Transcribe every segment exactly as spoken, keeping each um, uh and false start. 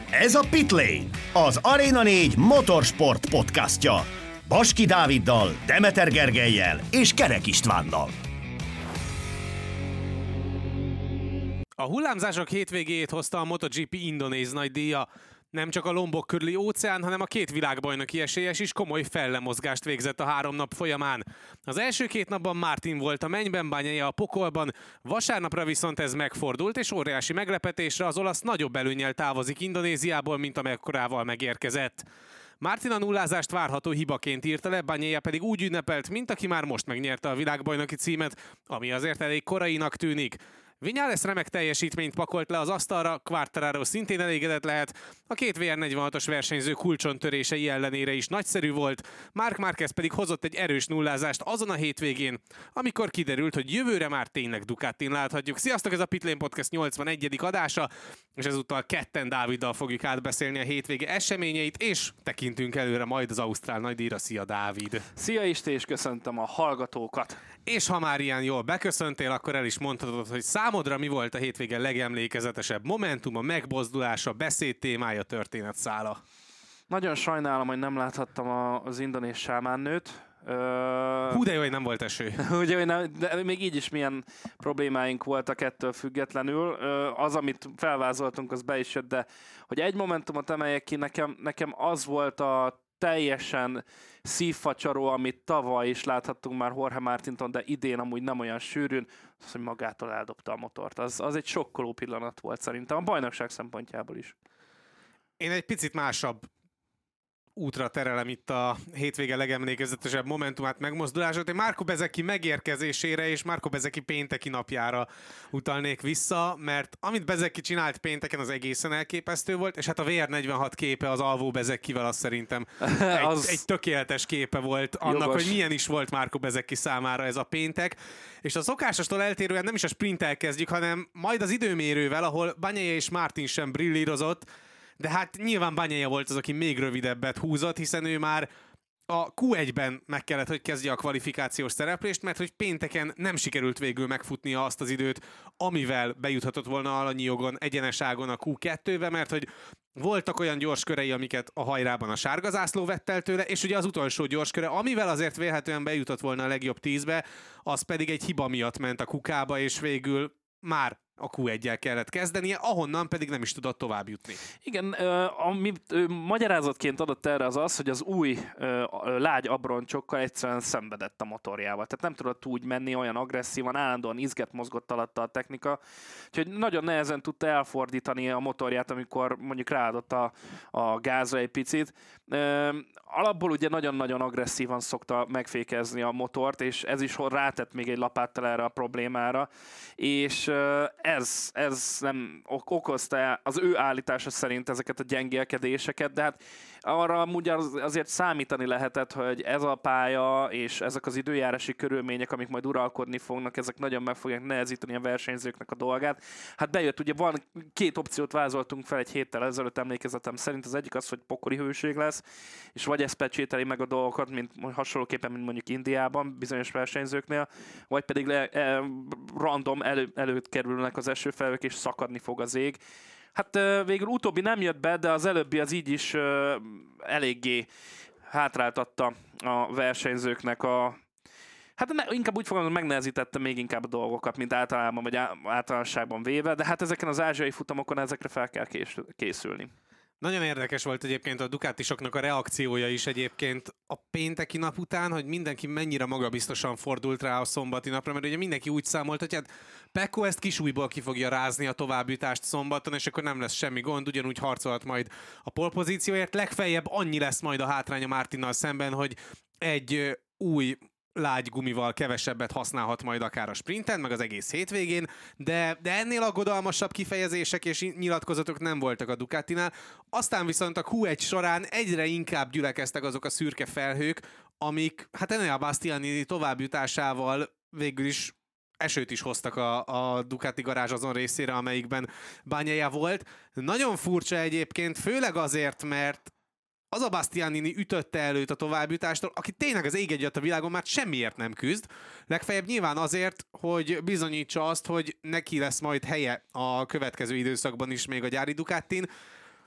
Ez a Pitlane, az Arena négy motorsport podcastja. Baski Dáviddal, Demeter Gergellyel és Kerek Istvánnal. A hullámzások hétvégéjét hozta a MotoGP indonéz nagydíja. Nem csak a Lombok körüli óceán, hanem a két világbajnoki esélyes is komoly fellemozgást végzett a három nap folyamán. Az első két napban Martin volt a mennyben, Bagnaia a pokolban, vasárnapra viszont ez megfordult, és óriási meglepetésre az olasz nagyobb előnnyel távozik Indonéziából, mint amekkorával megérkezett. Martin a nullázást várható hibaként írta le, Bagnaia pedig úgy ünnepelt, mint aki már most megnyerte a világbajnoki címet, ami azért elég korainak tűnik. Viñales remek teljesítményt pakolt le az asztalra, Quartararo szintén elégedett lehet, a két vé er negyvenhatos versenyző kulcsontörései ellenére is nagyszerű volt, Marc Márquez pedig hozott egy erős nullázást azon a hétvégén, amikor kiderült, hogy jövőre már tényleg Ducatin láthatjuk. Sziasztok, ez a Pitlane Podcast nyolcvanegyedik adása, és ezúttal ketten Dáviddal fogjuk átbeszélni a hétvége eseményeit, és tekintünk előre majd az ausztrál nagydíjra. Szia, Dávid! Szia Isti, és köszöntöm a hallgatókat! És ha már ilyen jól beköszöntél, akkor el is mondhatod, hogy számodra mi volt a hétvége legemlékezetesebb momentuma, megmozdulása, beszédtémája, történetszála? Nagyon sajnálom, hogy nem láthattam a, az indonéz sámánnőt. Ö... Hú, de jó, hogy nem volt eső. Ugye, hogy nem, de még így is milyen problémáink voltak ettől függetlenül. Az, amit felvázoltunk, az be is jött, de hogy egy momentumot emeljek ki, nekem, nekem az volt a teljesen szívfacsaró, amit tavaly is láthattunk már Jorge Martinton, de idén amúgy nem olyan sűrűn, az, hogy magától eldobta a motort. Az, az egy sokkoló pillanat volt szerintem, a bajnokság szempontjából is. Én egy picit másabb útra terelem itt a hétvége legemlékezetesebb momentumát, megmozdulását. Én Marco Bezzecchi megérkezésére és Marco Bezzecchi pénteki napjára utalnék vissza, mert amit Bezzecchi csinált pénteken, az egészen elképesztő volt, és hát a vé er negyvenhat képe az alvó Bezzecchivel, az szerintem egy, az... egy tökéletes képe volt annak, jogos, hogy milyen is volt Marco Bezzecchi számára ez a péntek. És a szokásostól eltérően nem is a sprinttel kezdjük, hanem majd az időmérővel, ahol Bagnaia és Martin sem brillírozott, de hát nyilván Bagnaia volt az, aki még rövidebbet húzott, hiszen ő már a kú egyben meg kellett, hogy kezdje a kvalifikációs szereplést, mert hogy pénteken nem sikerült végül megfutnia azt az időt, amivel bejuthatott volna alanyi jogon, egyeneságon a kú kettőbe, mert hogy voltak olyan gyorskörei, amiket a hajrában a sárga zászló vett el tőle, és ugye az utolsó gyorsköre, amivel azért vélhetően bejutott volna a legjobb tízbe, az pedig egy hiba miatt ment a kukába, és végül már a kú egyel kellett kezdenie, ahonnan pedig nem is tudott tovább jutni. Igen, amit magyarázatként adott erre az az, hogy az új lágy abroncsokkal egyszerűen szenvedett a motorjával. Tehát nem tudott úgy menni, olyan agresszívan, állandóan izget mozgott alatta a technika, úgyhogy nagyon nehezen tudta elfordítani a motorját, amikor mondjuk ráadott a, a gázra egy picit. Alapból ugye nagyon-nagyon agresszívan szokta megfékezni a motort, és ez is rátett még egy lapáttal erre a problémára, és ez, ez nem okozta az ő állítása szerint ezeket a gyengélkedéseket, de hát arra amúgy azért számítani lehetett, hogy ez a pálya és ezek az időjárási körülmények, amik majd uralkodni fognak, ezek nagyon meg fogják nehezíteni a versenyzőknek a dolgát. Hát bejött, ugye van két opciót vázoltunk fel egy héttel ezelőtt, emlékezetem szerint, az egyik az, hogy pokoli hőség lesz, és vagy ez pecsételi meg a dolgokat, mint hasonlóképpen, mint mondjuk Indiában bizonyos versenyzőknél, vagy pedig le, e, random elő, előtt kerülnek az esőfelhők, és szakadni fog az ég. Hát végül utóbbi nem jött be, de az előbbi az így is uh, eléggé hátráltatta a versenyzőknek a... Hát ne, inkább úgy fogom, hogy megnehezítette még inkább a dolgokat, mint általában, vagy általánosságban véve, de hát ezeken az ázsiai futamokon ezekre fel kell készülni. Nagyon érdekes volt egyébként a Ducatisoknak a reakciója is egyébként a pénteki nap után, hogy mindenki mennyire magabiztosan fordult rá a szombati napra, mert ugye mindenki úgy számolt, hogy hát Pecco ezt kisújból ki fogja rázni a továbbjutást szombaton, és akkor nem lesz semmi gond, ugyanúgy harcolhat majd a polpozícióért. Legfeljebb annyi lesz majd a hátránya Martinnal szemben, hogy egy új lágy gumival kevesebbet használhat majd akár a sprinten, meg az egész hétvégén, de, de ennél aggodalmasabb kifejezések és nyilatkozatok nem voltak a Ducatinál. Aztán viszont a kú egy során egyre inkább gyülekeztek azok a szürke felhők, amik hát Enea Bastianini továbbjutásával végül is esőt is hoztak a, a Ducati garázs azon részére, amelyikben Bagnaia volt. Nagyon furcsa egyébként, főleg azért, mert az a Bastianini ütötte előtt a továbbjutástól, aki tényleg az ég egyet a világon már semmiért nem küzd. Legfeljebb nyilván azért, hogy bizonyítsa azt, hogy neki lesz majd helye a következő időszakban is még a gyári Ducatin.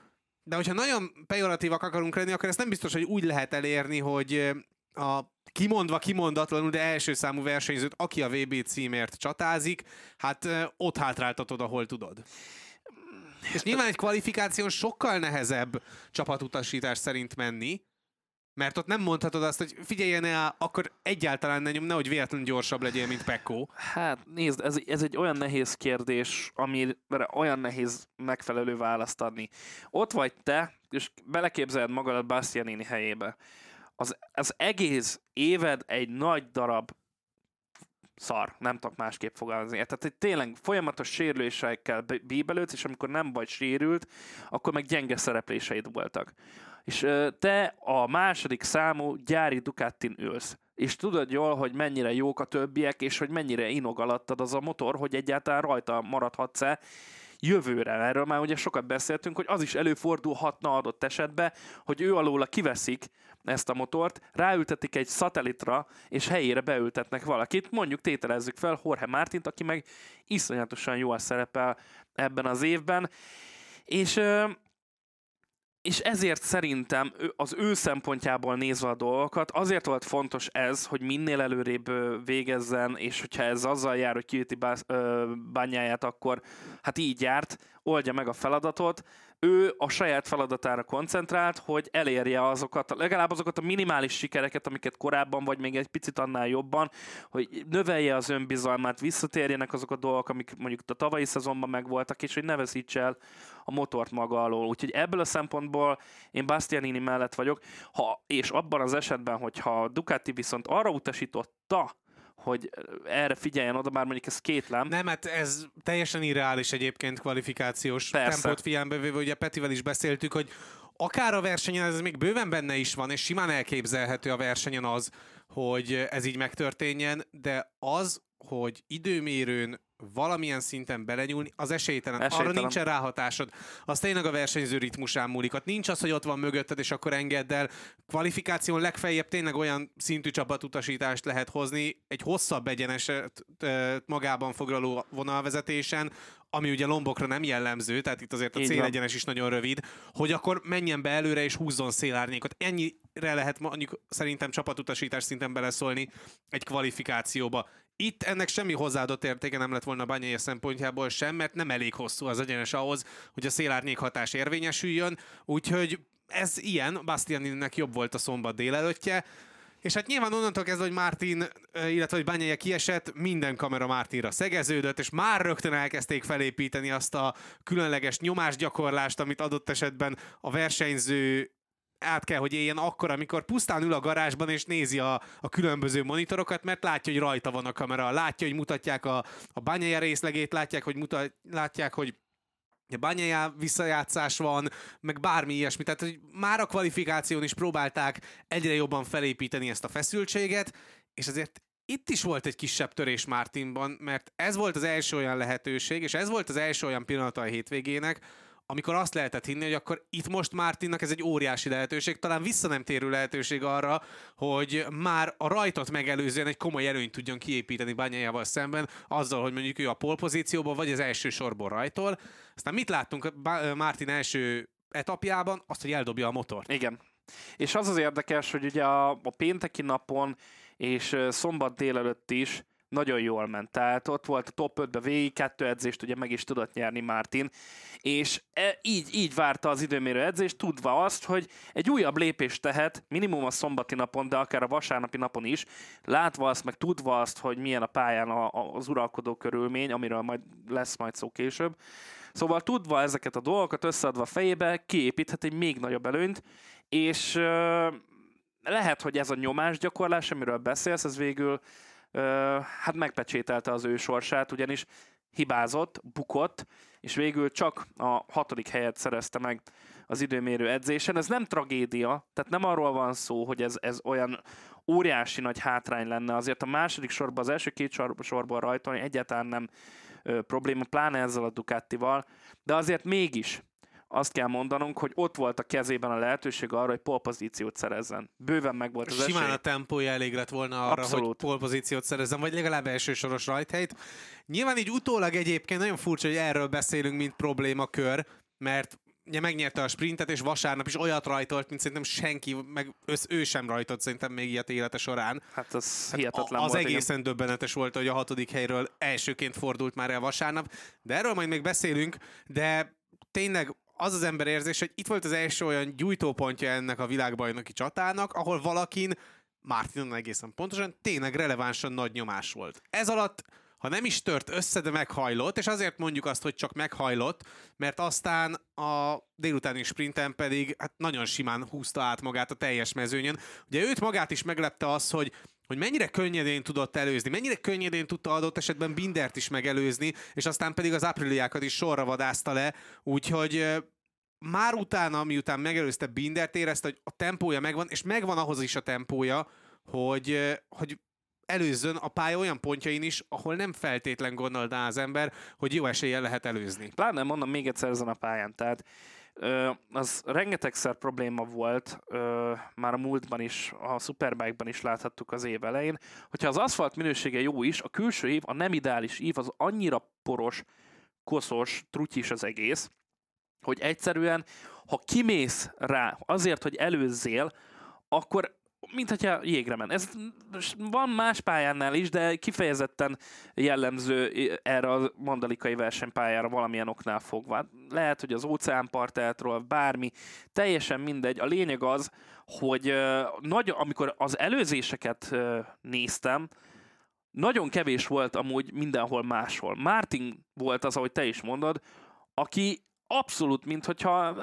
De hogyha nagyon pejoratívak akarunk lenni, akkor ezt nem biztos, hogy úgy lehet elérni, hogy a kimondva kimondatlanul, de első számú versenyzőt, aki a vé bé címért csatázik, hát ott hátráltatod, ahol tudod. És nyilván egy kvalifikáción sokkal nehezebb csapatutasítás szerint menni, mert ott nem mondhatod azt, hogy figyeljen el, akkor egyáltalán ne nyom, nehogy véletlenül gyorsabb legyél, mint Pecco. Hát nézd, ez, ez egy olyan nehéz kérdés, amire olyan nehéz megfelelő választ adni. Ott vagy te, és beleképzeled magadat Bastianini helyébe. Az, az egész éved egy nagy darab szar, nem tudok másképp fogalmazni. Tehát hogy tényleg folyamatos sérülésekkel bíbelődsz, és amikor nem vagy sérült, akkor meg gyenge szerepléseid voltak. És te a második számú gyári Ducatin ülsz. És tudod jól, hogy mennyire jók a többiek, és hogy mennyire inog alattad az a motor, hogy egyáltalán rajta maradhatsz-e jövőre. Erről már ugye sokat beszéltünk, hogy az is előfordulhatna adott esetben, hogy ő alóla kiveszik ezt a motort, ráültetik egy szatellitra, és helyére beültetnek valakit. Mondjuk tételezzük fel Jorge Martint, aki meg iszonyatosan jól szerepel ebben az évben. És... És ezért szerintem az ő szempontjából nézve a dolgokat, azért volt fontos ez, hogy minél előrébb végezzen, és hogyha ez azzal jár, hogy kiüti Bagnaiyát, akkor hát így járt, oldja meg a feladatot. Ő a saját feladatára koncentrált, hogy elérje azokat, legalább azokat a minimális sikereket, amiket korábban, vagy még egy picit annál jobban, hogy növelje az önbizalmát, visszatérjenek azok a dolgok, amik mondjuk a tavalyi szezonban megvoltak, és hogy ne veszítse el a motort maga alól. Úgyhogy ebből a szempontból én Bastianini mellett vagyok, ha, és abban az esetben, hogyha Ducati viszont arra utasította, hogy erre figyeljen oda, bár mondjuk ez kétlem. Nem, hát ez teljesen irreális egyébként kvalifikációs Persze. tempót figyelembe véve, ugye Petivel is beszéltük, hogy akár a versenyen ez még bőven benne is van, és simán elképzelhető a versenyen az, hogy ez így megtörténjen, de az, hogy időmérőn valamilyen szinten belenyúlni, az esélytelen. esélytelen. Arra nincsen ráhatásod. Az tényleg a versenyző ritmusán múlik. Ott nincs az, hogy ott van mögötted, és akkor engedd el. Kvalifikáción legfeljebb tényleg olyan szintű csapatutasítást lehet hozni, egy hosszabb egyeneset magában foglaló vonalvezetésen, ami ugye lombokra nem jellemző, tehát itt azért a célegyenes is nagyon rövid, hogy akkor menjen be előre és húzzon szélárnyékot. Ennyire lehet mondjuk szerintem csapatutasítás szinten beleszólni egy kvalifikációba. Itt ennek semmi hozzáadott értéke nem lett volna Bagnaia szempontjából sem, mert nem elég hosszú az egyenes ahhoz, hogy a szélárnyék hatás érvényesüljön, úgyhogy ez ilyen, Bastianininek jobb volt a szombat délelőttje, és hát nyilván onnantól kezdve, hogy Martin, illetve hogy Bagnaia kiesett, minden kamera Martinra szegeződött, és már rögtön elkezdték felépíteni azt a különleges nyomásgyakorlást, amit adott esetben a versenyző át kell, hogy éljen akkor, amikor pusztán ül a garázsban és nézi a, a különböző monitorokat, mert látja, hogy rajta van a kamera, látja, hogy mutatják a, a Bagnaia részlegét, látják, hogy, mutat, látják, hogy a Bagnaia visszajátszás van, meg bármi ilyesmi. Tehát hogy már a kvalifikáción is próbálták egyre jobban felépíteni ezt a feszültséget, és azért itt is volt egy kisebb törés Martinban, mert ez volt az első olyan lehetőség, és ez volt az első olyan pillanata a hétvégének, amikor azt lehetett hinni, hogy akkor itt most Martinnak ez egy óriási lehetőség, talán vissza nem térő lehetőség arra, hogy már a rajtot megelőzően egy komoly előnyt tudjon kiépíteni Bagnaiával szemben, azzal, hogy mondjuk ő a pole pozícióban, vagy az első sorból rajtol. Aztán mit láttunk Martin első etapjában? Azt, hogy eldobja a motort. Igen. És az az érdekes, hogy ugye a, a pénteki napon és szombat délelőtt is nagyon jól ment. Tehát ott volt a top ötbe végig, kettő edzést ugye meg is tudott nyerni Martin, és e, így, így várta az időmérő edzést, tudva azt, hogy egy újabb lépést tehet, minimum a szombati napon, de akár a vasárnapi napon is, látva azt, meg tudva azt, hogy milyen a pályán a, a, az uralkodó körülmény, amiről majd lesz majd szó később. Szóval tudva ezeket a dolgokat, összeadva fejébe, kiépíthet egy még nagyobb előnyt, és euh, lehet, hogy ez a nyomásgyakorlás, amiről beszélsz, ez végül Uh, hát megpecsételte az ő sorsát, ugyanis hibázott, bukott, és végül csak a hatodik helyet szerezte meg az időmérő edzésen. Ez nem tragédia, tehát nem arról van szó, hogy ez, ez olyan óriási nagy hátrány lenne. Azért a második sorban, az első két sor, sorban rajtolni egyáltalán nem ö, probléma, pláne ezzel a Ducatival, de azért mégis azt kell mondanunk, hogy ott volt a kezében a lehetőség arra, hogy polpozíciót szerezzen. Bőven meg volt az esély. Simán a tempója elég lett volna arra, Abszolút. hogy polpozíciót szerezzen, vagy legalább elsősoros rajthelyt. Nyilván így utólag egyébként nagyon furcsa, hogy erről beszélünk, mint problémakör, mert ugye megnyerte a sprintet, és vasárnap is olyat rajtolt, mint szerintem senki, meg össz, ő sem rajtolt szerintem még ilyet élete során. Hát az hát hihetetlen a, az volt. egészen igen. döbbenetes volt, hogy a hatodik helyről elsőként fordult már el vasárnap, de erről majd még beszélünk, de tényleg az az ember érzés, hogy itt volt az első olyan gyújtópontja ennek a világbajnoki csatának, ahol valakin, Martinon egészen pontosan, tényleg relevánsan nagy nyomás volt. Ez alatt, ha nem is tört össze, de meghajlott, és azért mondjuk azt, hogy csak meghajlott, mert aztán a délutáni sprinten pedig hát nagyon simán húzta át magát a teljes mezőnyön. Ugye őt magát is meglepte az, hogy hogy mennyire könnyedén tudott előzni, mennyire könnyedén tudta adott esetben Bindert is megelőzni, és aztán pedig az Apriliákat is sorra vadászta le, úgyhogy már utána, miután megelőzte Bindert, érezte, hogy a tempója megvan, és megvan ahhoz is a tempója, hogy, hogy előzzön a pálya olyan pontjain is, ahol nem feltétlen gondolná az ember, hogy jó eséllyel lehet előzni. Pláne mondom még egyszer ezen a pályán, tehát ö, az rengetegszer probléma volt, ö, már a múltban is, a Superbike-ban is láthattuk az év elején, hogyha az aszfalt minősége jó is, a külső ív, a nem ideális ív, az annyira poros, koszos, trutyis az egész, hogy egyszerűen, ha kimész rá azért, hogy előzzél, akkor mint hogyha jégre men. Ez van más pályánál is, de kifejezetten jellemző erre a mandalikai versenypályára valamilyen oknál fogva. Lehet, hogy az óceánpartátról, bármi, teljesen mindegy. A lényeg az, hogy nagy, amikor az előzéseket néztem, nagyon kevés volt amúgy mindenhol máshol. Martin volt az, ahogy te is mondod, aki abszolút, mint hogyha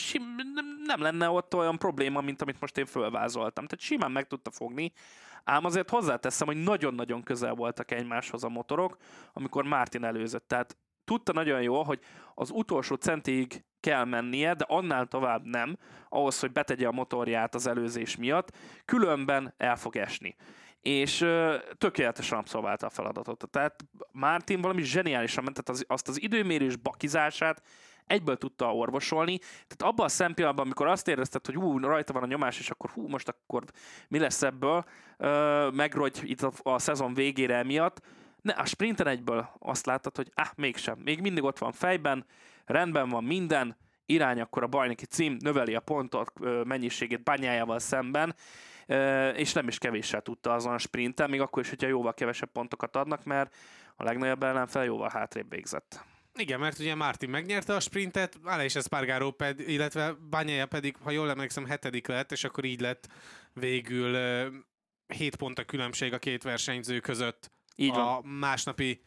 nem lenne ott olyan probléma, mint amit most én fölvázoltam. Tehát simán meg tudta fogni, ám azért hozzáteszem, hogy nagyon-nagyon közel voltak egymáshoz a motorok, amikor Martin előzött. Tehát tudta nagyon jól, hogy az utolsó centig kell mennie, de annál tovább nem, ahhoz, hogy betegye a motorját az előzés miatt, különben el fog esni. És ö, tökéletesen abszolválta a feladatot. Tehát Martin valami zseniálisan ment, tehát az, azt az időmérés bakizását egyből tudta orvosolni. Tehát abban a szempillanatban, amikor azt érezted, hogy hú, rajta van a nyomás, és akkor hú, most akkor mi lesz ebből, ö, megrogy itt a, a szezon végére miatt, ne, a sprinten egyből azt láttad, hogy ah, mégsem, még mindig ott van fejben, rendben van minden, irány akkor a bajnoki cím, növeli a pontot ö, mennyiségét Bagnaia-val szemben, ö, és nem is kevéssel tudta azon a sprinten, még akkor is, hogyha jóval kevesebb pontokat adnak, mert a legnagyobb ellenfel jóval hátrébb végzett. Igen, mert ugye Martin megnyerte a sprintet, Aleix Espargaró pedig, illetve Bagnaia pedig, ha jól emlékszem, hetedik lett, és akkor így lett végül uh, hét pont a különbség a két versenyző között így a van. Másnapi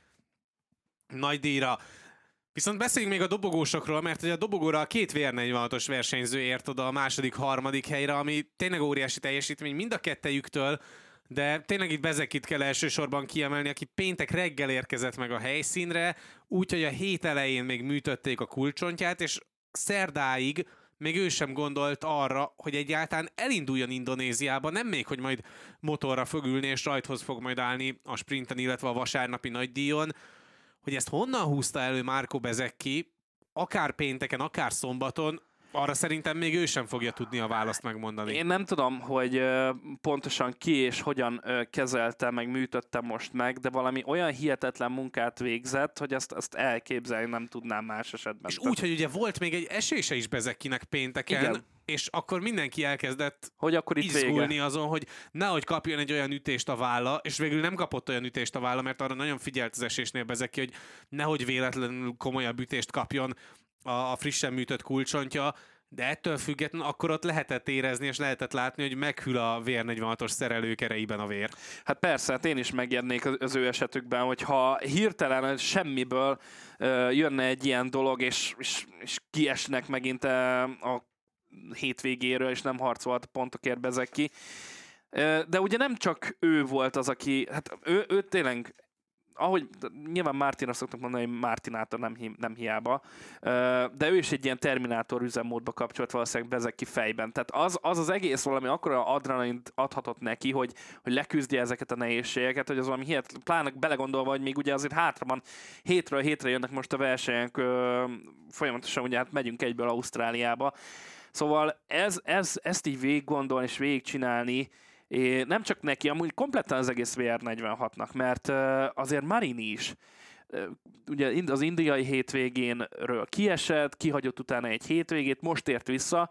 nagydíjra. Viszont beszéljünk még a dobogósokról, mert ugye a dobogóra a két vé er negyvenhatos versenyző ért oda a második, harmadik helyre, ami tényleg óriási teljesítmény mind a kettejüktől, de tényleg itt Bezekit kell elsősorban kiemelni, aki péntek reggel érkezett meg a helyszínre, úgyhogy a hét elején még műtötték a kulcsontját, és szerdáig még ő sem gondolt arra, hogy egyáltalán elinduljon Indonéziába, nem még, hogy majd motorra fog ülni, és rajthoz fog majd állni a sprinten, illetve a vasárnapi nagydíjon. Hogy ezt honnan húzta elő Marco Bezzecchi, akár pénteken, akár szombaton, arra szerintem még ő sem fogja tudni a választ megmondani. Én nem tudom, hogy pontosan ki és hogyan kezelte, meg műtötte most meg, de valami olyan hihetetlen munkát végzett, hogy ezt, ezt elképzelni nem tudnám más esetben. És úgy, hogy ugye volt még egy esése is Bezzecchinek pénteken, igen. És akkor mindenki elkezdett hogy akkor itt izgulni vége. azon, hogy nehogy kapjon egy olyan ütést a válla, és végül nem kapott olyan ütést a válla, mert arra nagyon figyelt az esésnél Bezzecchi, hogy nehogy véletlenül komolyabb ütést kapjon a frissen műtött kulcsontja, de ettől függetlenül akkor ott lehetett érezni, és lehetett látni, hogy meghűl a vé er negyvenhatos szerelők erejében a vér. Hát persze, hát én is megijednék az ő esetükben, hogyha hirtelen semmiből uh, jönne egy ilyen dolog, és, és, és kiesnek megint uh, a hétvégéről, és nem harcolt pontokért Bezzecchi. Uh, de ugye nem csak ő volt az, aki, hát ő, ő tényleg ahogy nyilván Martinra szoktak mondani, hogy Martinátor nem, hi, nem hiába, de ő is egy ilyen Terminátor üzemmódba kapcsolt valószínűleg Bezzecchi fejben. Tehát az, az az egész valami akkora adrenalint adhatott neki, hogy, hogy leküzdje ezeket a nehézségeket, hogy az valami hihetetlen, pláne belegondolva, hogy még ugye azért hátra van, hétről hétre jönnek most a versenyek, folyamatosan ugye hát megyünk egyből Ausztráliába. Szóval ez, ez, ezt így végig gondolni és végig csinálni, É, nem csak neki, amúgy kompletten az egész vé er negyvenhatnak, mert uh, azért Marini is ugye az indiai hétvégénről kiesett, kihagyott utána egy hétvégét, most ért vissza.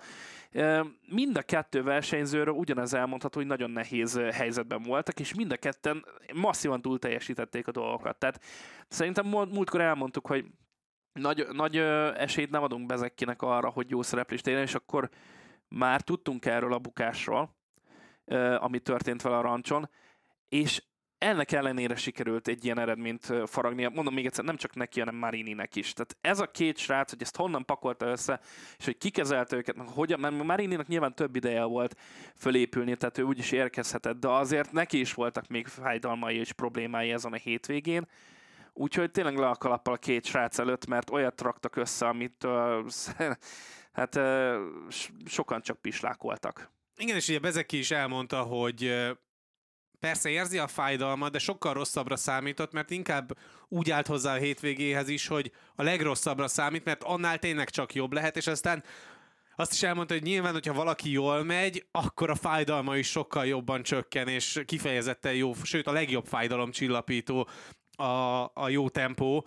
Mind a kettő versenyzőről ugyanez elmondható, hogy nagyon nehéz helyzetben voltak, és mind a ketten masszívan túl teljesítették a dolgokat. Tehát szerintem múltkor elmondtuk, hogy nagy, nagy esélyt nem adunk Bezeckinek arra, hogy jó szereplést érjen, és akkor már tudtunk erről a bukásról, ami történt vele a rancson, és ennek ellenére sikerült egy ilyen eredményt faragnia. Mondom még egyszer, nem csak neki, hanem Marininek is. Tehát ez a két srác, hogy ezt honnan pakolta össze, és hogy kikezelte őket, hogyan, mert Marininak nyilván több ideje volt fölépülni, tehát ő úgyis érkezhetett, de azért neki is voltak még fájdalmai és problémái ezen a hétvégén. Úgyhogy tényleg le a kalappal a két srác előtt, mert olyat raktak össze, amit uh, hát uh, sokan csak pislákoltak. Igen, és ugye Bezeki is elmondta, hogy persze érzi a fájdalmat, de sokkal rosszabbra számított, mert inkább úgy állt hozzá a hétvégéhez is, hogy a legrosszabbra számít, mert annál tényleg csak jobb lehet, és aztán azt is elmondta, hogy nyilván, hogyha valaki jól megy, akkor a fájdalma is sokkal jobban csökken, és kifejezetten jó, sőt a legjobb fájdalomcsillapító a, a jó tempó,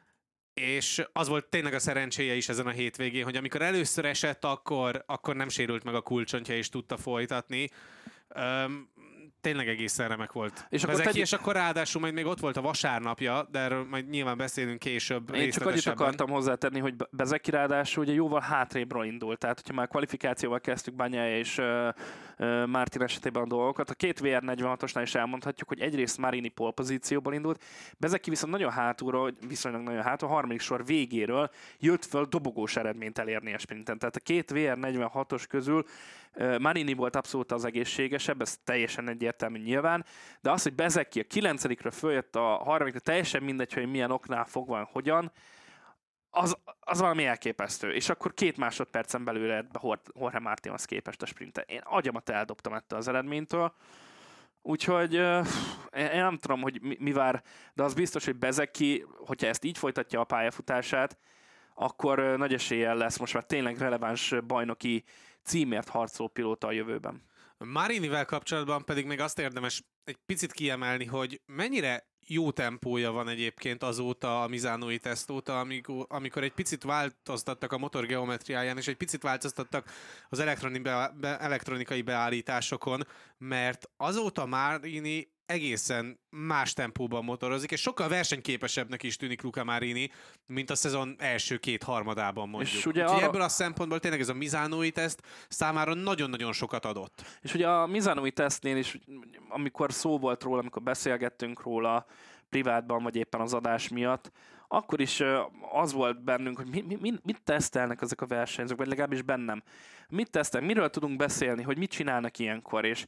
és az volt tényleg a szerencséje is ezen a hétvégén, hogy amikor először esett, akkor, akkor nem sérült meg a kulcsontja, és tudta folytatni. Um, Tényleg egészen remek volt. És akkor, tegy... és akkor ráadásul majd még ott volt a vasárnapja, de erről majd nyilván beszélünk később. Én csak annyit akartam hozzátenni, hogy Bezeki ráadásul ugye jóval hátrébről indult. Tehát, hogyha már kvalifikációval kezdtük Bagnaia és uh, uh, Martin esetében a dolgokat, a két vé er negyvenhatosnál is elmondhatjuk, hogy egyrészt Marini pole pozícióból indult, Bezeki viszont nagyon hátulról, viszonylag nagyon hátul, a harmadik sor végéről jött föl dobogós eredményt elérni a sprinten. Tehát a két vé er negyvenhatos közül Marini volt abszolút az egészségesebb, ez teljesen egyértelmű nyilván, de az, hogy Bezeki a kilencedikről följött a harmadikra, teljesen mindegy, hogy milyen oknál fogva, hogyan, az, az valami elképesztő. És akkor két másodpercen belül lett be Jorge Martinhoz képest a sprinten. Én agyamat eldobtam ettől az eredménytől, úgyhogy uh, én nem tudom, hogy mi, mi vár, de az biztos, hogy Bezeki, hogyha ezt így folytatja a pályafutását, akkor uh, nagy eséllyel lesz most már tényleg releváns bajnoki címért harcoló pilóta a jövőben. Marinivel kapcsolatban pedig még azt érdemes egy picit kiemelni, hogy mennyire jó tempója van egyébként azóta a Misánói teszt óta, amikor, amikor egy picit változtattak a motor geometriáján, és egy picit változtattak az elektroni be, be, elektronikai beállításokon, mert azóta Marini egészen más tempóban motorozik, és sokkal versenyképesebbnek is tűnik Luca Marini, mint a szezon első két harmadában mondjuk. És ugye arra... ebből a szempontból tényleg ez a Misánói teszt számára nagyon-nagyon sokat adott. És ugye a Misánói tesztnél is, amikor szó volt róla, amikor beszélgettünk róla privátban, vagy éppen az adás miatt, akkor is az volt bennünk, hogy mi, mi, mit tesztelnek ezek a versenyzők, vagy legalábbis bennem. Mit tesztelnek, miről tudunk beszélni, hogy mit csinálnak ilyenkor, és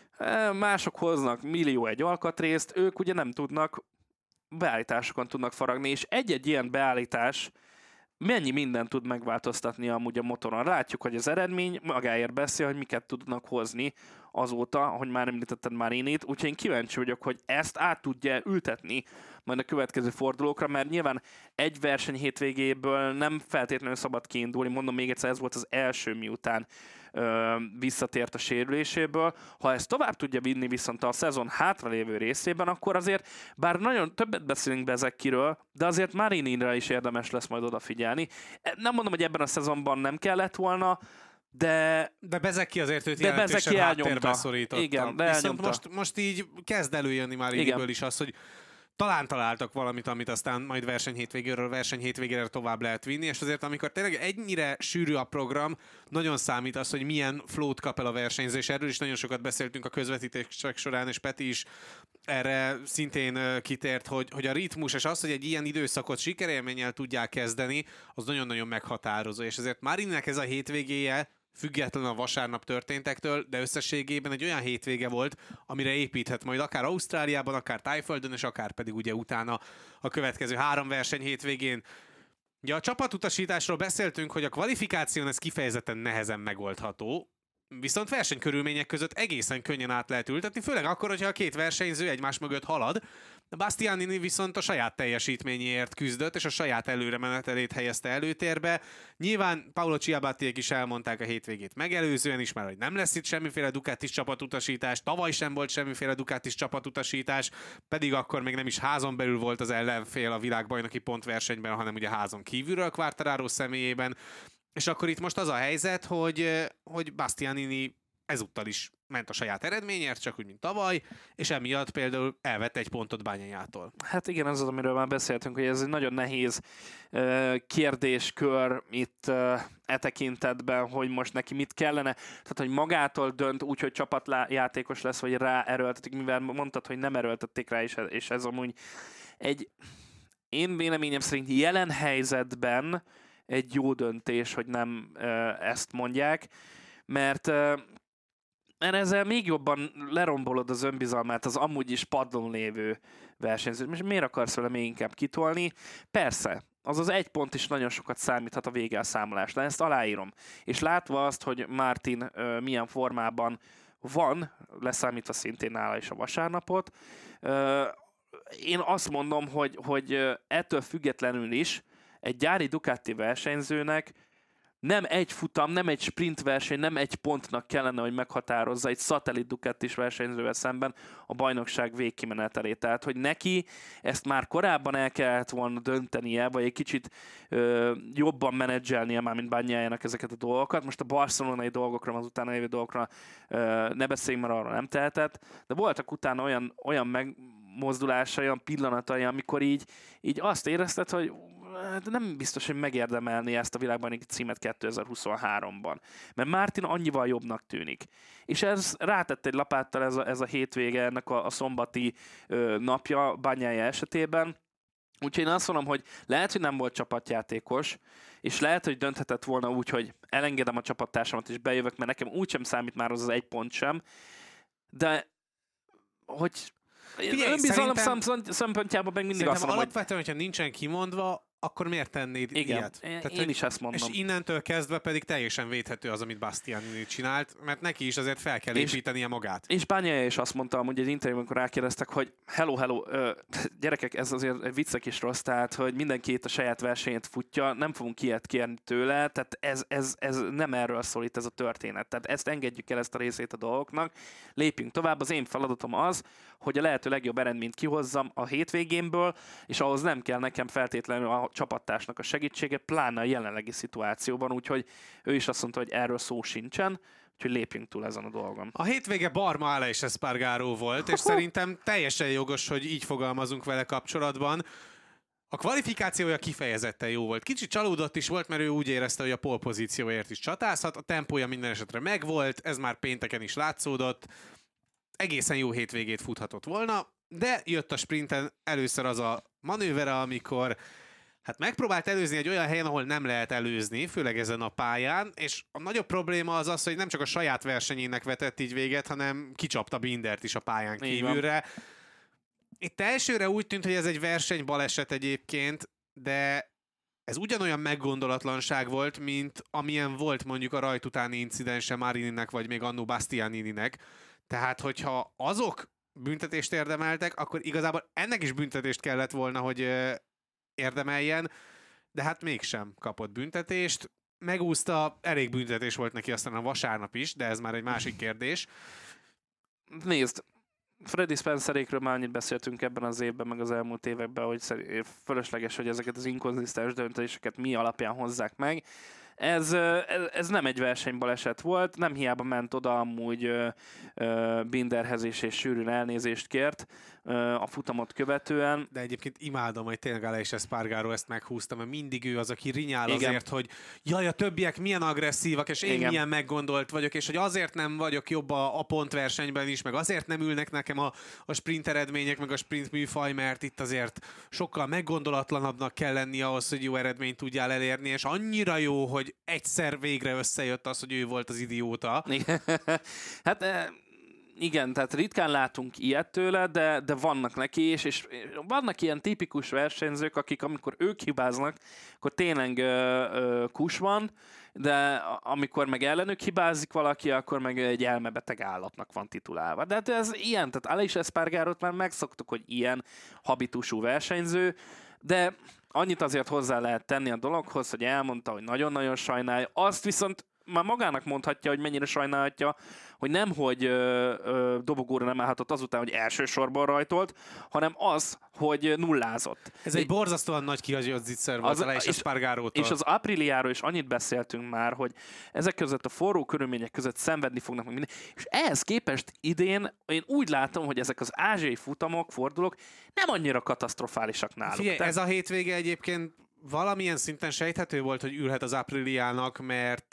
mások hoznak millió egy alkatrészt, ők ugye nem tudnak, beállításokon tudnak faragni, és egy-egy ilyen beállítás mennyi mindent tud megváltoztatni amúgy a motoron. Látjuk, hogy az eredmény magáért beszél, hogy miket tudnak hozni azóta, hogy már említetted Marinit, úgyhogy én kíváncsi vagyok, hogy ezt át tudja ültetni majd a következő fordulókra, mert nyilván egy verseny hétvégéből nem feltétlenül szabad kiindulni, mondom még egyszer, ez volt az első miután ö, visszatért a sérüléséből. Ha ezt tovább tudja vinni viszont a szezon hátralévő részében, akkor azért, bár nagyon többet beszélünk Bezekiről, de azért Marinire is érdemes lesz majd odafigyelni. Nem mondom, hogy ebben a szezonban nem kellett volna, de... De Bezeki azért őt jelentősen háttérbe szorította. Igen, de viszont most, most így kezd előjönni már Mariniből is az, hogy talán találtak valamit, amit aztán majd versenyhétvégéről versenyhétvégére tovább lehet vinni, és azért amikor tényleg ennyire sűrű a program, nagyon számít az, hogy milyen flót kap el a versenyző, és erről is nagyon sokat beszéltünk a közvetítések során, és Peti is erre szintén kitért, hogy, hogy a ritmus, és az, hogy egy ilyen időszakot sikerélménnyel tudják kezdeni, az nagyon-nagyon meghatározó, és ezért Marinnek ez a hétvégéje független a vasárnap történtektől, de összességében egy olyan hétvége volt, amire építhet majd akár Ausztráliában, akár Tájföldön, és akár pedig ugye utána a következő három verseny hétvégén. Ugye a csapatutasításról beszéltünk, hogy a kvalifikáción ez kifejezetten nehezen megoldható, viszont versenykörülmények között egészen könnyen át lehet ültetni, főleg akkor, hogyha a két versenyző egymás mögött halad. Bastianini viszont a saját teljesítményéért küzdött, és a saját előremenetelét helyezte előtérbe. Nyilván Paolo Ciabatiék is elmondták a hétvégét megelőzően is már, hogy nem lesz itt semmiféle Ducatis csapatutasítás, tavaly sem volt semmiféle Ducatis csapatutasítás, pedig akkor még nem is házon belül volt az ellenfél a világbajnoki pontversenyben, hanem ugye házon kívülről Quartararo személyében. És akkor itt most az a helyzet, hogy, hogy Bastianini ezúttal is ment a saját eredményért, csak úgy, mint tavaly, és emiatt például elvett egy pontot Bagnaia-tól. Hát igen, ez az, amiről már beszéltünk, hogy ez egy nagyon nehéz uh, kérdéskör itt uh, e tekintetben, hogy most neki mit kellene. Tehát, hogy magától dönt úgy, hogy csapatjátékos lesz, vagy rá erőltetik, mivel mondtad, hogy nem erőltették rá, és ez, és ez amúgy egy, én véleményem szerint jelen helyzetben egy jó döntés, hogy nem uh, ezt mondják, mert uh, mert ezzel még jobban lerombolod az önbizalmát az amúgy is padlón lévő versenyzőt. És miért akarsz vele még inkább kitolni? Persze, az az egy pont is nagyon sokat számíthat a végelszámolásnál, ezt aláírom. És látva azt, hogy Martin uh, milyen formában van, leszámítva szintén nála is a vasárnapot, uh, én azt mondom, hogy, hogy ettől függetlenül is egy gyári Ducati versenyzőnek nem egy futam, nem egy sprint verseny, nem egy pontnak kellene, hogy meghatározza egy szatellit Ducatis versenyzővel szemben a bajnokság végkimenetelét. Tehát, hogy neki ezt már korábban el kellett volna döntenie, vagy egy kicsit ö, jobban menedzselnie már, mint Bagnaia-nak ezeket a dolgokat. Most a barcelonai dolgokra, az utána lévő dolgokra ö, ne beszéljünk, mert arra nem tehetett. De voltak utána olyan, olyan megmozdulásai, olyan pillanatai, amikor így, így azt érezted, hogy de nem biztos, hogy megérdemelni ezt a világbajnoki címet kétezer-huszonháromban. Mert Martin annyival jobbnak tűnik. És ez rátett egy lapáttal ez a, ez a hétvége, ennek a, a szombati ö, napja Bagnaia esetében. Úgyhogy én azt mondom, hogy lehet, hogy nem volt csapatjátékos, és lehet, hogy dönthetett volna úgy, hogy elengedem a csapattársamat és bejövök, mert nekem úgysem számít már az az egy pont sem. De hogy Figyelj, önbizalom szerintem, szempontjában meg mindig azt mondom, alapvetően, hogy... hogyha nincsen kimondva, akkor miért tennéd igen, ilyet? Igen, Tehát, én is ezt mondom. És innentől kezdve pedig teljesen védhető az, amit Bastianini csinált, mert neki is azért fel kell és, építenie magát. És Bagnaia is azt mondta, hogy egy interjúban, amikor rákérdeztek, hogy hello, hello, ö, gyerekek, ez azért viccek is rossz, tehát, hogy mindenki itt a saját versenyét futja, nem fogunk ilyet kérni tőle, tehát ez, ez, ez nem erről szól itt ez a történet. Tehát ezt engedjük el, ezt a részét a dolgoknak, lépjünk tovább. Az én feladatom az, hogy a lehető legjobb eredményt kihozzam a hétvégénből, és ahhoz nem kell nekem feltétlenül a csapattársnak a segítsége, pláne a jelenlegi szituációban, úgyhogy ő is azt mondta, hogy erről szó sincsen, úgyhogy lépjünk túl ezen a dolgon. A hétvége Barma Aleix Espargaró volt, és szerintem teljesen jogos, hogy így fogalmazunk vele kapcsolatban. A kvalifikációja kifejezetten jó volt. Kicsit csalódott is volt, mert ő úgy érezte, hogy a pole pozícióért is csatázhat, a tempója minden esetre megvolt, ez már pénteken is látszódott. Egészen jó hétvégét futhatott volna, de jött a sprinten először az a manővere, amikor hát megpróbált előzni egy olyan helyen, ahol nem lehet előzni, főleg ezen a pályán, és a nagyobb probléma az az, hogy nem csak a saját versenyének vetett így véget, hanem kicsapta Bindert is a pályán kívülre. Itt elsőre úgy tűnt, hogy ez egy versenybaleset egyébként, de ez ugyanolyan meggondolatlanság volt, mint amilyen volt mondjuk a rajt utáni incidense Marininek, vagy még annó Bastianininek. Tehát, hogyha azok büntetést érdemeltek, akkor igazából ennek is büntetést kellett volna, hogy érdemeljen, de hát mégsem kapott büntetést. Megúszta, elég büntetés volt neki aztán a vasárnap is, de ez már egy másik kérdés. Nézd, Freddy Spencerékről már annyit beszéltünk ebben az évben, meg az elmúlt években, hogy fölösleges, hogy ezeket az inkonzisztens döntéseket mi alapján hozzák meg. Ez, ez nem egy versenybaleset volt, nem hiába ment oda amúgy ö, ö, Binderhez is, és sűrűn elnézést kért ö, a futamot követően. De egyébként imádom, hogy tényleg Aleix Espargaró ezt meghúzta, mert mindig ő az, aki rinyál igen. azért, hogy jaj, a többiek milyen agresszívak, és én igen. milyen meggondolt vagyok, és hogy azért nem vagyok jobb a, a pontversenyben is, meg azért nem ülnek nekem a, a sprint eredmények, meg a sprint műfaj, mert itt azért sokkal meggondolatlanabbnak kell lenni ahhoz, hogy jó eredményt tudjál elérni, és annyira jó, hogy egyszer végre összejött az, hogy ő volt az idióta. Hát Igen, tehát ritkán látunk ilyet tőle, de, de vannak neki is, és vannak ilyen tipikus versenyzők, akik amikor ők hibáznak, akkor tényleg ö, ö, kus van, de amikor meg ellenük hibázik valaki, akkor meg egy elmebeteg állatnak van titulálva. De hát ez ilyen, tehát Aleix Espargarót már megszoktuk, hogy ilyen habitusú versenyző, de annyit azért hozzá lehet tenni a dologhoz, hogy elmondta, hogy nagyon-nagyon sajnálja. Azt viszont már magának mondhatja, hogy mennyire sajnálhatja, hogy nem, hogy ö, ö, dobogóra nem állhatott azután, hogy elsősorban rajtolt, hanem az, hogy nullázott. Ez egy, egy borzasztóan nagy kihagyott zicser volt Aleix Espargarótól. És az Apriliáról is annyit beszéltünk már, hogy ezek között a forró körülmények között szenvedni fognak meg minden. És ehhez képest idén én úgy látom, hogy ezek az ázsiai futamok, fordulók nem annyira katasztrofálisak náluk. Figyelj, ez a hétvége egyébként valamilyen szinten sejthető volt, hogy ülhet az Apriliának, mert,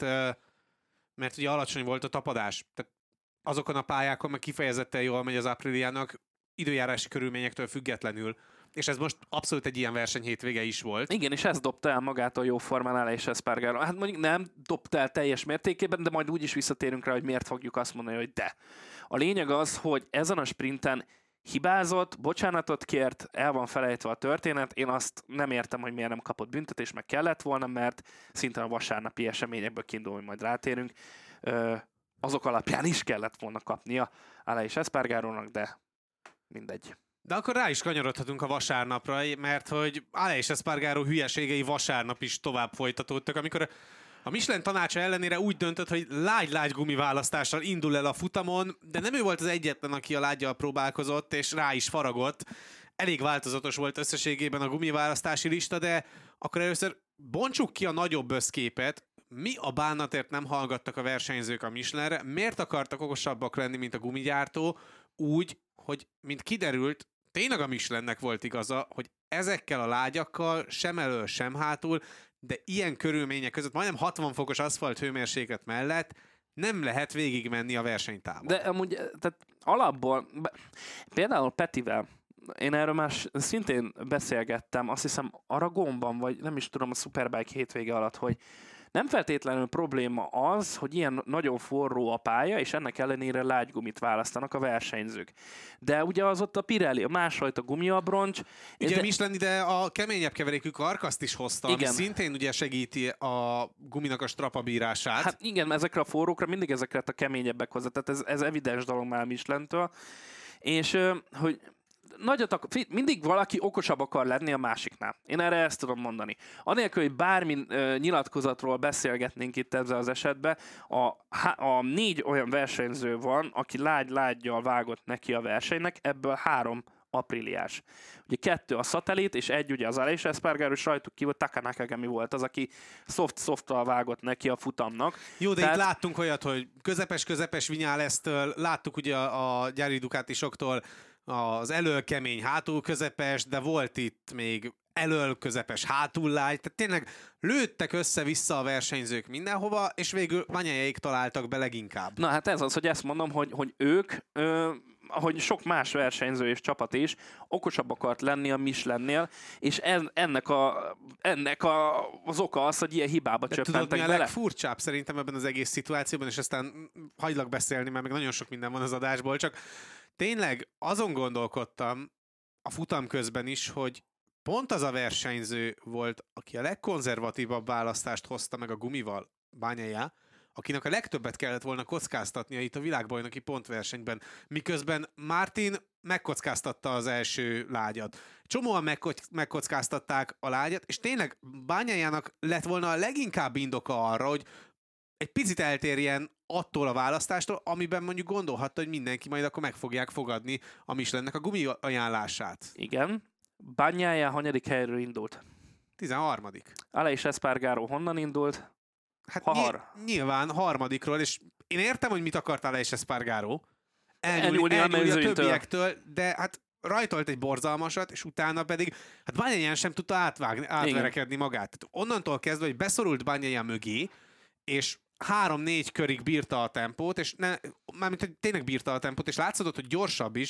mert ugye alacsony volt a tapadás. Tehát azokon a pályákon meg kifejezetten jól megy az Apriliának, időjárási körülményektől függetlenül. És ez most abszolút egy ilyen verseny hétvége is volt. Igen, és ez dobta el magától jó formán Aleix Espargaró. Hát mondjuk nem dobta el teljes mértékében, de majd úgy is visszatérünk rá, hogy miért fogjuk azt mondani, hogy de. A lényeg az, hogy ezen a sprinten hibázott, bocsánatot kért, el van felejtve a történet. Én azt nem értem, hogy miért nem kapott büntetést, meg kellett volna, mert szintén a vasárnapi eseményekből kiindul, hogy majd rátérünk. Azok alapján is kellett volna kapnia Aleix Espargarónak, de mindegy. De akkor rá is kanyarodhatunk a vasárnapra, mert hogy Aleix Espargaró hülyeségei vasárnap is tovább folytatódtak, amikor a Michelin tanácsa ellenére úgy döntött, hogy lágy-lágy gumiválasztással indul el a futamon, de nem ő volt az egyetlen, aki a lággyal próbálkozott, és rá is faragott. Elég változatos volt összességében a gumiválasztási lista, de akkor először bontsuk ki a nagyobb összképet. Mi a bánatért nem hallgattak a versenyzők a Michelinre? Miért akartak okosabbak lenni, mint a gumigyártó? Úgy, hogy mint kiderült, tényleg a Michelinnek volt igaza, hogy ezekkel a lágyakkal sem elől, sem hátul, de ilyen körülmények között, majdnem hatvan fokos aszfalt hőmérséklet mellett nem lehet végigmenni a versenytávon. De amúgy, tehát alapból, például Petivel, én erről már szintén beszélgettem, azt hiszem Aragonban, vagy nem is tudom, a Superbike hétvége alatt, hogy nem feltétlenül probléma az, hogy ilyen nagyon forró a pálya, és ennek ellenére lágygumit választanak a versenyzők. De ugye az ott a Pirelli, a másfajta gumiabroncs. Ugye de... Michelin ide a keményebb keverékű karkaszt is hozta, ami szintén ugye segíti a guminak a strapabírását. Hát igen, ezekre a forrókra mindig ezekre a keményebbek hozzá, tehát ez, ez evidens dolog már Michelintől. És hogy nagyot akar, mindig valaki okosabb akar lenni a másiknál. Én erre ezt tudom mondani. Anélkül, hogy bármi uh, nyilatkozatról beszélgetnénk itt ezzel az esetben, a, a négy olyan versenyző van, aki lágy-lággyal vágott neki a versenynek, ebből három Apriliás. Ugye kettő a szatellit, és egy ugye az Aleix Espargaró, és rajtuk kívül Taka Nakagami volt az, aki soft-softtal vágott neki a futamnak. Jó, de Tehát... itt láttunk olyat, hogy közepes-közepes Viñalestől, láttuk ugye a, a gyári Ducatisoktól az elől kemény, hátul közepes, de volt itt még elől közepes, hátul lágy, tehát tényleg lőttek össze-vissza a versenyzők mindenhova, és végül Bagnaia-ék találtak be leginkább. Na hát ez az, hogy ezt mondom, hogy, hogy ők, ö, ahogy sok más versenyző és csapat is, okosabb akart lenni a Michelinnél, és en, ennek, a, ennek a, az oka az, hogy ilyen hibába csöppentek bele. Tudod, mi a legfurcsább szerintem ebben az egész szituációban, és aztán hagylak beszélni, mert még nagyon sok minden van az adásból, csak tényleg azon gondolkodtam a futam közben is, hogy pont az a versenyző volt, aki a legkonzervatívabb választást hozta meg a gumival, Bagnaia, akinek a legtöbbet kellett volna kockáztatnia itt a világbajnoki pontversenyben, miközben Martin megkockáztatta az első lágyat. Csomóan megko- megkockáztatták a lágyat, és tényleg Bagnaiának lett volna a leginkább indoka arra, hogy egy picit eltérjen attól a választástól, amiben mondjuk gondolhatta, hogy mindenki majd akkor meg fogják fogadni a Michelinnek a gumi ajánlását. Igen. Bagnaia hanyadik helyről indult? tizenharmadik. Aleix Espargaró honnan indult? Hát Har. ny- nyilván harmadikról, és én értem, hogy mit akart Aleix Espargaró. Elnyúlni, elnyúlni a, a többiektől, de hát rajtolt egy borzalmasat, és utána pedig, hát Bagnaia sem tudta átvágni, átverekedni Igen. magát. Tehát onnantól kezdve, hogy beszorult Bagnaia mögé, és három-négy körig bírta a tempót, és ne, mármint, hogy tényleg bírta a tempót, és látszott, hogy gyorsabb is,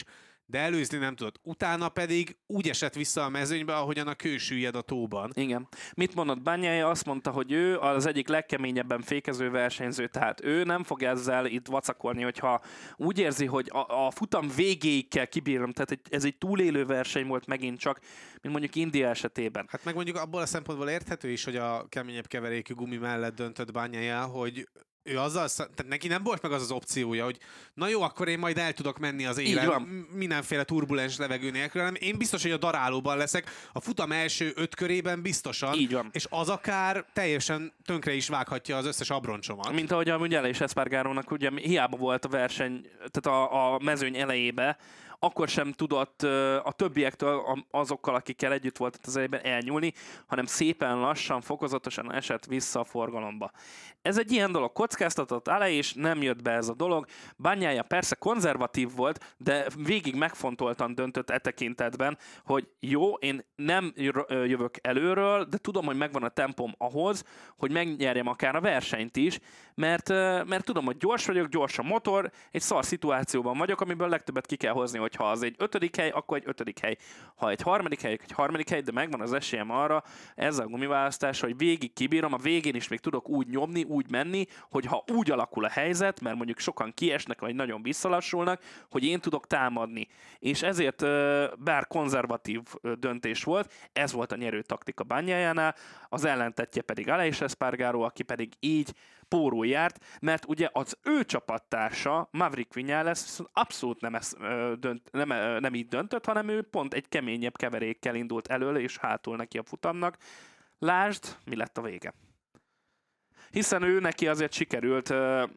de előzni nem tudott. Utána pedig úgy esett vissza a mezőnybe, ahogyan a kő süllyed a tóban. Igen. Mit mondott Bagnaia? Azt mondta, hogy ő az egyik legkeményebben fékező versenyző, tehát ő nem fog ezzel itt vacakolni, hogyha úgy érzi, hogy a, a futam végéig kell kibírnom, tehát ez egy túlélő verseny volt megint csak, mint mondjuk India esetében. Hát meg mondjuk abból a szempontból érthető is, hogy a keményebb keverékű gumi mellett döntött Bagnaia, hogy ő azzal, tehát neki nem volt meg az az opciója, hogy na jó, akkor én majd el tudok menni az élen mindenféle turbulens levegő nélkül, hanem én biztos, hogy a darálóban leszek, a futam első öt körében biztosan, így van. És az akár teljesen tönkre is vághatja az összes abroncsomat. Mint ahogy a Mugello és Espargarónak ugye hiába volt a verseny, tehát a, a mezőny elejébe, akkor sem tudott a többiektől, azokkal, akikkel együtt volt az elejében elnyúlni, hanem szépen lassan, fokozatosan esett vissza a forgalomba. Ez egy ilyen dolog, kockáztatott alá, és nem jött be ez a dolog. Bagnaia persze konzervatív volt, de végig megfontoltan döntött e tekintetben, hogy jó, én nem jövök előről, de tudom, hogy megvan a tempom ahhoz, hogy megnyerjem akár a versenyt is, mert, mert tudom, hogy gyors vagyok, gyors a motor, egy szar szituációban vagyok, amiből legtöbbet ki kell hozni, hogyha az egy ötödik hely, akkor egy ötödik hely. Ha egy harmadik hely, egy harmadik hely, de megvan az esélyem arra, ezzel a gumiválasztás, hogy végig kibírom, a végén is még tudok úgy nyomni, úgy menni, hogy ha úgy alakul a helyzet, mert mondjuk sokan kiesnek, vagy nagyon visszalassulnak, hogy én tudok támadni. És ezért, bár konzervatív döntés volt, ez volt a nyerő taktika Bagnaiánál, az ellentetje pedig Aleix Espargaró, aki pedig így pórul járt, mert ugye az ő csapattársa, Maverick Viñales abszolút nem, ez, dönt, nem, nem így döntött, hanem ő pont egy keményebb keverékkel indult elől és hátul neki a futamnak. Lásd, mi lett a vége. Hiszen ő neki azért sikerült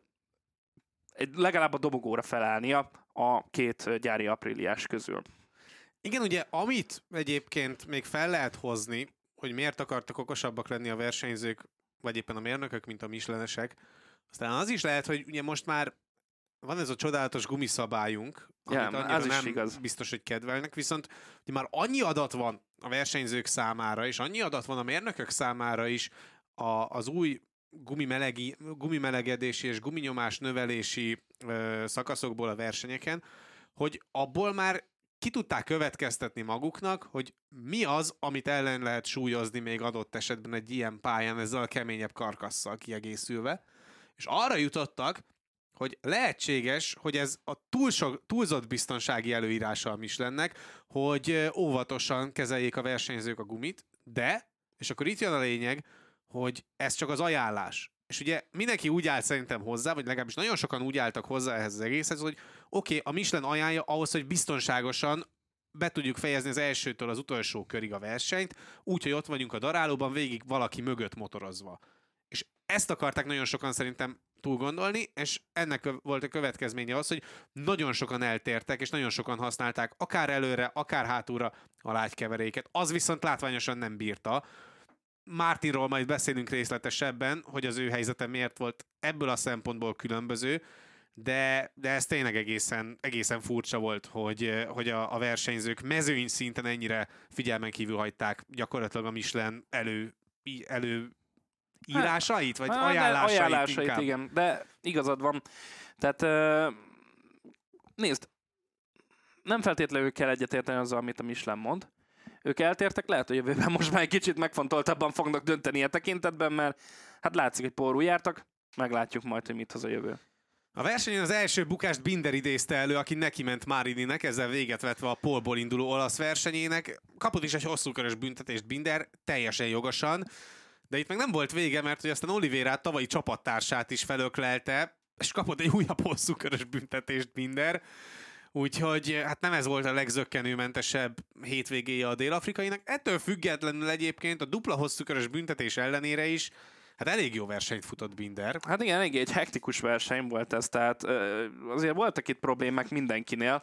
egy, legalább a dobogóra felállnia a két gyári apríliás közül. Igen, ugye amit egyébként még fel lehet hozni, hogy miért akartak okosabbak lenni a versenyzők, vagy éppen a mérnökök, mint a Michelinesek. Aztán az is lehet, hogy ugye most már van ez a csodálatos gumiszabályunk, amit ja, annyira nem igaz. biztos, hogy kedvelnek, viszont ugye már annyi adat van a versenyzők számára, és annyi adat van a mérnökök számára is a, az új gumimelegi, gumimelegedési és guminyomás növelési ö, szakaszokból a versenyeken, hogy abból már ki tudták következtetni maguknak, hogy mi az, amit ellen lehet súlyozni még adott esetben egy ilyen pályán ezzel a keményebb karkasszal kiegészülve, és arra jutottak, hogy lehetséges, hogy ez a túl sok, túlzott biztonsági előírása a Michelinnek, hogy óvatosan kezeljék a versenyzők a gumit, de, és akkor itt jön a lényeg, hogy ez csak az ajánlás. És ugye mindenki úgy áll szerintem hozzá, vagy legalábbis nagyon sokan úgy álltak hozzá ehhez az egészhez, hogy oké, okay, a Michelin ajánlja ahhoz, hogy biztonságosan be tudjuk fejezni az elsőtől az utolsó körig a versenyt, úgyhogy ott vagyunk a darálóban, végig valaki mögött motorozva. És ezt akarták nagyon sokan szerintem túl gondolni, és ennek volt a következménye az, hogy nagyon sokan eltértek, és nagyon sokan használták akár előre, akár hátulra a lágykeveréket. Az viszont látványosan nem bírta. Martinról majd beszélünk részletesebben, hogy az ő helyzete miért volt ebből a szempontból különböző, de, de ez tényleg egészen, egészen furcsa volt, hogy, hogy a, a versenyzők mezőny szinten ennyire figyelmen kívül hagyták gyakorlatilag a Michelin elő, elő írásait, vagy hát, ajánlásait, ajánlásait inkább. Igen, de igazad van. Tehát nézd, nem feltétlenül kell egyetérteni azzal, amit a Michelin mond. Ők eltértek, lehet, hogy jövőben most már egy kicsit megfontoltabban fognak dönteni a tekintetben, mert hát látszik, hogy pórul jártak, meglátjuk majd, hogy mit hoz a jövő. A versenyen az első bukást Binder idézte elő, aki neki ment Marininek, ezzel véget vetve a pole-ból induló olasz versenyének. Kapott is egy hosszú körös büntetést Binder, teljesen jogosan, de itt meg nem volt vége, mert hogy aztán Oliveirát, tavalyi csapattársát is felöklelte, és kapott egy újabb hosszú körös büntetést Binder. Úgyhogy hát nem ez volt a legzökkenőmentesebb hétvégéje a dél-afrikainak. Ettől függetlenül egyébként a dupla hosszúkörös büntetés ellenére is hát elég jó versenyt futott Binder. Hát igen, elég egy hektikus verseny volt ez, tehát azért voltak itt problémák mindenkinél.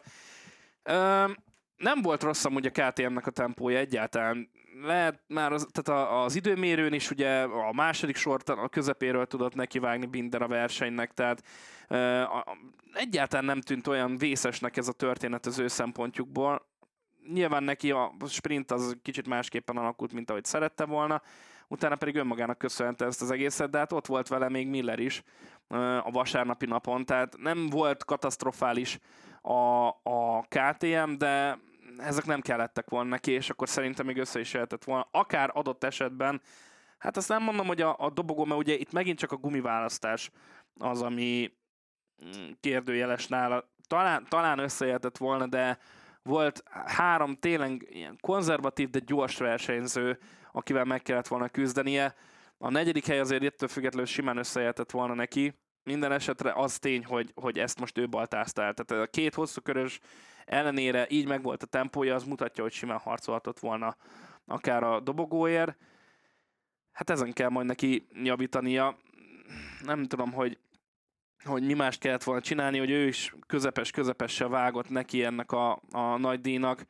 Nem volt rossz amúgy a ká té em-nek a tempója egyáltalán. Lehet már az, tehát az időmérőn is ugye a második sortan a közepéről tudott nekivágni Binder a versenynek, tehát egyáltalán nem tűnt olyan vészesnek ez a történet az ő szempontjukból. Nyilván neki a sprint az kicsit másképpen alakult, mint ahogy szerette volna, utána pedig önmagának köszönhette ezt az egészet, de hát ott volt vele még Miller is a vasárnapi napon, tehát nem volt katasztrofális a, a ká té em, de ezek nem kellettek volna neki, és akkor szerintem még össze is jöhetett volna. Akár adott esetben, hát azt nem mondom, hogy a, a dobogó, mert ugye itt megint csak a gumiválasztás az, ami kérdőjeles nála. Talán, talán összejöhetett volna, de volt három tényleg ilyen konzervatív, de gyors versenyző, akivel meg kellett volna küzdenie. A negyedik hely azért ettől függetlenül simán összejöhetett volna neki. Minden esetre az tény, hogy, hogy ezt most ő baltázta el. Tehát a két hosszú körös ellenére így megvolt a tempója, az mutatja, hogy simán harcolhatott volna akár a dobogóért. Hát ezen kell majd neki javítania. Nem tudom, hogy, hogy mi mást kellett volna csinálni, hogy ő is közepes-közepessel vágott neki ennek a, a nagy díjnak.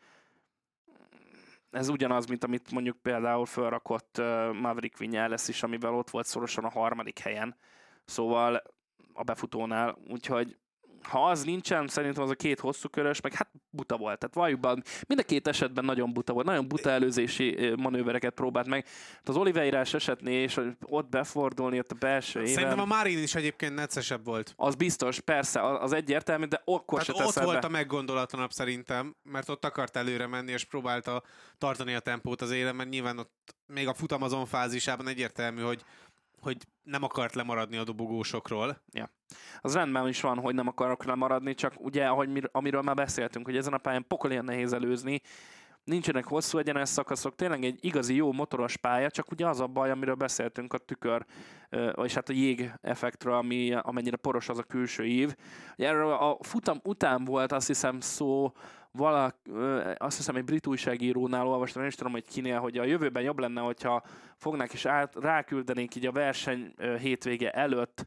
Ez ugyanaz, mint amit mondjuk például felrakott uh, Maverick Viñales is, amivel ott volt szorosan a harmadik helyen. Szóval a befutónál, úgyhogy ha az nincsen, szerintem az a két hosszú körös, meg hát buta volt. Tehát valljuk be, mind a két esetben nagyon buta volt, nagyon buta előzési manővereket próbált meg. Az Oliveirás esetnél, és ott befordulni ott a belső éven. Szerintem a Marin is egyébként neccesebb volt. Az biztos, persze, az egyértelmű, de akkor se ott volt a meggondolatlanabb szerintem, mert ott akart előre menni, és próbálta tartani a tempót az élen, mert nyilván ott még a futamazon fázisában egyértelmű, hogy hogy nem akart lemaradni a dobogósokról. Ja. Az rendben is van, hogy nem akarok lemaradni, csak ugye, ahogy mir, amiről már beszéltünk, hogy ezen a pályán pokolian nehéz előzni, nincsenek hosszú egyenes szakaszok, tényleg egy igazi jó motoros pálya, csak ugye az a baj, amiről beszéltünk, a tükör, és hát a jég effektről, ami, amennyire poros az a külső ív. Erről a futam után volt, azt hiszem, szó, Vala, azt hiszem, egy brit újságírónál olvastam, én is tudom, hogy kinél, hogy a jövőben jobb lenne, hogyha fognák és át, ráküldenék így a verseny hétvége előtt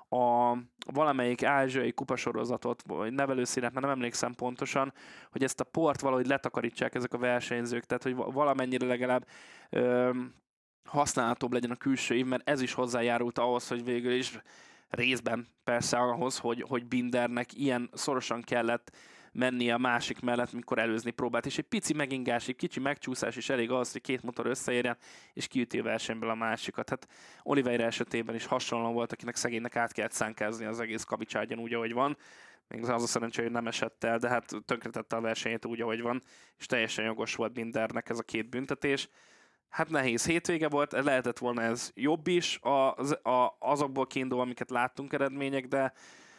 a valamelyik ázsiai kupasorozatot, vagy nevelőszínet, mert nem emlékszem pontosan, hogy ezt a port valahogy letakarítsák ezek a versenyzők, tehát hogy valamennyire legalább ö, használhatóbb legyen a külső év, mert ez is hozzájárult ahhoz, hogy végül is részben persze ahhoz, hogy, hogy Bindernek ilyen szorosan kellett menni a másik mellett, mikor előzni próbált, és egy pici megingás, egy kicsi megcsúszás is elég ahhoz, hogy két motor összeérjen, és kiüti a versenyből a másikat. Hát Oliveira esetében is hasonlóan volt, akinek szegénynek át kellett szánkázni az egész kabicságyon úgy, ahogy van. Még az a szerencsé, hogy nem esett el, de hát tönkretette a versenyét úgy, ahogy van, és teljesen jogos volt Bindernek ez a két büntetés. Hát nehéz hétvége volt, lehetett volna ez jobb is, az, a, azokból kiindul, amiket láttunk eredmények, de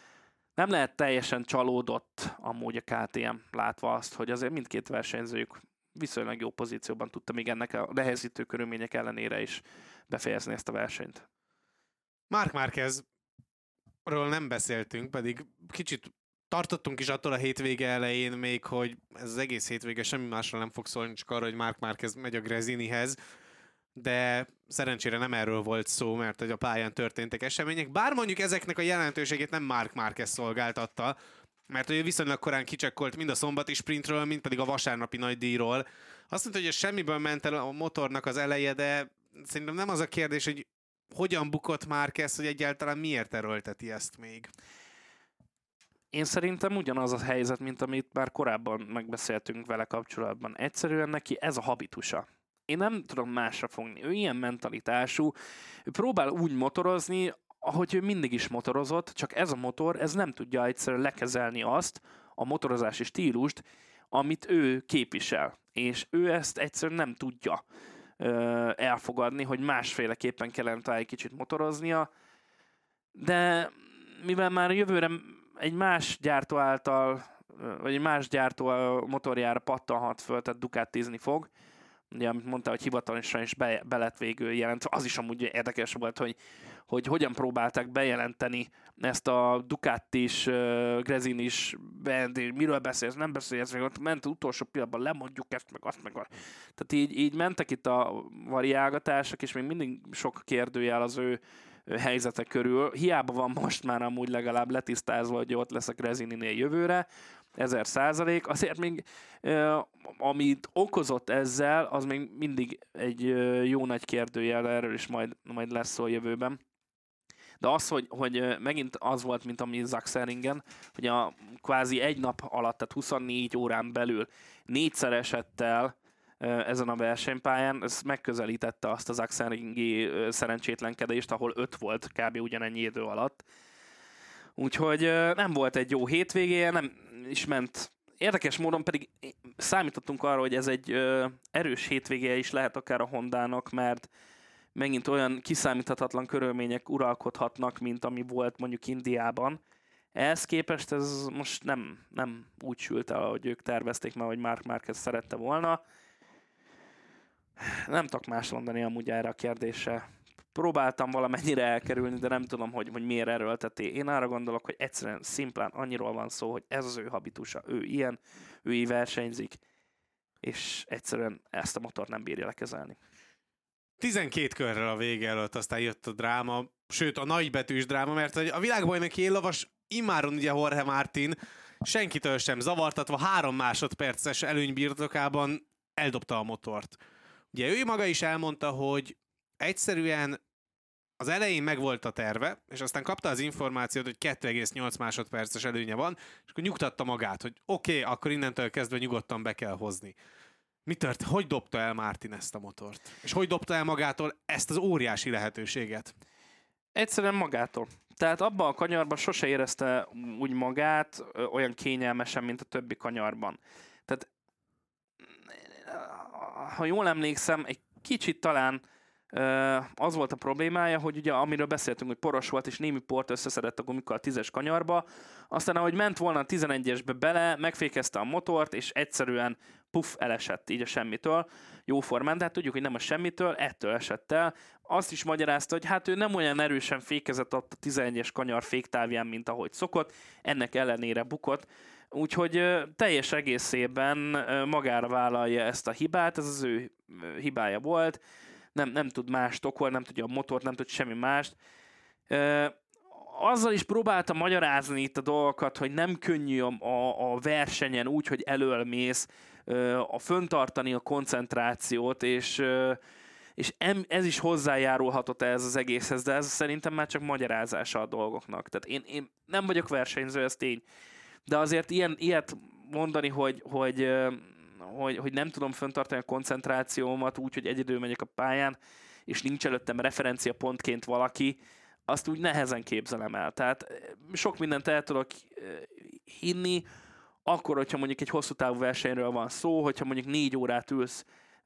nem lehet teljesen csalódott amúgy a ká té em, látva azt, hogy azért mindkét versenyzőjük viszonylag jó pozícióban tudta még ennek a nehezítő körülmények ellenére is befejezni ezt a versenyt. Marc Márquezről nem beszéltünk, pedig kicsit tartottunk is attól a hétvége elején még, hogy ez az egész hétvége semmi másról nem fog szólni, csak arra, hogy Marc Márquez megy a Gresinihez, de szerencsére nem erről volt szó, mert hogy a pályán történtek események, bár mondjuk ezeknek a jelentőségét nem Marc Márquez szolgáltatta, mert ő viszonylag korán kicsekkolt mind a szombati sprintről, mind pedig a vasárnapi nagydíjról. Azt mondta, hogy ez semmiből ment el a motornak az eleje, de szerintem nem az a kérdés, hogy hogyan bukott Márquez, hogy egyáltalán miért erőlteti ezt még. Én szerintem ugyanaz a helyzet, mint amit már korábban megbeszéltünk vele kapcsolatban. Egyszerűen neki ez a habitusa. Én nem tudom másra fogni. Ő ilyen mentalitású. Ő próbál úgy motorozni, ahogy ő mindig is motorozott, csak ez a motor, ez nem tudja egyszerűen lekezelni azt, a motorozási stílust, amit ő képvisel. És ő ezt egyszerűen nem tudja ö, elfogadni, hogy másféleképpen kellene talán egy kicsit motoroznia. De mivel már jövőre egy más gyártó által, vagy egy más gyártó motorjára pattanhat föl, tehát Ducatizni fog, ugye, amit mondta, hogy hivatalosan is be, be lett végül jelent. Az is amúgy érdekes volt, hogy, hogy hogyan próbálták bejelenteni ezt a Ducatis, uh, Gresinis band, miről beszélsz, nem beszélsz, meg ott ment az utolsó pillanatban, lemondjuk ezt, meg azt, meg azt. Tehát így, így mentek itt a variálgatások, és még mindig sok kérdőjel az ő helyzete körül. Hiába van most már amúgy legalább letisztázva, hogy ott lesz a Gresininél jövőre, ezer százalék, azért még uh, amit okozott ezzel, az még mindig egy uh, jó nagy kérdőjel, erről is majd, majd lesz szó jövőben. De az, hogy, hogy megint az volt, mint ami Sachsenringen, hogy a kvázi egy nap alatt, tehát huszonnégy órán belül négyszer esett el uh, ezen a versenypályán, ez megközelítette azt a Sachsenringi uh, szerencsétlenkedést, ahol öt volt kb. Ugyanennyi idő alatt. Úgyhogy nem volt egy jó hétvégéje, nem, is ment. Érdekes módon pedig számítottunk arra, hogy ez egy ö, erős hétvége is lehet akár a Hondának, mert megint olyan kiszámíthatatlan körülmények uralkodhatnak, mint ami volt mondjuk Indiában. Ehhez képest ez most nem, nem úgy sült el, ahogy ők tervezték, mert hogy Marc Márquez szerette volna. Nem tudok más mondani amúgy erre a kérdésre. Próbáltam valamennyire elkerülni, de nem tudom, hogy, hogy miért erőlteti. Én arra gondolok, hogy egyszerűen szimplán annyiról van szó, hogy ez az ő habitusa, ő ilyen, ő így versenyzik, és egyszerűen ezt a motor nem bírja lekezelni. tizenkét körrel a vége előtt aztán jött a dráma, sőt a nagybetűs dráma, mert a világbajnoki éllovas immáron ugye Jorge Martin senkitől sem zavartatva három másodperces előny birtokában eldobta a motort. Ugye ő maga is elmondta, hogy egyszerűen az elején megvolt a terve, és aztán kapta az információt, hogy kettő egész nyolc másodperces előnye van, és akkor nyugtatta magát, hogy oké, okay, akkor innentől kezdve nyugodtan be kell hozni. Mi tört? Hogy dobta el Martin ezt a motort? És hogy dobta el magától ezt az óriási lehetőséget? Egyszerűen magától. Tehát abban a kanyarban sose érezte úgy magát olyan kényelmesen, mint a többi kanyarban. Tehát ha jól emlékszem, egy kicsit talán az volt a problémája, hogy ugye amiről beszéltünk, hogy poros volt, és némi port összeszedett a gumikkal a tízes kanyarba, aztán ahogy ment volna a tizenegyesbe bele, megfékezte a motort, és egyszerűen puff, elesett így a semmitől. Jóformán, de hát tudjuk, hogy nem a semmitől, ettől esett el. Azt is magyarázta, hogy hát ő nem olyan erősen fékezett ott a tizenegyes kanyar féktávján, mint ahogy szokott, ennek ellenére bukott. Úgyhogy teljes egészében magára vállalja ezt a hibát, ez az ő hibája volt. Nem, nem tud mást okolni, nem tudja a motort, nem tud semmi mást. Azzal is próbálta magyarázni itt a dolgokat, hogy nem könnyű a, a versenyen úgy, hogy elől mész, a föntartani a koncentrációt, és, és ez is hozzájárulhatott ez az egészhez, de ez szerintem már csak magyarázása a dolgoknak. Tehát én, én nem vagyok versenyző, ez tény. De azért ilyen, ilyet mondani, hogy, hogy, hogy, hogy nem tudom föntartani a koncentrációmat úgy, hogy egyedül megyek a pályán, és nincs előttem referenciapontként valaki, azt úgy nehezen képzelem el. Tehát sok mindent el tudok hinni, akkor, hogyha mondjuk egy hosszú távú versenyről van szó, hogyha mondjuk négy órát ülsz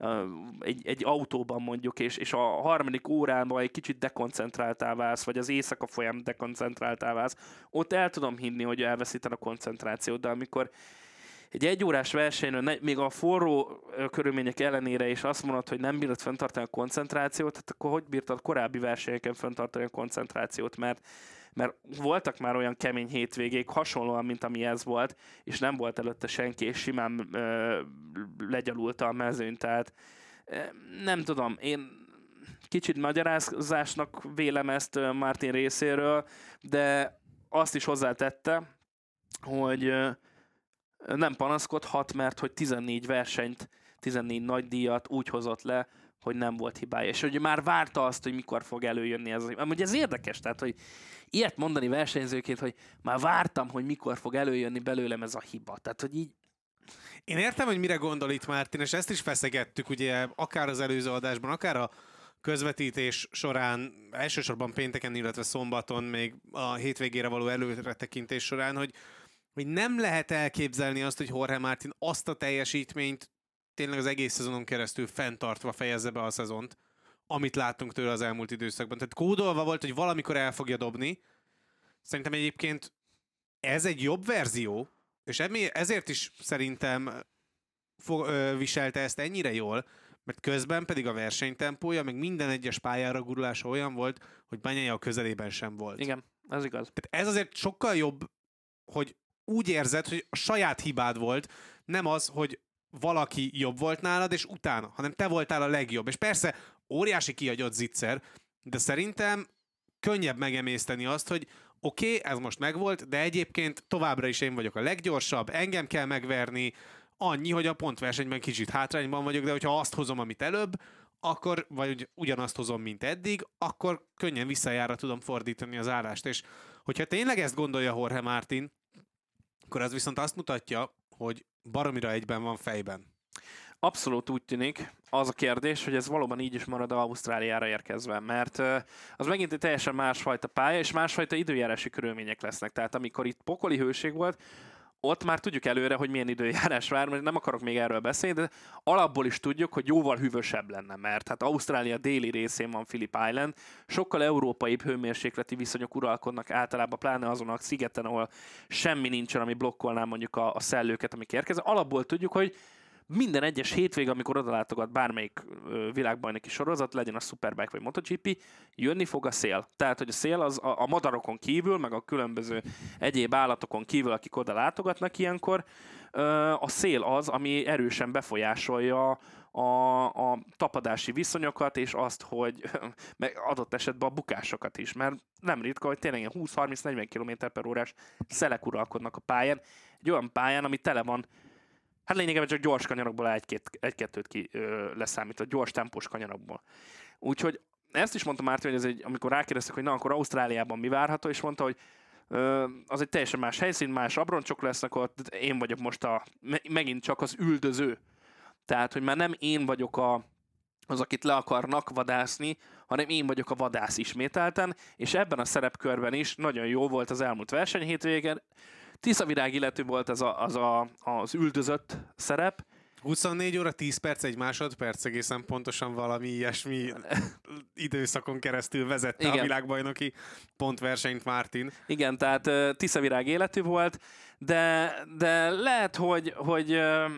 egy, egy autóban mondjuk, és, és a harmadik órában egy kicsit dekoncentráltál válsz, vagy az éjszaka folyam dekoncentráltál válsz, ott el tudom hinni, hogy elveszíted a koncentrációt, de amikor egy egyórás versenyről, még a forró körülmények ellenére is azt mondod, hogy nem bírod fenntartani a koncentrációt, hát akkor hogy bírtad korábbi versenyeken fenntartani a koncentrációt, mert mert voltak már olyan kemény hétvégék, hasonlóan, mint ami ez volt, és nem volt előtte senki, és simán ö, legyalulta a mezőn, tehát ö, nem tudom, én kicsit magyarázásnak vélem ezt Martin részéről, de azt is hozzátette, hogy ö, nem panaszkodhat, mert hogy tizennégy versenyt, tizennégy nagy díjat úgy hozott le, hogy nem volt hibája. És hogy már várta azt, hogy mikor fog előjönni ez. Amúgy ez érdekes, tehát, hogy ilyet mondani versenyzőként, hogy már vártam, hogy mikor fog előjönni belőlem ez a hiba. Tehát, hogy így... Én értem, hogy mire gondol itt Martin, és ezt is feszegettük, ugye, akár az előző adásban, akár a közvetítés során, elsősorban pénteken, illetve szombaton, még a hétvégére való előretekintés során, hogy, hogy nem lehet elképzelni azt, hogy Jorge Martin azt a teljesítményt tényleg az egész szezonon keresztül fenntartva fejezze be a szezont, amit láttunk tőle az elmúlt időszakban. Tehát kódolva volt, hogy valamikor el fogja dobni. Szerintem egyébként ez egy jobb verzió, és ezért is szerintem fog, ö, viselte ezt ennyire jól, mert közben pedig a versenytempója, meg minden egyes pályára gurulása olyan volt, hogy Bagnaia a közelében sem volt. Igen, ez igaz. Tehát ez azért sokkal jobb, hogy úgy érzed, hogy a saját hibád volt, nem az, hogy valaki jobb volt nálad, és utána, hanem te voltál a legjobb. És persze óriási kihagyott zicser, de szerintem könnyebb megemészteni azt, hogy oké, okay, ez most megvolt, de egyébként továbbra is én vagyok a leggyorsabb, engem kell megverni, annyi, hogy a pontversenyben kicsit hátrányban vagyok, de hogyha azt hozom, amit előbb, akkor, vagy ugyanazt hozom, mint eddig, akkor könnyen visszajára tudom fordítani az állást. És hogyha tényleg ezt gondolja Jorge Martin, akkor az viszont azt mutatja, hogy baromira egyben van fejben. Abszolút úgy tűnik. Az a kérdés, hogy ez valóban így is marad Ausztráliára érkezve, mert az megint egy teljesen másfajta pálya, és másfajta időjárási körülmények lesznek. Tehát amikor itt pokoli hőség volt, ott már tudjuk előre, hogy milyen időjárás vár, mert nem akarok még erről beszélni, de alapból is tudjuk, hogy jóval hűvösebb lenne, mert hát Ausztrália déli részén van Phillip Island, sokkal európaibb hőmérsékleti viszonyok uralkodnak általában, pláne azon a szigeten, ahol semmi nincsen, ami blokkolná mondjuk a, a szellőket, amik érkeznek. Alapból tudjuk, hogy minden egyes hétvég, amikor odalátogat bármelyik ö, világbajnoki sorozat, legyen a Superbike vagy MotoGP, jönni fog a szél. Tehát, hogy a szél az a, a madarokon kívül, meg a különböző egyéb állatokon kívül, akik oda látogatnak ilyenkor, ö, a szél az, ami erősen befolyásolja a, a tapadási viszonyokat, és azt, hogy meg adott esetben a bukásokat is, mert nem ritka, hogy tényleg húsz-harminc-negyven kilométer per órás szelek uralkodnak a pályán, egy olyan pályán, ami tele van. Hát lényegében csak gyors kanyarokból egy-két, egy-kettőt ki ö, leszámítva, gyors tempós kanyarokból. Úgyhogy ezt is mondta Márti, hogy ez egy, amikor rákérdeztek, hogy na, akkor Ausztráliában mi várható, és mondta, hogy ö, az egy teljesen más helyszín, más abroncsok lesznek ott, én vagyok most a, megint csak az üldöző. Tehát, hogy már nem én vagyok a, az, akit le akarnak vadászni, hanem én vagyok a vadász ismételten, és ebben a szerepkörben is nagyon jó volt az elmúlt verseny hétvégen. Tiszavirág illető volt az a, az, a, az üldözött szerep. huszonnégy óra, tíz perc, egy másodperc, egészen pontosan valami ilyesmi időszakon keresztül vezette Igen. a világbajnoki pontversenyt Martin. Igen, tehát uh, Tiszavirág életű volt, de, de lehet, hogy, hogy uh,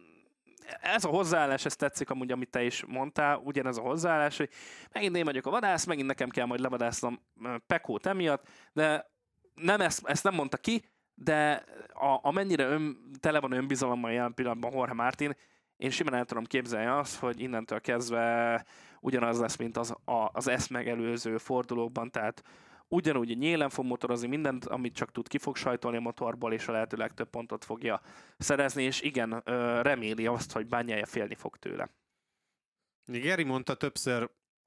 ez a hozzáállás, ez tetszik amúgy, amit te is mondtál, ugyanez a hozzáállás, hogy megint én vagyok a vadász, megint nekem kell majd levadásznom Pekót emiatt, de nem ezt, ezt nem mondta ki, de a, amennyire ön, tele van önbizalommal jelen pillanatban Jorge Martin, én simán el tudom képzelni azt, hogy innentől kezdve ugyanaz lesz, mint az, a, az ezt megelőző fordulókban, tehát ugyanúgy nyélen fog motorozni, mindent, amit csak tud, ki fog sajtolni a motorból, és a lehető legtöbb pontot fogja szerezni, és igen, reméli azt, hogy Bagnaia félni fog tőle. Geri mondta többször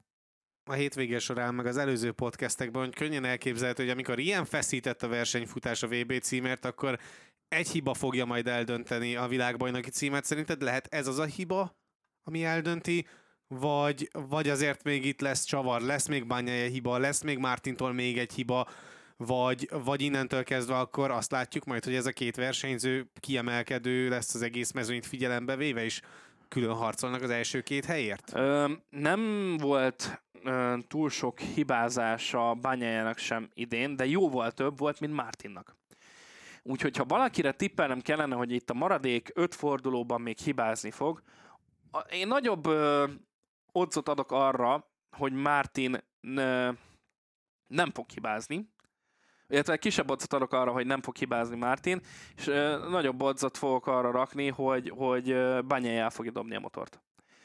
a hétvége során, meg az előző podcastekben, hogy könnyen elképzelhető, hogy amikor ilyen feszített a versenyfutás a vé bé címért, akkor egy hiba fogja majd eldönteni a világbajnoki címet. Szerinted lehet ez az a hiba, ami eldönti, vagy, vagy azért még itt lesz csavar, lesz még Bagnaia hiba, lesz még Martintól még egy hiba, vagy, vagy innentől kezdve akkor azt látjuk majd, hogy ez a két versenyző kiemelkedő lesz az egész mezőnyt figyelembe véve, és külön harcolnak az első két helyért? Ö, nem volt ö, túl sok hibázása Bagnaiának sem idén, de jóval több volt, mint Martinnak. Úgyhogy ha valakire tippelnem kellene, hogy itt a maradék öt fordulóban még hibázni fog, én nagyobb ö, oddsot adok arra, hogy Martin ö, nem fog hibázni, illetve kisebb oddsot adok arra, hogy nem fog hibázni Martin, és ö, nagyobb oddsot fogok arra rakni, hogy, hogy Bagnaia el fogja dobni a motort.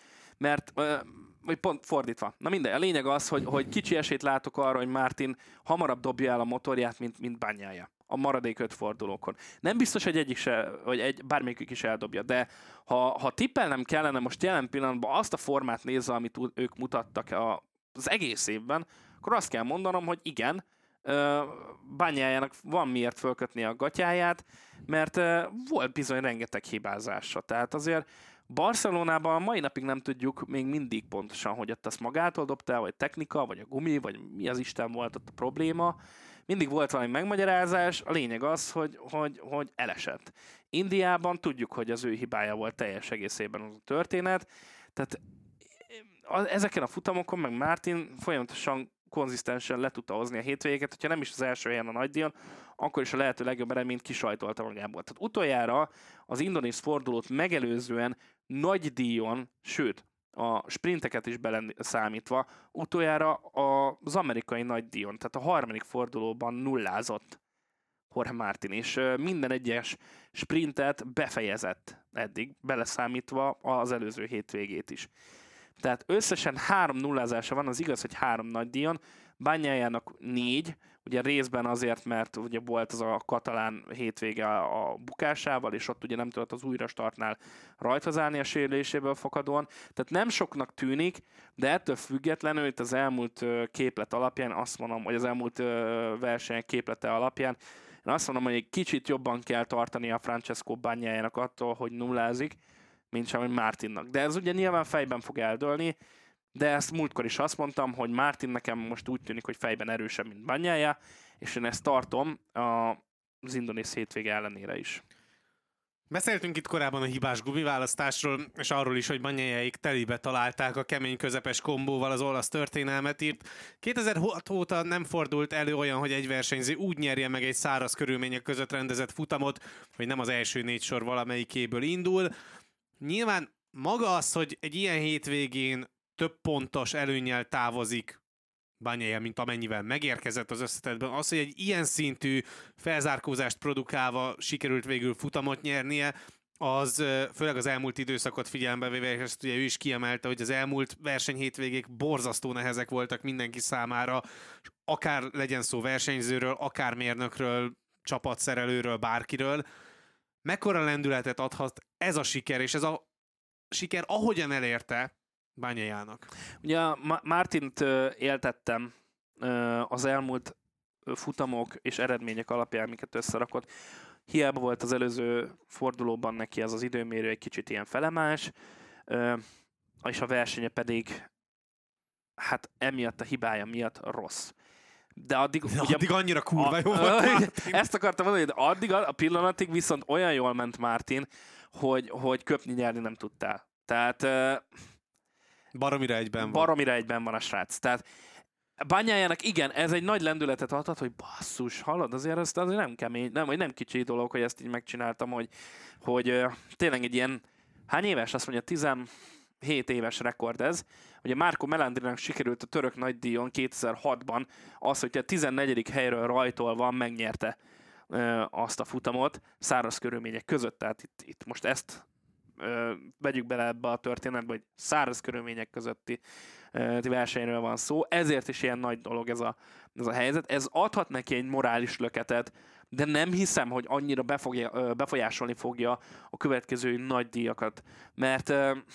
Mert, ö, vagy pont fordítva. Na mindegy, a lényeg az, hogy, hogy kicsi esélyt látok arra, hogy Martin hamarabb dobja el a motorját, mint, mint Bagnaia a maradék öt fordulókon. Nem biztos, hogy egyik se, vagy egy, bármelyikük is eldobja, de ha, ha tippelnem kellene most jelen pillanatban azt a formát nézve, amit ők mutattak a, az egész évben, akkor azt kell mondanom, hogy igen, uh, Bagnaiának van miért fölkötni a gatyáját, mert uh, volt bizony rengeteg hibázása. Tehát azért Barcelonában a mai napig nem tudjuk még mindig pontosan, hogy ott azt magától dobta, vagy technika, vagy a gumi, vagy mi az Isten volt ott a probléma. Mindig volt valami megmagyarázás, a lényeg az, hogy, hogy, hogy elesett. Indiában tudjuk, hogy az ő hibája volt teljes egészében az a történet, tehát ezeken a futamokon meg Martin folyamatosan konzisztensen le tudta hozni a hétvégét, hogyha nem is az első helyen a nagydíjon, akkor is a lehető legjobb eredményt kisajtolta magából. Tehát utoljára az indonéz fordulót megelőzően nagydíjon, sőt, a sprinteket is beleszámítva, utoljára az amerikai nagydíjon, tehát a harmadik fordulóban nullázott Jorge Martin, és minden egyes sprintet befejezett eddig, beleszámítva az előző hétvégét is. Tehát összesen három nullázása van, az igaz, hogy három nagydíjon, Bagnaiának négy, ugye részben azért, mert ugye volt az a katalán hétvége a bukásával, és ott ugye nem tudott az újra startnál rajthoz állni a sérüléséből fakadóan. Tehát nem soknak tűnik, de ettől függetlenül itt az elmúlt képlet alapján azt mondom, hogy az elmúlt verseny képlete alapján én azt mondom, hogy egy kicsit jobban kell tartani a Francesco Bagnaiának attól, hogy nullázik, mint sem, hogy Martinnak. De ez ugye nyilván fejben fog eldőlni, de ezt múltkor is azt mondtam, hogy Martin nekem most úgy tűnik, hogy fejben erősebb, mint Bagnaia, és én ezt tartom az indonéz hétvége ellenére is. Beszéltünk itt korábban a hibás gumiválasztásról, és arról is, hogy Bagnaia-ék telibe találták a kemény közepes kombóval az olasz történelmet írt. kétezer-hat óta nem fordult elő olyan, hogy egy versenyző úgy nyerje meg egy száraz körülmények között rendezett futamot, hogy nem az első négy sor valamelyikéből indul. Nyilván maga az, hogy egy ilyen hétvégén több pontos előnnyel távozik Bagnaia, mint amennyivel megérkezett az összetettben, az, hogy egy ilyen szintű felzárkózást produkálva sikerült végül futamot nyernie, az főleg az elmúlt időszakot figyelembe véve, és ezt ugye ő is kiemelte, hogy az elmúlt versenyhétvégék borzasztó nehezek voltak mindenki számára, akár legyen szó versenyzőről, akár mérnökről, csapatszerelőről, bárkiről. Mekkora lendületet adhat ez a siker, és ez a siker ahogyan elérte Bagnaiának? Ugye Martint éltettem az elmúlt futamok és eredmények alapján, amiket összerakott. Hiába volt az előző fordulóban neki ez az időmérő egy kicsit ilyen felemás, és a versenye pedig hát emiatt a hibája miatt rossz. De addig, de ugye, addig annyira kurva a, jó volt Martin. Ezt akartam mondani, de addig a pillanatig viszont olyan jól ment Martin, hogy, hogy köpni nyerni nem tudtál. Tehát baromira egyben van. Baromira egyben van a srác. Tehát Bagnaiának igen, ez egy nagy lendületet adhat, hogy basszus, hallod, azért ez azért nem kemény, nem, vagy nem kicsi dolog, hogy ezt így megcsináltam, hogy, hogy uh, tényleg egy ilyen, hány éves, azt mondja, tizenhét éves rekord ez. Ugye Marco Melandrinak sikerült a török nagydíjon kétezer-hatban az, hogy a tizennegyedik helyről rajtolva megnyerte uh, azt a futamot száraz körülmények között. Tehát itt, itt most ezt uh, vegyük bele ebbe a történetbe, hogy száraz körülmények közötti versenyről van szó, ezért is ilyen nagy dolog ez a, ez a helyzet. Ez adhat neki egy morális löketet, de nem hiszem, hogy annyira befogja, befolyásolni fogja a következő nagy díjakat, mert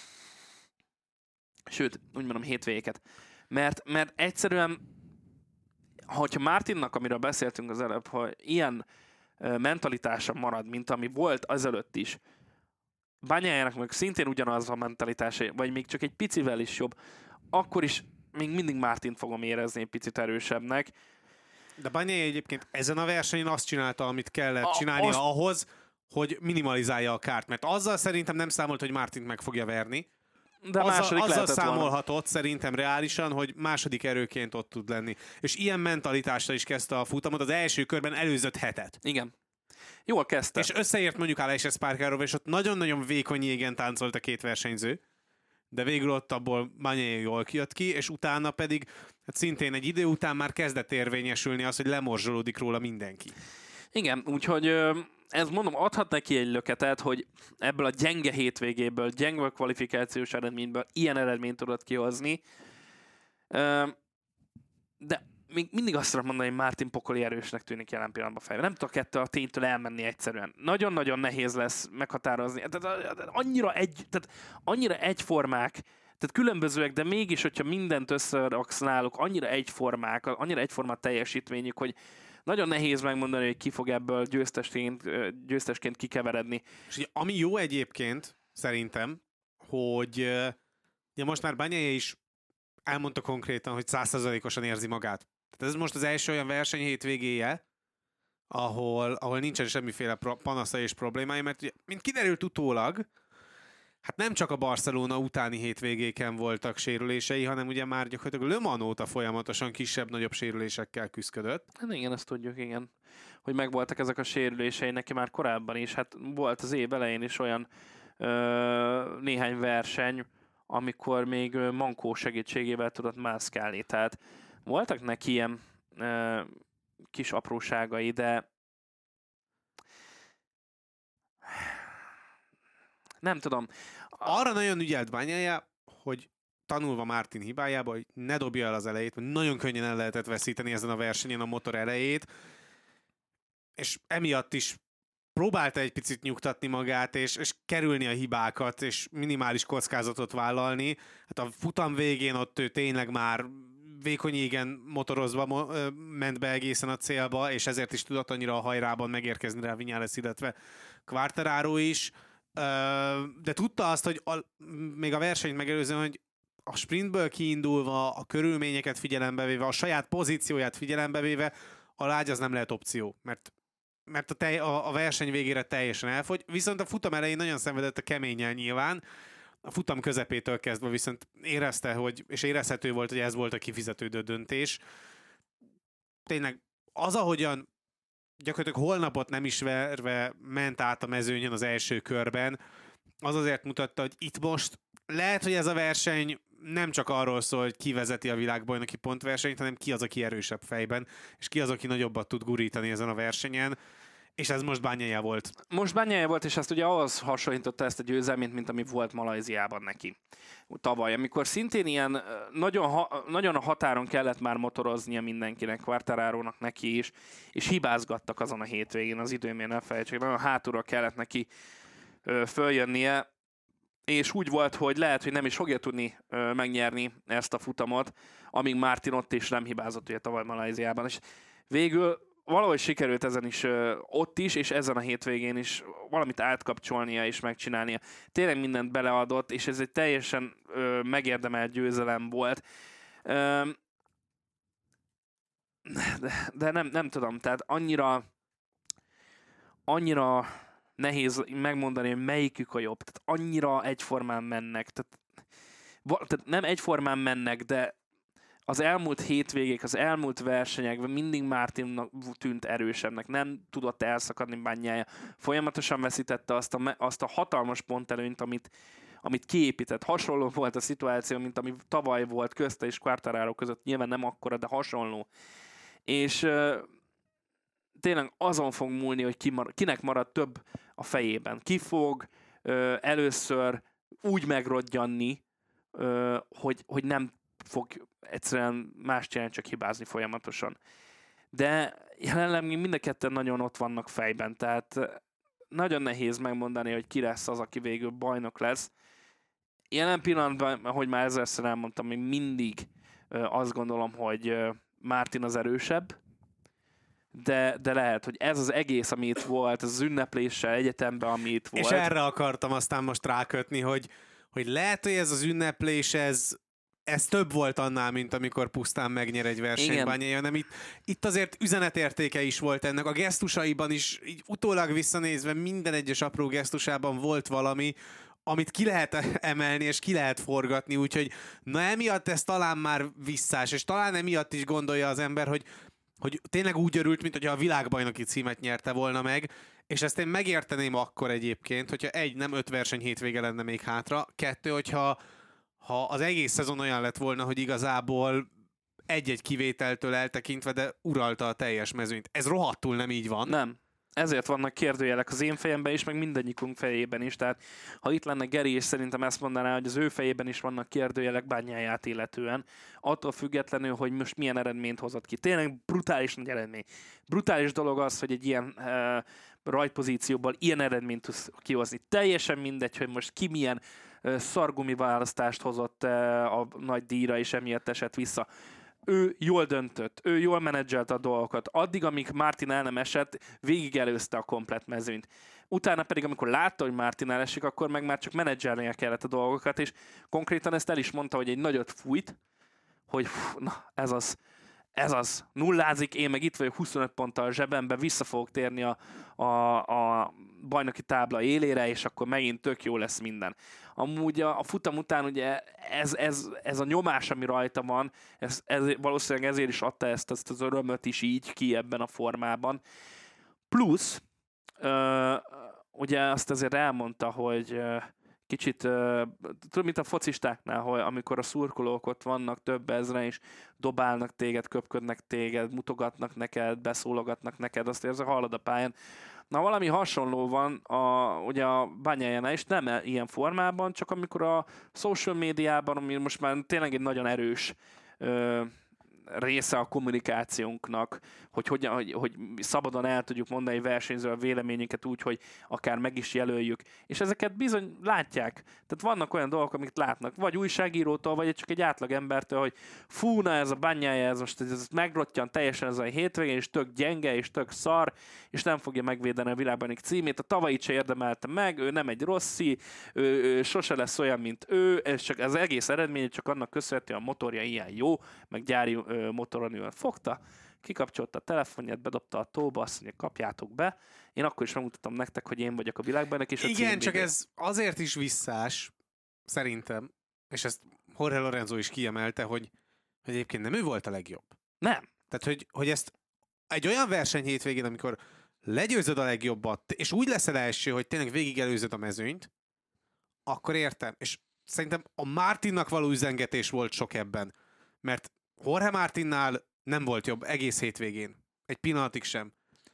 sőt, úgy mondom hétvégéket, mert, mert egyszerűen hogyha Martinnak, amiről beszéltünk az előbb, hogy ilyen mentalitása marad, mint ami volt azelőtt is, Bagnaiának meg szintén ugyanaz a mentalitása, vagy még csak egy picivel is jobb, akkor is még mindig Martint fogom érezni egy picit erősebbnek. De Bagnaia egyébként ezen a versenyen azt csinálta, amit kellett a, csinálnia azt... ahhoz, hogy minimalizálja a kárt, mert azzal szerintem nem számolt, hogy Martint meg fogja verni. De azzal azzal számolhatott volna. Szerintem reálisan, hogy második erőként ott tud lenni. És ilyen mentalitásra is kezdte a futamot, az első körben előzött hetet. Igen. Jól kezdte. És összeért mondjuk Aleix Espargaró, és ott nagyon-nagyon vékony jégen táncolt a két versenyző, de végül ott abból Bagnaia jól kijött ki, és utána pedig hát szintén egy idő után már kezdett érvényesülni az, hogy lemorzsolódik róla mindenki. Igen, úgyhogy ez mondom, adhat neki egy löketet, hogy ebből a gyenge hétvégéből, gyenge kvalifikációs eredményből ilyen eredményt tudod kihozni. De még mindig azt tudom mondani, hogy Martin pokoli erősnek tűnik jelen pillanatban fejben. Nem tudok ettől a ténytől elmenni egyszerűen. Nagyon-nagyon nehéz lesz meghatározni. Tehát annyira, egy, tehát annyira egyformák, tehát különbözőek, de mégis, hogyha mindent összeraksz náluk, annyira egyformák, annyira egyforma teljesítményük, hogy nagyon nehéz megmondani, hogy ki fog ebből győztesként, győztesként kikeveredni. És ugye, ami jó egyébként, szerintem, hogy ugye most már Bagnaia is elmondta konkrétan, hogy száz százalékosan érzi magát. Tehát ez most az első olyan verseny hétvégéje, ahol, ahol nincsen semmiféle pro- panasza és problémája, mert ugye, mint kiderült utólag, hát nem csak a Barcelona utáni hétvégéken voltak sérülései, hanem ugye már gyakorlatilag Le Mans óta folyamatosan kisebb-nagyobb sérülésekkel küzdött. Hát igen, ezt tudjuk, igen. Hogy megvoltak ezek a sérülései neki már korábban is. Hát volt az év elején is olyan ö, néhány verseny, amikor még mankó segítségével tudott mászkálni. Tehát voltak neki ilyen ö, kis apróságai, de nem tudom. Arra nagyon ügyelt Bagnaia, hogy tanulva Martin hibájába, hogy ne dobja el az elejét, mert nagyon könnyen el lehetett veszíteni ezen a versenyen a motor elejét, és emiatt is próbálta egy picit nyugtatni magát, és, és kerülni a hibákat, és minimális kockázatot vállalni. Hát a futam végén ott ő tényleg már vékony égen motorozva mo- ment be egészen a célba, és ezért is tudott annyira a hajrában megérkezni rá Viñales, illetve Quartararo is. De tudta azt, hogy a, még a versenyt megelőzően, hogy a sprintből kiindulva, a körülményeket figyelembe véve, a saját pozícióját figyelembe véve, a lágy az nem lehet opció, mert mert a, tej, a, a verseny végére teljesen elfogy, viszont a futam elején nagyon szenvedett a keménnyel nyilván, a futam közepétől kezdve viszont érezte, hogy, és érezhető volt, hogy ez volt a kifizetődő döntés. Tényleg az, ahogyan gyakorlatilag holnapot nem is verve ment át a mezőnyön az első körben, az azért mutatta, hogy itt most lehet, hogy ez a verseny nem csak arról szól, hogy ki vezeti a világbajnoki pontversenyt, hanem ki az, aki erősebb fejben, és ki az, aki nagyobbat tud gurítani ezen a versenyen, és ez most Bagnaia volt. Most Bagnaia volt, és ezt ugye ahhoz hasonlította ezt a győzelményt, mint ami volt Malajziában neki tavaly, amikor szintén ilyen nagyon, ha, nagyon a határon kellett már motoroznia mindenkinek, Quartararónak neki is, és hibázgattak azon a hétvégén az időmért, ne felejtsék, nagyon hátulról kellett neki ö, följönnie, és úgy volt, hogy lehet, hogy nem is fogja tudni ö, megnyerni ezt a futamot, amíg Martin ott is nem hibázott ugye tavaly Malajziában, és végül valahogy sikerült ezen is ö, ott is, és ezen a hétvégén is valamit átkapcsolnia és megcsinálnia. Tényleg mindent beleadott, és ez egy teljesen ö, megérdemelt győzelem volt. Ö, de de nem, nem tudom, tehát annyira annyira nehéz megmondani, hogy melyikük a jobb. Tehát annyira egyformán mennek. Tehát, tehát nem egyformán mennek, de az elmúlt hétvégék, az elmúlt versenyekben mindig Martinnak tűnt erősebbnek, nem tudott elszakadni Bagnaia. Folyamatosan veszítette azt a, azt a hatalmas pontelőnyt, amit, amit kiépített. Hasonló volt a szituáció, mint ami tavaly volt közte és Quartararo között. Nyilván nem akkora, de hasonló. És uh, tényleg azon fog múlni, hogy ki mar- kinek marad több a fejében. Ki fog uh, először úgy megrodjanni, uh, hogy, hogy nem fog egyszerűen más csinálni, csak hibázni folyamatosan. De jelenleg mind a ketten nagyon ott vannak fejben, tehát nagyon nehéz megmondani, hogy ki lesz az, aki végül bajnok lesz. Jelen pillanatban, ahogy már ezerszer elmondtam, még mindig azt gondolom, hogy Martin az erősebb, de, de lehet, hogy ez az egész, ami itt volt, az ünnepléssel egyetemben, ami itt volt. És erre akartam aztán most rákötni, hogy, hogy lehet, hogy ez az ünneplés, ez ez több volt annál, mint amikor pusztán megnyer egy versenyt Bagnaia, hanem itt, itt azért üzenetértéke is volt ennek. A gesztusaiban is, így utólag visszanézve minden egyes apró gesztusában volt valami, amit ki lehet emelni, és ki lehet forgatni, úgyhogy na emiatt ez talán már visszás, és talán emiatt is gondolja az ember, hogy, hogy tényleg úgy örült, mint hogyha a világbajnoki címet nyerte volna meg, és ezt én megérteném akkor egyébként, hogyha egy, nem öt verseny hétvége lenne még hátra, kettő, hogyha ha az egész szezon olyan lett volna, hogy igazából egy-egy kivételtől eltekintve, de uralta a teljes mezőnyt. Ez rohadtul nem így van. Nem. Ezért vannak kérdőjelek az én fejemben is, meg mindegyikünk fejében is. Tehát ha itt lenne Geri, és szerintem ezt mondaná, hogy az ő fejében is vannak kérdőjelek Bagnaiát illetően, attól függetlenül, hogy most milyen eredményt hozott ki. Tényleg brutális nagy eredmény. Brutális dolog az, hogy egy ilyen uh, rajtpozícióból ilyen eredményt tudsz kihozni. Teljesen mindegy, hogy most ki milyen szargumi választást hozott a nagy díjra, és emiatt esett vissza. Ő jól döntött, ő jól menedzselte a dolgokat. Addig, amíg Martin el nem esett, végig előzte a komplett mezőnyt. Utána pedig, amikor látta, hogy Martin elesik, akkor meg már csak menedzselnie kellett a dolgokat, és konkrétan ezt el is mondta, hogy egy nagyot fújt, hogy hú, na, ez az, ez az, nullázik, én meg itt vagyok huszonöt ponttal a zsebembe, vissza fogok térni a, a, a bajnoki tábla élére, és akkor megint tök jó lesz minden. Amúgy a, a futam után ugye ez, ez, ez a nyomás, ami rajta van, ez, ez, valószínűleg ezért is adta ezt, ezt az örömöt is így ki ebben a formában. Plusz, ö, ugye azt azért elmondta, hogy ö, kicsit, tudod, mint a focistáknál, hogy amikor a szurkolók ott vannak több ezre, és dobálnak téged, köpködnek téged, mutogatnak neked, beszólogatnak neked, azt érzed, hallod a pályán. Na, valami hasonló van a, ugye a Bagnaiánál, és nem ilyen formában, csak amikor a social médiában, ami most már tényleg egy nagyon erős ö, része a kommunikációnknak, hogy, hogyan, hogy, hogy szabadon el tudjuk mondani versenyző a véleményünket úgy, hogy akár meg is jelöljük. És ezeket bizony látják. Tehát vannak olyan dolgok, amiket látnak, vagy újságírótól, vagy csak egy átlag embertől, hogy fú, na ez a Bagnaia, ez most ez megrottyan teljesen ez a hétvégén, és tök gyenge, és tök szar, és nem fogja megvédeni a világbajnoki címét. A tavalyit se érdemelte meg, ő nem egy rosszi, ő, ő sose lesz olyan, mint ő, és csak az egész eredmény csak annak köszönhető, a motorja ilyen jó, meg gyári motoron ő fogta, kikapcsolta a telefonját, bedobta a tóba, azt mondja, kapjátok be. Én akkor is megmutatom nektek, hogy én vagyok a világbajnok, és a Igen, csak ez azért is visszás, szerintem, és ezt Jorge Lorenzo is kiemelte, hogy, hogy egyébként nem ő volt a legjobb. Nem. Tehát, hogy, hogy ezt egy olyan verseny hétvégén, amikor legyőzöd a legjobbat, és úgy leszel első, hogy tényleg végig előzöd a mezőnyt, akkor értem. És szerintem a Martinnak való üzengetés volt sok ebben. Mert Jorge Martinnál nem volt jobb egész hétvégén. Egy pillanatig sem.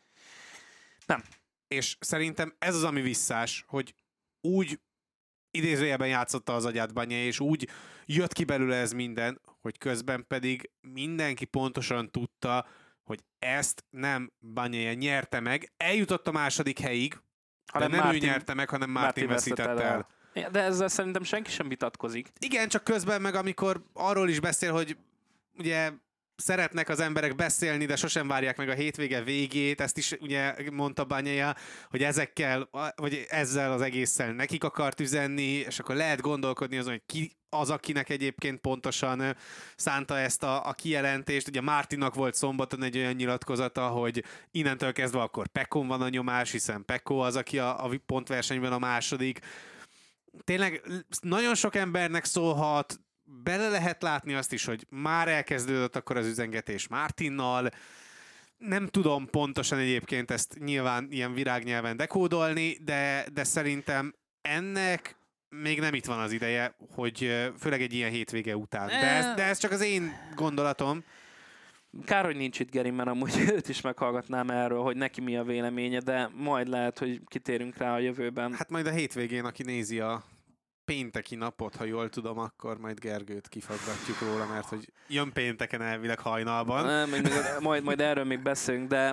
Nem. És szerintem ez az, ami visszás, hogy úgy idézőjelben játszotta az agyát Bagnaia, és úgy jött ki belőle ez minden, hogy közben pedig mindenki pontosan tudta, hogy ezt nem Bagnaia nyerte meg. Eljutott a második helyig, hanem nem Martin, ő nyerte meg, hanem Martin, Martin veszítette el. el. De ezzel szerintem senki sem vitatkozik. Igen, csak közben meg amikor arról is beszél, hogy ugye szeretnek az emberek beszélni, de sosem várják meg a hétvége végét, ezt is ugye mondta Bagnaia, hogy ezekkel, vagy ezzel az egésszel nekik akart üzenni, és akkor lehet gondolkodni azon, hogy ki az, akinek egyébként pontosan szánta ezt a, a kijelentést. Ugye Martinnak volt szombaton egy olyan nyilatkozata, hogy innentől kezdve akkor Pekón van a nyomás, hiszen Pekó az, aki a, a pontversenyben a második. Tényleg nagyon sok embernek szólhat, bele lehet látni azt is, hogy már elkezdődött akkor az üzengetés Martinnal. Nem tudom pontosan egyébként ezt nyilván ilyen virágnyelven dekódolni, de, de szerintem ennek még nem itt van az ideje, hogy főleg egy ilyen hétvége után. De ez, de ez csak az én gondolatom. Kár, hogy nincs itt Geri, mert amúgy őt is meghallgatnám erről, hogy neki mi a véleménye, de majd lehet, hogy kitérünk rá a jövőben. Hát majd a hétvégén, aki nézi a pénteki napot, ha jól tudom, akkor majd Gergőt kifaggatjuk róla, mert hogy jön pénteken elvileg hajnalban. Nem, még, majd, majd erről még beszélünk, de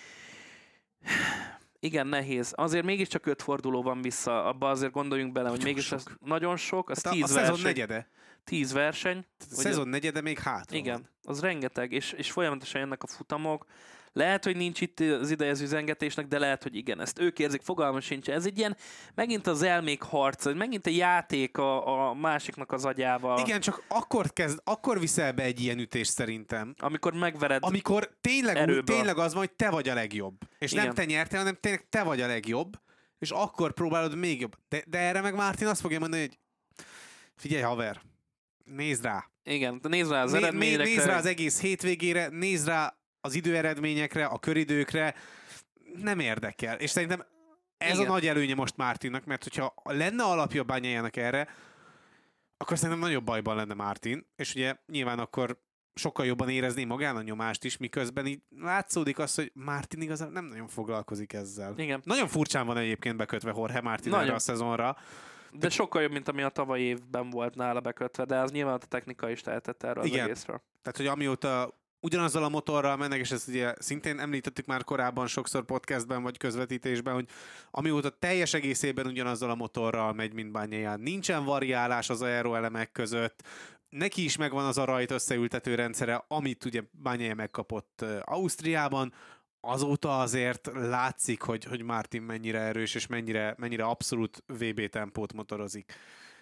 igen, nehéz. Azért mégiscsak öt forduló van vissza, abba azért gondoljunk bele, hogy mégis ez nagyon sok, az hát tíz a, a verseny. szezon negyede. Tíz verseny. A szezon negyede még hátra. Igen, van. az rengeteg, és, és folyamatosan jönnek a futamok. Lehet, hogy nincs itt az ideje az üzengetésnek, de lehet, hogy igen, ezt ők érzik, fogalmam sincs. Ez egy ilyen, megint az elmék harca, megint egy játék a, a másiknak az agyával. Igen, csak akkor kezd, akkor viszel be egy ilyen ütést szerintem. Amikor megvered Amikor tényleg, úgy, tényleg az van, hogy te vagy a legjobb. És igen. Nem te nyertél, hanem tényleg te vagy a legjobb, és akkor próbálod még jobb. De, de erre meg Martin azt fogja mondani, hogy figyelj haver, nézd rá. Igen, nézd rá az né, eredményekre. Nézd rá az egész hétvégére, nézd rá az időeredményekre, a köridőkre, nem érdekel. És szerintem ez igen. a nagy előnye most Martinnak, mert hogyha lenne alapja Bagnaiának erre, akkor szerintem nagyobb bajban lenne Martin, és ugye nyilván akkor sokkal jobban érezné magán a nyomást is, miközben így látszódik az, hogy Martin igazából nem nagyon foglalkozik ezzel. Igen. Nagyon furcsán van egyébként bekötve Jorge Martin erre a szezonra. De sokkal jobb, mint ami a tavalyi évben volt nála bekötve, de az nyilván a technika is tehetett erről igen. az egészről. Tehát, hogy amióta ugyanazzal a motorral mennek, és ezt ugye szintén említettük már korábban sokszor podcastben vagy közvetítésben, hogy amióta teljes egészében ugyanazzal a motorral megy, mint Bagnaia. Nincsen variálás az aeroelemek között, neki is megvan az a rajt összeültető rendszere, amit ugye Bagnaia megkapott Ausztriában, azóta azért látszik, hogy, hogy Martin mennyire erős, és mennyire, mennyire abszolút vé bé tempót motorozik.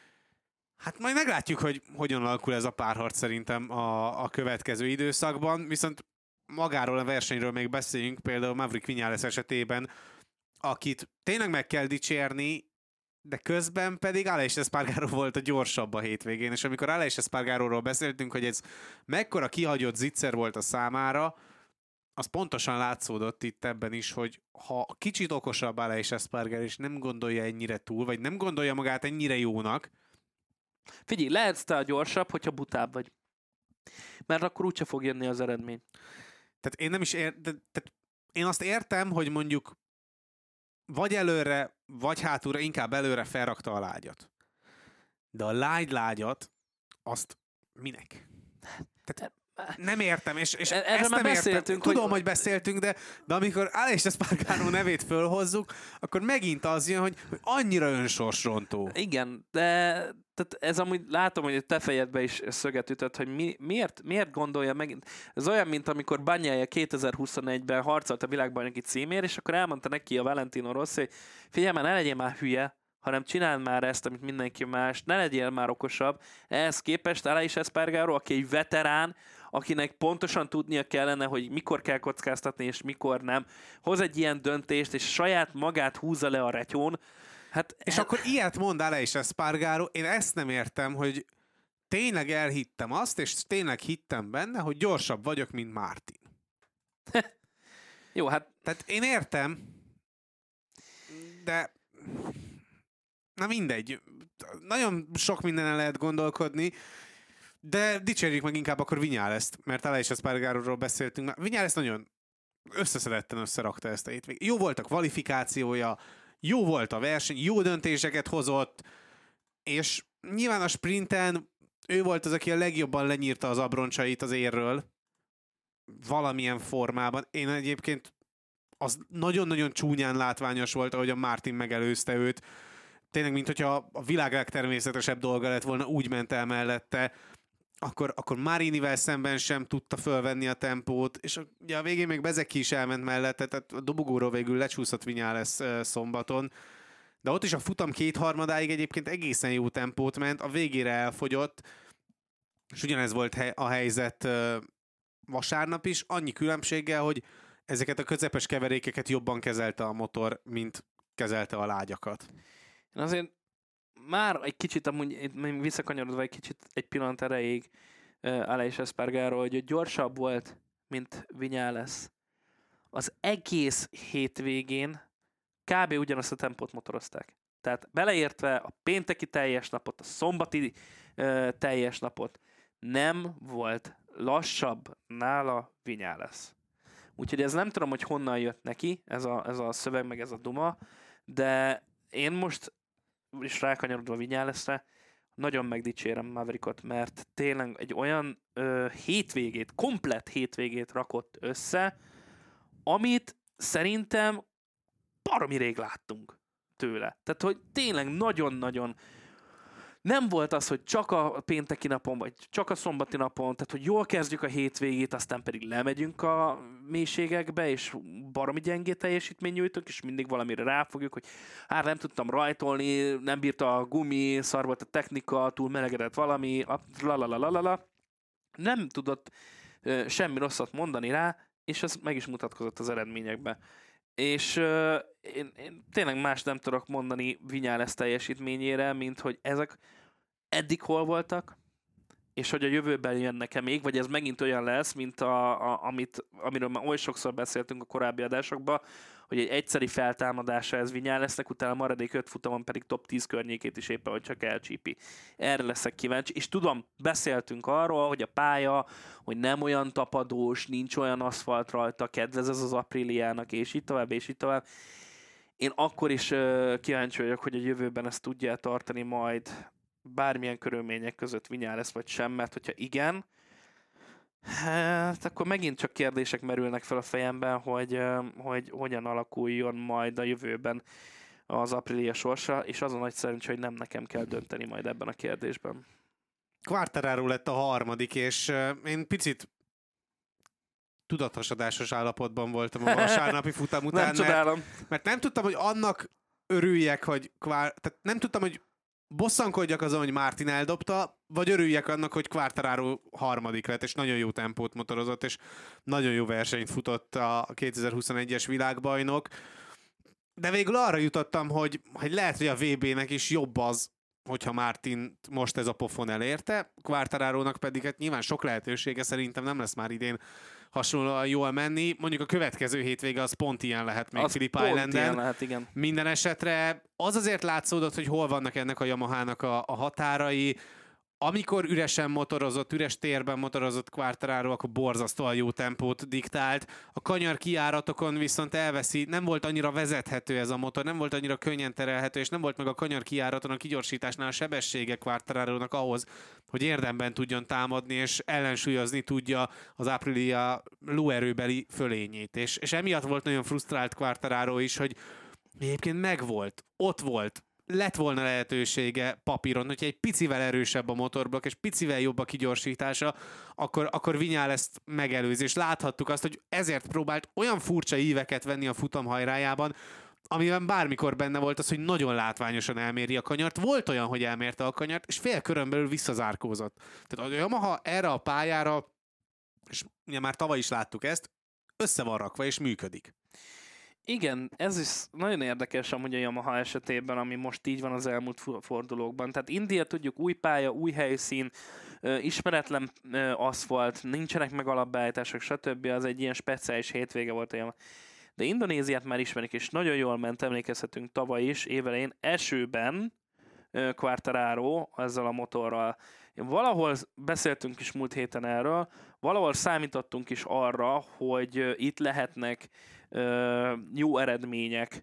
Hát majd meglátjuk, hogy hogyan alakul ez a párharc szerintem a, a következő időszakban, viszont magáról a versenyről még beszéljünk, például Maverick Viñales esetében, akit tényleg meg kell dicsérni, de közben pedig Aleix Espargaró volt a gyorsabb a hétvégén, és amikor Aleix Espargaróról beszéltünk, hogy ez mekkora kihagyott zicser volt a számára, az pontosan látszódott itt ebben is, hogy ha kicsit okosabb Aleix Espargaró, és nem gondolja ennyire túl, vagy nem gondolja magát ennyire jónak. Figyelj, lehetsz te a gyorsabb, hogyha butább vagy. Mert akkor úgyse fog jönni az eredmény. Tehát én nem is ér, de, tehát én azt értem, hogy mondjuk vagy előre, vagy hátulra, inkább előre felrakta a lágyat. De a lágy-lágyat, azt minek? Tehát nem értem, és, és Erről ezt már nem beszéltünk, értem. Tudom, hogy, hogy beszéltünk, de, de amikor Aleix Espargaró nevét fölhozzuk, akkor megint az jön, hogy, hogy annyira önsorsrontó. Igen, de tehát ez amúgy látom, hogy te fejedbe is szöget ütött, hogy mi, miért, miért gondolja megint. Ez olyan, mint amikor Bagnaia kétezer-huszonegyben harcolt a világbajnoki címért, és akkor elmondta neki a Valentino Rossi, hogy figyelj már, ne legyél már hülye, hanem csináld már ezt, amit mindenki más, ne legyél már okosabb. Ehhez képest Aleix Espargaró, aki egy veterán, akinek pontosan tudnia kellene, hogy mikor kell kockáztatni, és mikor nem, hoz egy ilyen döntést, és saját magát húzza le a retyón. Hát, és e... akkor ilyet mond Aleix Espargaró, én ezt nem értem, hogy tényleg elhittem azt, és tényleg hittem benne, hogy gyorsabb vagyok, mint Martin. Jó, hát... Tehát én értem, de... Na mindegy. Nagyon sok mindenen lehet gondolkodni, de dicsérjük meg inkább akkor Viñalest, mert Aleix Espargaróról beszéltünk. Viñales nagyon összeszedetten összerakta ezt a hétvégét. Jó volt a kvalifikációja, jó volt a verseny, jó döntéseket hozott, és nyilván a sprinten ő volt az, aki a legjobban lenyírta az abroncsait az érről valamilyen formában. Én egyébként az nagyon-nagyon csúnyán látványos volt, ahogy a Martin megelőzte őt. Tényleg, mint hogyha a világ legtermészetesebb dolga lett volna, úgy ment el mellette, akkor, akkor Marinivel szemben sem tudta fölvenni a tempót, és ugye a végén még Bezeki is elment mellette, tehát a dobogóról végül lecsúszott Viñales szombaton, de ott is a futam kétharmadáig egyébként egészen jó tempót ment, a végére elfogyott, és ugyanez volt a helyzet vasárnap is, annyi különbséggel, hogy ezeket a közepes keverékeket jobban kezelte a motor, mint kezelte a lágyakat. Én azért már egy kicsit, amúgy visszakanyarodva egy kicsit egy pillanat erejéig uh, Aleix Espargaró, hogy gyorsabb volt, mint Viñales. Az egész hétvégén kb. Ugyanazt a tempót motorozták. Tehát beleértve a pénteki teljes napot, a szombati uh, teljes napot, nem volt lassabb nála Viñales. Úgyhogy ez nem tudom, hogy honnan jött neki, ez a, ez a szöveg, meg ez a duma, de én most, és rákanyarodva Viñalesre, nagyon megdicsérem Maverickot, mert tényleg egy olyan ö, hétvégét, komplett hétvégét rakott össze, amit szerintem baromi rég láttunk tőle. Tehát, hogy tényleg nagyon-nagyon nem volt az, hogy csak a pénteki napon, vagy csak a szombati napon, tehát, hogy jól kezdjük a hétvégét, aztán pedig lemegyünk a mélységekbe, és baromi gyengé teljesítmény nyújtunk, és mindig valamire ráfogjuk, hogy hát nem tudtam rajtolni, nem bírta a gumi, szar volt a technika, túl melegedett valami, lalalalalala. Nem tudott uh, semmi rosszat mondani rá, és ez meg is mutatkozott az eredményekben. És uh, én, én tényleg más nem tudok mondani Viñales teljesítményére, mint hogy ezek eddig hol voltak, és hogy a jövőben jönnek-e még, vagy ez megint olyan lesz, mint a, a, amit, amiről már oly sokszor beszéltünk a korábbi adásokban, hogy egy egyszeri feltámadása ez Viñalesnek, utána a maradék öt futamon pedig top tíz környékét is éppen, hogy csak elcsípi. Erre leszek kíváncsi, és tudom, beszéltünk arról, hogy a pálya, hogy nem olyan tapadós, nincs olyan aszfalt rajta, kedvez ez az Apriliának, és így tovább, és így tovább. Én akkor is uh, kíváncsi vagyok, hogy a jövőben ezt tudja tartani majd bármilyen körülmények között Viñales vagy sem, mert hogyha igen, hát akkor megint csak kérdések merülnek fel a fejemben, hogy, hogy hogyan alakuljon majd a jövőben az Aprilia sorsa, és az a nagy szerencsé, hogy nem nekem kell dönteni majd ebben a kérdésben. Quartararo lett a harmadik, és én picit tudathasadásos állapotban voltam a vasárnapi futam után. Nem csodálom. Mert, mert nem tudtam, hogy annak örüljek, hogy Quart... tehát nem tudtam, hogy bosszankodjak azon, hogy Martin eldobta, vagy örüljek annak, hogy Quartararo harmadik lett, és nagyon jó tempót motorozott, és nagyon jó versenyt futott a kétezer-huszonegyes világbajnok. De végül arra jutottam, hogy, hogy lehet, hogy a vé bének is jobb az, hogyha Martin most ez a pofon elérte, Quartararónak pedig hát nyilván sok lehetősége szerintem nem lesz már idén hasonlóan jól menni. Mondjuk a következő hétvége az pont ilyen lehet még Phillip Islanden. Lehet, igen. Minden esetre az azért látszódott, hogy hol vannak ennek a Yamahának a, a határai. Amikor üresen motorozott, üres térben motorozott Quartararo, akkor borzasztóan jó tempót diktált. A kanyar kijáratokon viszont elveszi, nem volt annyira vezethető ez a motor, nem volt annyira könnyen terelhető, és nem volt meg a kanyar kijáraton a kigyorsításnál a sebessége Quartararónak ahhoz, hogy érdemben tudjon támadni, és ellensúlyozni tudja az Aprilia lóerőbeli fölényét. És, és emiatt volt nagyon frusztrált Quartararo is, hogy egyébként megvolt, ott volt, lett volna lehetősége papíron, hogyha egy picivel erősebb a motorblokk, és picivel jobb a kigyorsítása, akkor, akkor Viñales ezt megelőzi, és láthattuk azt, hogy ezért próbált olyan furcsa íveket venni a futamhajrájában, amiben bármikor benne volt az, hogy nagyon látványosan elméri a kanyart. Volt olyan, hogy elmérte a kanyart, és fél körön belül visszazárkózott. Tehát a Yamaha erre a pályára és ugye már tavaly is láttuk ezt, össze van rakva és működik. Igen, ez is nagyon érdekes amúgy a Yamaha esetében, ami most így van az elmúlt fordulókban. Tehát India, tudjuk, új pálya, új helyszín, ismeretlen aszfalt, nincsenek meg alapbeállítások, stb. Az egy ilyen speciális hétvége volt a Yamaha. De Indonéziát már ismerik, és nagyon jól ment, emlékezhetünk tavaly is, évelején esőben Quartararo ezzel a motorral. Valahol beszéltünk is múlt héten erről, valahol számítottunk is arra, hogy itt lehetnek jó eredmények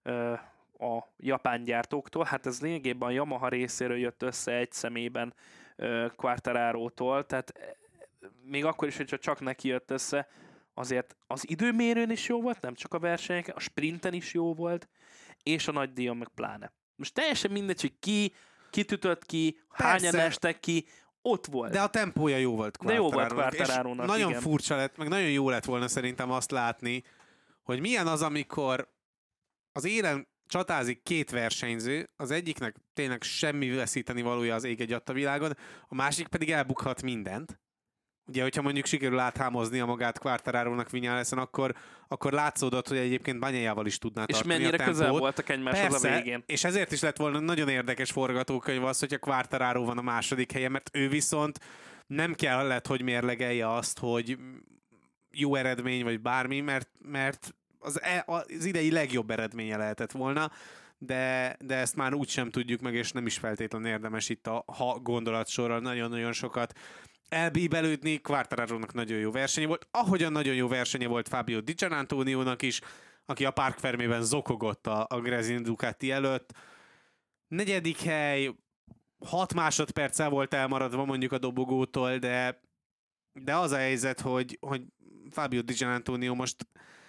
a japán gyártóktól. Hát ez lényegében a Yamaha részéről jött össze egy személyben Quartararo-tól, tehát még akkor is, hogyha csak neki jött össze, azért az időmérőn is jó volt, nem csak a versenyeken, a sprinten is jó volt, és a nagy díjon meg pláne. Most teljesen mindegy, hogy ki, kitütött ki, Persze. hányan estek ki, ott volt. De a tempója jó volt Quartararónak. De jó volt Quartararónak, nagyon igen. furcsa lett, meg nagyon jó lett volna szerintem azt látni, hogy milyen az, amikor az élen csatázik két versenyző, az egyiknek tényleg semmi veszíteni valója az ég egy adta világon, a másik pedig elbukhat mindent. Ugye, hogyha mondjuk sikerül áthámozni a magát Quartararónak Viñalesen, akkor, akkor látszódott, hogy egyébként Bagnaia-val is tudná és tartani a tempót. És mennyire közel voltak egymáshoz Persze, a végén. És ezért is lett volna nagyon érdekes forgatókönyv az, hogyha Quartararo van a második helyen, mert ő viszont nem kellett, hogy mérlegelje azt, hogy jó eredmény, vagy bármi, mert, mert az, az idei legjobb eredménye lehetett volna, de, de ezt már úgy sem tudjuk meg, és nem is feltétlenül érdemes itt a ha gondolatsorral nagyon-nagyon sokat elbíbelődni. Quartararónak nagyon jó versenye volt, ahogyan nagyon jó versenye volt Fabio Di Giannantonionak is, aki a Park Fermében zokogott a, a Gresini Ducati előtt. Negyedik hely, hat másodperccel volt elmaradva mondjuk a dobogótól, de, de az a helyzet, hogy, hogy Fabio Di Giannantonio most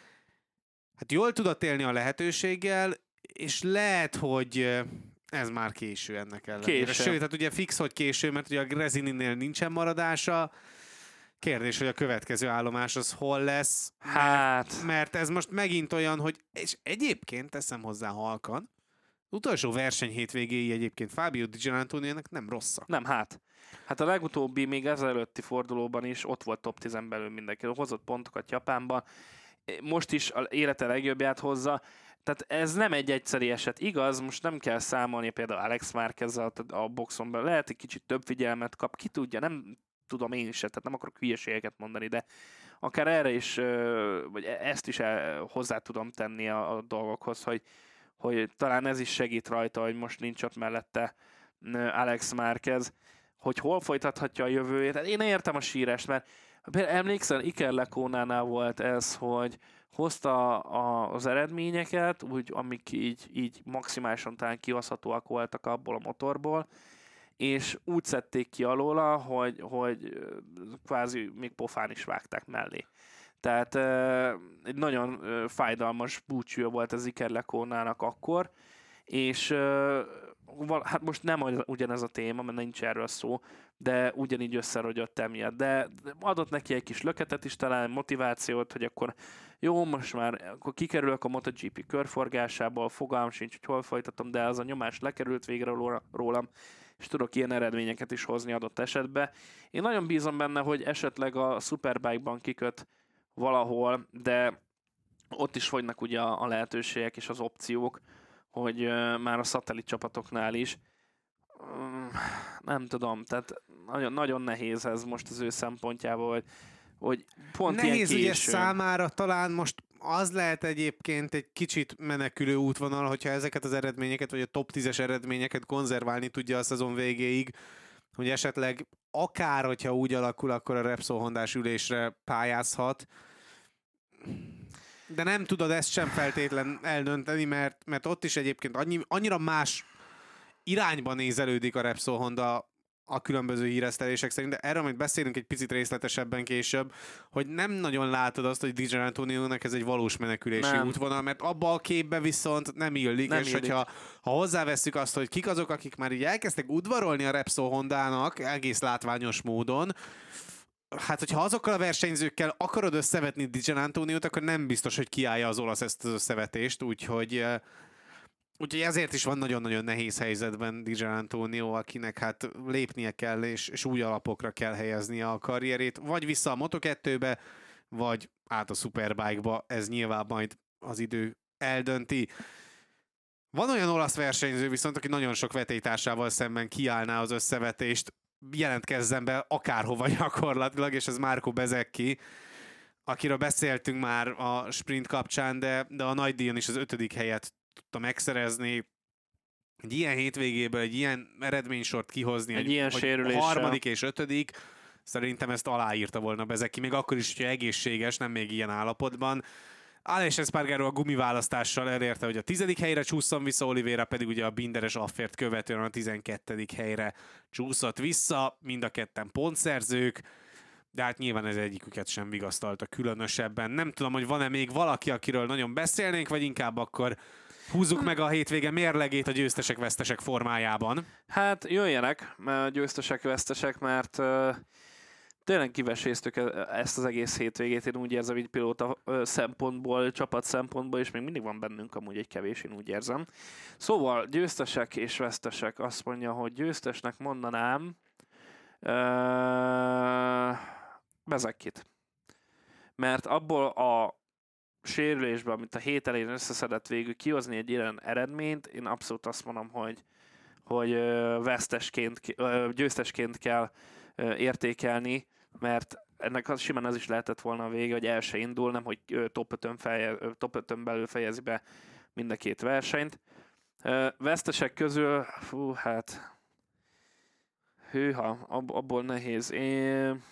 hát jól tudott élni a lehetőséggel, és lehet, hogy ez már késő ennek ellenére. Késő. Sőt, hát ugye fix, hogy késő, mert ugye a Gresininél nincsen maradása. Kérdés, hogy a következő állomás az hol lesz. Hát... Mert, mert ez most megint olyan, hogy... És egyébként teszem hozzá halkan, az utolsó verseny hétvégéi egyébként Fabio Di Giannantonionak nem rosszak. Nem, hát. Hát a legutóbbi, még ezelőtti fordulóban is ott volt top tízen belül mindenki. Hozott pontokat Japánban. Most is az élete legjobbját hozza. Tehát ez nem egy egyszeri eset. Igaz, most nem kell számolni például Alex Márquezzel a boxon belül. Lehet, egy kicsit több figyelmet kap. Ki tudja, nem tudom én is, tehát nem akarok hülyeségeket mondani, de akár erre is, vagy ezt is hozzá tudom tenni a, a dolgokhoz, hogy, hogy talán ez is segít rajta, hogy most nincs ott mellette Alex Márquez, hogy hol folytathatja a jövőjét. Én értem a sírást, mert emlékszel, Iker Lecuonánál volt ez, hogy hozta a, az eredményeket, úgy, amik így, így maximálisan talán kihozhatóak voltak abból a motorból, és úgy szedték ki alóla, hogy, hogy kvázi még pofán is vágták mellé. Tehát egy nagyon fájdalmas búcsúja volt az Iker Lecuonának akkor, és hát most nem ugyanez a téma, mert nincs erről szó, de ugyanígy összerogyott emiatt. De adott neki egy kis löketet is, talán motivációt, hogy akkor jó, most már akkor kikerülök a MotoGP körforgásából, fogalmam sincs, hogy hol folytatom, de az a nyomás lekerült végre rólam, és tudok ilyen eredményeket is hozni adott esetben. Én nagyon bízom benne, hogy esetleg a Superbike-ban kiköt valahol, de ott is fogynak ugye a lehetőségek és az opciók, hogy már a szatellit csapatoknál is. Nem tudom, tehát nagyon, nagyon nehéz ez most az ő szempontjából, hogy, hogy pont nehéz ilyen ugye számára talán most az lehet egyébként egy kicsit menekülő útvonal, hogyha ezeket az eredményeket, vagy a top tízes eredményeket konzerválni tudja a szezon végéig, hogy esetleg akár, hogyha úgy alakul, akkor a Repsol Hondás ülésre pályázhat. De nem tudod ezt sem feltétlen eldönteni, mert, mert ott is egyébként annyi, annyira más irányba nézelődik a Repsol Honda a különböző híresztelések szerint, de erről majd beszélünk egy picit részletesebben később, hogy nem nagyon látod azt, hogy Di Giannantonionak ez egy valós menekülési nem. útvonal, mert abba a képbe viszont nem illik, nem és illik. Hogyha ha hozzáveszünk azt, hogy kik azok, akik már így elkezdtek udvarolni a Repsol Hondának egész látványos módon, hát, hogyha azokkal a versenyzőkkel akarod összevetni Di Giannantoniót, akkor nem biztos, hogy kiállja az olasz ezt az összevetést, úgyhogy Úgyhogy ezért is van nagyon-nagyon nehéz helyzetben Di Giannantonio, akinek hát lépnie kell, és, és új alapokra kell helyeznie a karrierét, vagy vissza a moto kettőbe, vagy át a Superbike-ba, ez nyilván majd az idő eldönti. Van olyan olasz versenyző viszont, aki nagyon sok vetélytársával szemben kiállná az összevetést, jelentkezzen be akárhova gyakorlatilag, és ez Marco Bezzecchi, akiről beszéltünk már a sprint kapcsán, de, de a nagydíjon is az ötödik helyet tudta megszerezni. Egy ilyen hétvégéből egy ilyen eredménysort kihozni, egy hogy, ilyen hogy sérüléssel. harmadik és ötödik, szerintem ezt aláírta volna Bezzecchi, még akkor is, hogyha egészséges, nem még ilyen állapotban. Aleix Espargaro a gumiválasztással elérte, hogy a tizedik helyre csúszson vissza, Oliveira pedig ugye a binderes affért követően a tizenkettedik helyre csúszott vissza, mind a ketten pontszerzők, de hát nyilván ez egyiküket sem vigasztalta különösebben. Nem tudom, hogy van-e még valaki, akiről nagyon beszélnénk, vagy inkább akkor húzzuk meg a hétvége mérlegét a győztesek-vesztesek formájában. Hát jöjjenek győztesek-vesztesek, mert uh, tényleg kiveséztük ezt az egész hétvégét, én úgy érzem, így pilóta szempontból, csapat szempontból, és még mindig van bennünk amúgy egy kevés, én úgy érzem. Szóval győztesek és vesztesek, azt mondja, hogy győztesnek mondanám uh, Bezzeckit. Mert abból a sérülésben, amit a hét elején összeszedett végül kihozni egy ilyen eredményt, én abszolút azt mondom, hogy, hogy vesztesként, győztesként kell értékelni, mert ennek az, simán az is lehetett volna a vége, hogy el se indul, nem hogy top ötön, feje, top ötön belül fejezi be mind a két versenyt. Vesztesek közül, fú, hát hűha, ab, abból nehéz. Én...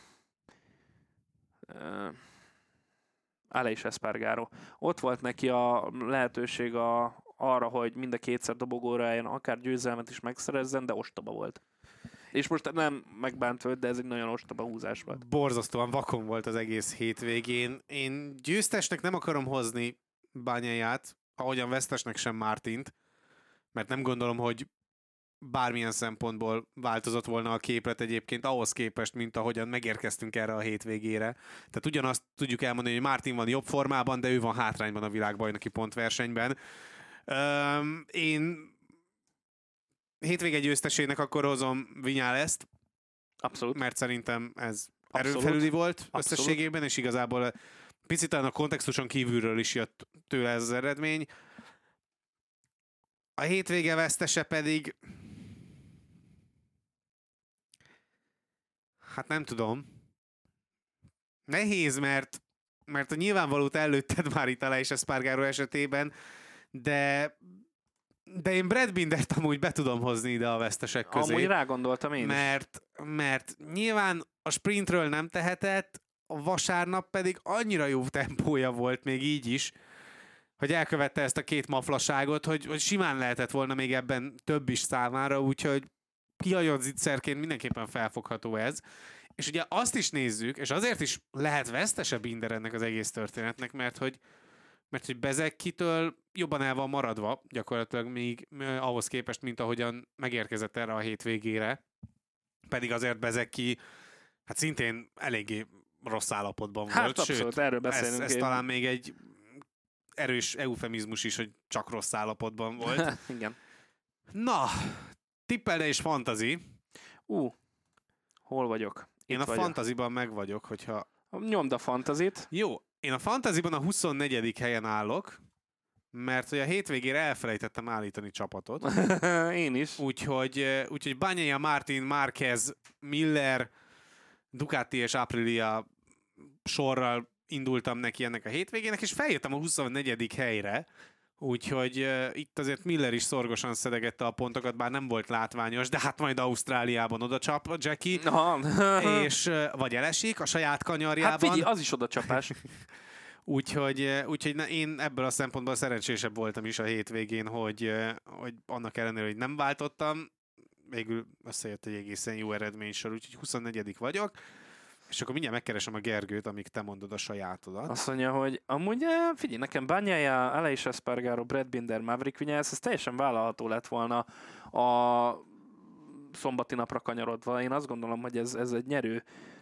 Aleix Espargaro. Ott volt neki a lehetőség a, arra, hogy mind a kétszer dobogóra álljon, akár győzelmet is megszerezzen, de ostoba volt. És most nem megbántva, de ez egy nagyon ostoba húzás volt. Borzasztóan vakon volt az egész hétvégén. Én győztesnek nem akarom hozni Bagnaia-t, ahogyan vesztesnek sem Martint, mert nem gondolom, hogy bármilyen szempontból változott volna a képlet egyébként ahhoz képest, mint ahogyan megérkeztünk erre a hétvégére. Tehát ugyanazt tudjuk elmondani, hogy Martin van jobb formában, de ő van hátrányban a világbajnoki pontversenyben. Üm, én hétvége győztesének akkor hozom Viñalest, abszolút, mert szerintem ez abszolút. erőfelüli volt Abszolút. Összességében, és igazából picit talán a kontextuson kívülről is jött tőle ez az eredmény. A hétvége vesztese pedig hát nem tudom. Nehéz, mert, mert a nyilvánvalót előtted már itt Aleix Espargaro esetében, de, de én Brad Bindert amúgy be tudom hozni ide a vesztesek közé. Amúgy rágondoltam én mert, mert nyilván a sprintről nem tehetett, a vasárnap pedig annyira jó tempója volt még így is, hogy elkövette ezt a két maflaságot, hogy, hogy simán lehetett volna még ebben több is számára, úgyhogy kihagyott zicserként mindenképpen felfogható ez. És ugye azt is nézzük, és azért is lehet vesztese Binder ennek az egész történetnek, mert hogy, mert hogy Bezzeckitől jobban el van maradva, gyakorlatilag még eh, ahhoz képest, mint ahogyan megérkezett erre a hétvégére. Pedig azért Bezzecchi hát szintén eléggé rossz állapotban hát volt. Abszolút, Sőt, erről beszélünk. ez, ez talán még egy erős eufemizmus is, hogy csak rossz állapotban volt. Igen. Na, tippelde és fantazi. Ú, uh, hol vagyok? Itt Én a vagyok. fantaziban meg vagyok, hogyha... Nyomd a fantazit. Jó, én a fantaziban a huszonnegyedik helyen állok, mert hogy a hétvégére elfelejtettem állítani csapatot. Én is. Úgyhogy, úgyhogy Bagnaia, Martin, Márquez, Miller, Ducati és Aprilia sorral indultam neki ennek a hétvégének, és feljöttem a huszonnegyedik helyre, úgyhogy uh, itt azért Miller is szorgosan szedegette a pontokat, bár nem volt látványos, de hát majd Ausztráliában oda csap a Jackie, és uh, vagy elesik a saját kanyarjában. Hát figyelj, az is oda csapás. úgyhogy úgyhogy na, én ebből a szempontból szerencsésebb voltam is a hétvégén, hogy, uh, hogy annak ellenére, hogy nem váltottam, végül összejött egy egészen jó eredménysor, úgyhogy huszonnegyedik vagyok. És akkor mindjárt megkeresem a Gergőt, amíg te mondod a sajátodat. Azt mondja, hogy amúgy figyelj, nekem Bagnaia, Aleix Espargaro, Brad Binder, Maverick Viñales, ez teljesen vállalható lett volna a szombati napra kanyarodva. Én azt gondolom, hogy ez, ez egy nyerő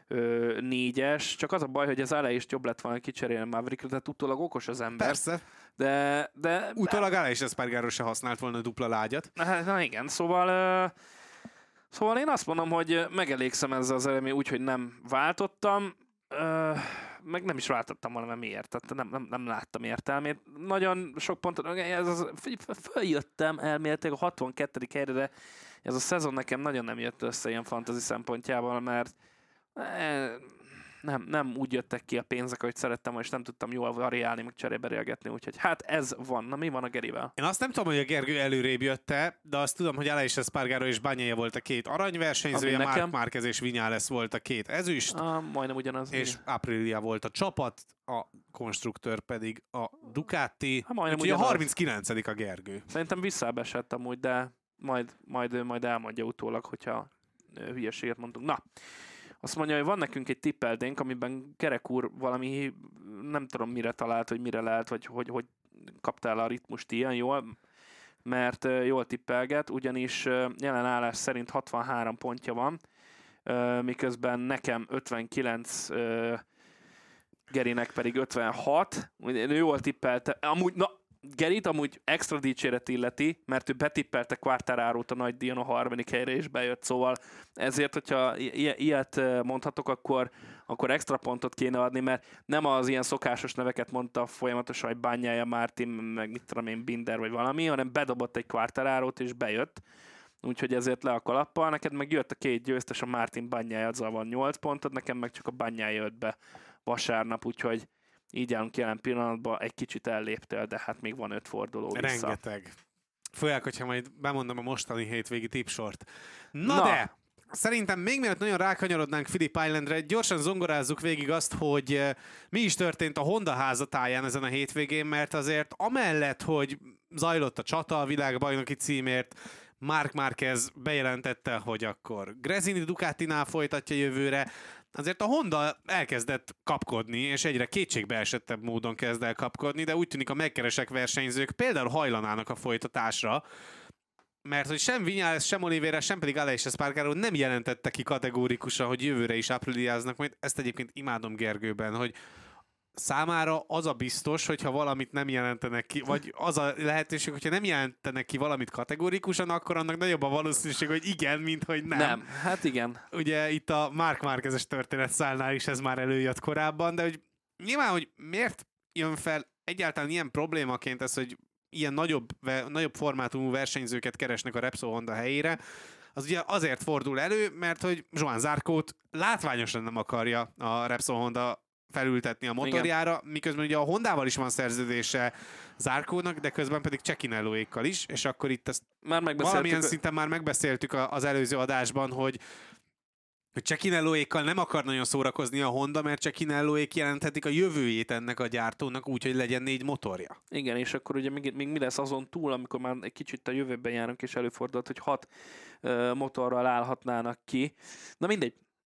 ö, négyes, csak az a baj, hogy az elején is jobb lett volna kicserélni Maverickre, tehát utólag okos az ember. Persze. De, de, Utólag Alex Espargaró se használt volna dupla lágyat. Na, na igen, szóval, ö, szóval én azt mondom, hogy megelégszem ezzel az eredmény úgy, hogy nem váltottam, ö, meg nem is váltottam volna, mert miért, tehát nem, nem, nem láttam értelmét. Nagyon sok pontot, ez az, följöttem elméletileg a hatvankettedik helyre, de ez a szezon nekem nagyon nem jött össze ilyen fantasy szempontjából, mert nem, nem úgy jöttek ki a pénzek, ahogy szerettem, és nem tudtam jól variálni, meg cserébe reagetni, úgyhogy hát ez van. Na mi van a Gerivel? Én azt nem tudom, hogy a Gergő előrébb jött-e, de azt tudom, hogy Alex Espargaró és Bagnaia volt a két aranyversenyzője, Marc Márquez és Viñales volt a két ezüst, ah, majdnem ugyanaz. És ugye? Aprilia volt a csapat, a konstruktőr pedig a Ducati, hát majdnem úgyhogy ugyanaz. a harminckilencedik a Gergő. Szerintem visszábesett amúgy, de majd, majd, majd elmondja utólag, hogyha hülyeséget mondunk. Na, azt mondja, hogy van nekünk egy tippeldénk, amiben Kerek úr valami, nem tudom mire talált, hogy mire lehet, vagy hogy, hogy kaptál a ritmust ilyen jól, mert jól tippelget, ugyanis jelen állás szerint hatvanhárom pontja van, miközben nekem ötvenkilenc, Gerinek pedig ötvenhat, ő jól tippelte, amúgy, na, Gerit amúgy extra dicséret illeti, mert ő betippelte Quartararót a nagy díjon a harmadik helyre és bejött, szóval ezért, hogyha i- ilyet mondhatok, akkor, akkor extra pontot kéne adni, mert nem az ilyen szokásos neveket mondta folyamatosan, hogy Bagnaia, Martin, meg mit tudom én, Binder vagy valami, hanem bedobott egy Quartararót és bejött, úgyhogy ezért le a kalappal, neked meg jött a két győztes, a Martin Bagnaia, azzal van nyolc pontod, nekem meg csak a Bagnaia jött be vasárnap, úgyhogy így állunk jelen pillanatban, egy kicsit elléptél, de hát még van öt forduló vissza. Rengeteg. Főleg, hogyha majd bemondom a mostani hétvégi tipsort. Na, Na. de, szerintem még mielőtt nagyon rákanyarodnánk Phillip Islandre, gyorsan zongorázzuk végig azt, hogy eh, mi is történt a Honda házatáján ezen a hétvégén, mert azért amellett, hogy zajlott a csata a világbajnoki címért, Marc Márquez bejelentette, hogy akkor Gresini Ducatinál folytatja jövőre, azért a Honda elkezdett kapkodni, és egyre kétségbeesettebb módon kezd el kapkodni, de úgy tűnik a megkeresek versenyzők például hajlanának a folytatásra, mert hogy sem Viñales, sem Oliveira, sem pedig Alex Espargaró nem jelentette ki kategórikusan, hogy jövőre is apriliáznak majd. Ezt egyébként imádom Gergőben, hogy számára az a biztos, hogyha valamit nem jelentenek ki, vagy az a lehetőség, hogyha nem jelentenek ki valamit kategórikusan, akkor annak nagyobb a valószínűség, hogy igen, mint hogy nem. Nem, hát igen. Ugye itt a Marc Márquezes történetszálnál is ez már előjött korábban, de hogy nyilván, hogy miért jön fel egyáltalán ilyen problémaként ez, hogy ilyen nagyobb, nagyobb formátumú versenyzőket keresnek a Repsol Honda helyére, az ugye azért fordul elő, mert hogy Joan Zarcót látványosan nem akarja a Repsol Honda felültetni a motorjára, igen. Miközben ugye a Hondával is van szerződése Zarcónak, de közben pedig Cecchinelloékkal is, és akkor itt ezt már valamilyen szinten már megbeszéltük az előző adásban, hogy hogy Cecchinelloékkal nem akar nagyon szórakozni a Honda, mert Cecchinelloék jelenthetik a jövőjét ennek a gyártónak úgy, hogy legyen négy motorja. Igen, és akkor ugye még, még mi lesz azon túl, amikor már egy kicsit a jövőben járunk, és előfordult, hogy hat uh, motorral állhatnának ki. Na mindegy.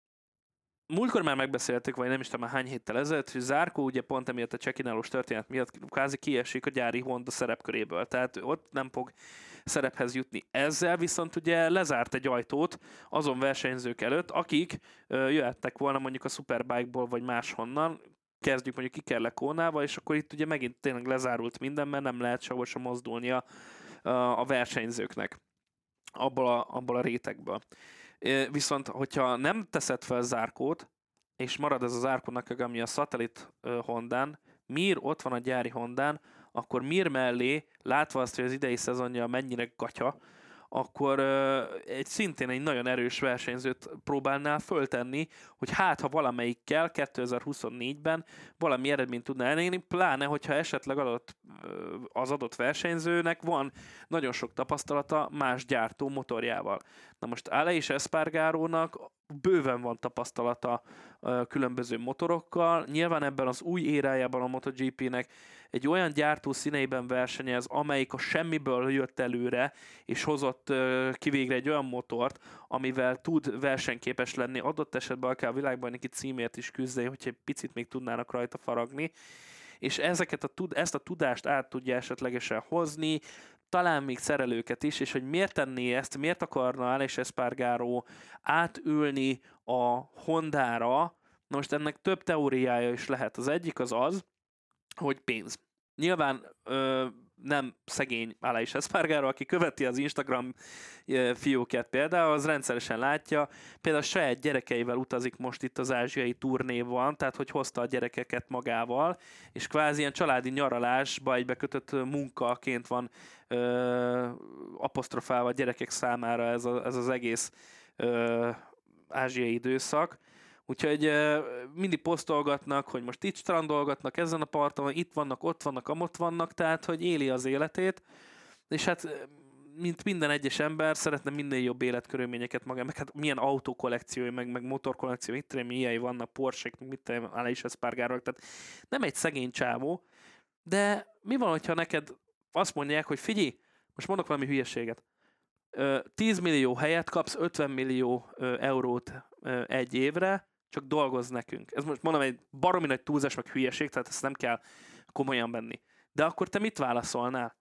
Múltkor már megbeszéltük, vagy nem is tudom, hány héttel ezelőtt, hogy Zarco ugye pont emiatt a Cecchinellós történet miatt kvázi kiesik a gyári Honda szerepköréből, tehát ott nem fog szerephez jutni. Ezzel viszont ugye lezárt egy ajtót azon versenyzők előtt, akik ö, jöhettek volna mondjuk a Superbike-ból vagy máshonnan, kezdjük mondjuk Iker Leconával, és akkor itt ugye megint tényleg lezárult minden, mert nem lehet sehol sem mozdulnia a, a versenyzőknek abból a, abból a rétegből. Viszont, hogyha nem teszed fel Zarcót, és marad ez az Zarco ami a szatellit Hondán, Mir ott van a gyári Hondán, akkor Mir mellé, látva azt, hogy az idei szezonja mennyire gatya, akkor egy szintén egy nagyon erős versenyzőt próbálnál föltenni, hogy hát, ha valamelyikkel kétezer-huszonnégyben valami eredményt tudna elérni, pláne, hogyha esetleg adott, az adott versenyzőnek van nagyon sok tapasztalata más gyártó motorjával. Na most Alex Espargarónak bőven van tapasztalata különböző motorokkal, nyilván ebben az új érájában a MotoGP-nek egy olyan gyártó színeiben versenyez, amelyik a semmiből jött előre, és hozott ki végre egy olyan motort, amivel tud versenyképes lenni, adott esetben akár a világbajnoki címért is küzdeni, hogyha egy picit még tudnának rajta faragni, és ezeket a, ezt a tudást át tudja esetlegesen hozni, talán még szerelőket is, és hogy miért tenné ezt, miért akarna Aleix Espargaró átülni a Hondára. Na most ennek több teóriája is lehet. Az egyik az az, hogy pénz. Nyilván ö, nem szegény Aleix Espargaró, aki követi az Instagram fiókját például, az rendszeresen látja, például a saját gyerekeivel utazik most itt az ázsiai turnéban, tehát hogy hozta a gyerekeket magával, és kvázi ilyen családi nyaralásba egybekötött munkaként van ö, apostrofálva a gyerekek számára ez, a, ez az egész ö, ázsiai időszak. Úgyhogy uh, mindig posztolgatnak, hogy most itt strandolgatnak ezen a parton, itt vannak, ott vannak, amott vannak, tehát hogy éli az életét, és hát mint minden egyes ember szeretne minél jobb életkörülményeket maga, meg hát milyen autókollekciói, meg, meg motorkollekciói, mit tudom, milyen vannak, Porsche-k, meg mit tudom, Aleix Espargarók, tehát nem egy szegény csávó, de mi van, hogyha neked azt mondják, hogy figyelj, most mondok valami hülyeséget, tíz millió helyet kapsz ötven millió eurót egy évre, csak dolgozz nekünk. Ez most mondom egy baromi nagy túlzás, meg hülyeség, tehát ezt nem kell komolyan venni. De akkor te mit válaszolnál?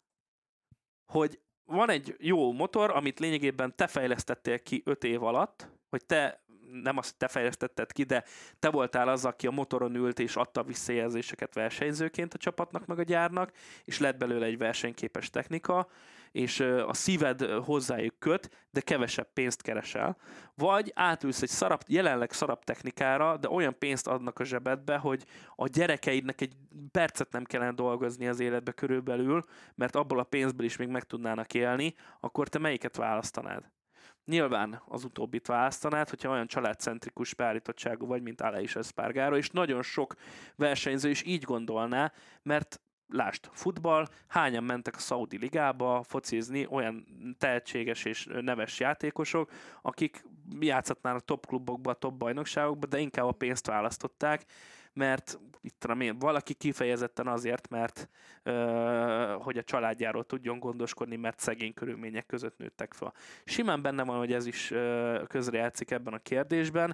Hogy van egy jó motor, amit lényegében te fejlesztettél ki öt év alatt, hogy te, nem azt, hogy te fejlesztetted ki, de te voltál az, aki a motoron ült és adta visszajelzéseket versenyzőként a csapatnak, meg a gyárnak, és lett belőle egy versenyképes technika, és a szíved hozzájuk köt, de kevesebb pénzt keresel. Vagy átülsz egy szarab, jelenleg szarab technikára, de olyan pénzt adnak a zsebedbe, hogy a gyerekeidnek egy percet nem kellene dolgozni az életbe körülbelül, mert abból a pénzből is még meg tudnának élni, akkor te melyiket választanád? Nyilván az utóbbit választanád, hogyha olyan családcentrikus beállítottságú vagy, mint Aleix Espargaró, és nagyon sok versenyző is így gondolná, mert lásd, futball, hányan mentek a Szaudi ligába focizni, olyan tehetséges és neves játékosok, akik játszhatnának top klubokba, top bajnokságokba, de inkább a pénzt választották, mert itt tudom én, valaki kifejezetten azért, mert ö, hogy a családjáról tudjon gondoskodni, mert szegény körülmények között nőttek fel. Simán benne van, hogy ez is ö, közrejátszik ebben a kérdésben,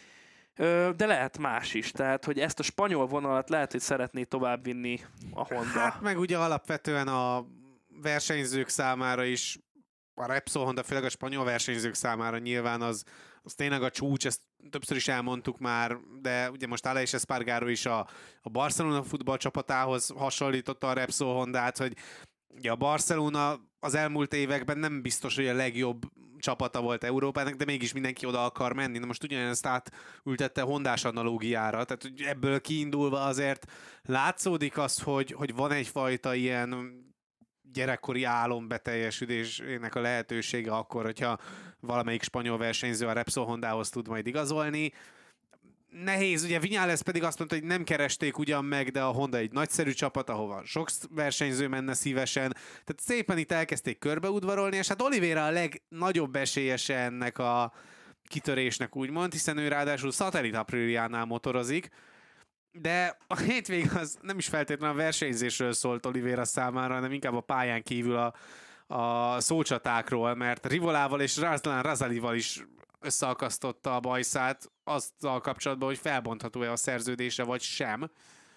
de lehet más is, tehát, hogy ezt a spanyol vonalat lehet, hogy szeretné továbbvinni a Honda. Hát meg ugye alapvetően a versenyzők számára is, a Repsol Honda, főleg a spanyol versenyzők számára nyilván az, az tényleg a csúcs, ezt többször is elmondtuk már, de ugye most Aleix Espargaró is a, a Barcelona futballcsapatához hasonlította a Repsol Hondát, hogy ugye a Barcelona az elmúlt években nem biztos, hogy a legjobb csapata volt Európának, de mégis mindenki oda akar menni. Na most ugyanezt átültette Hondás analógiára, tehát hogy ebből kiindulva azért látszódik az, hogy, hogy van egyfajta ilyen gyerekkori álombeteljesülésének a lehetősége akkor, hogyha valamelyik spanyol versenyző a Repsol Hondához tud majd igazolni. Nehéz, ugye Viñales pedig azt mondta, hogy nem keresték ugyan meg, de a Honda egy nagyszerű csapat, ahova sok versenyző menne szívesen. Tehát szépen itt elkezdték körbeudvarolni, és hát Oliveira a legnagyobb esélyese ennek a kitörésnek úgymond, hiszen ő ráadásul Szatellit Apriliánál motorozik, de a hétvég az nem is feltétlenül a versenyzésről szólt Oliveira számára, hanem inkább a pályán kívül a, a szócsatákról, mert Rivolával és Razlan Razalival is összeakasztotta a bajszát azzal kapcsolatban, hogy felbontható-e a szerződése, vagy sem.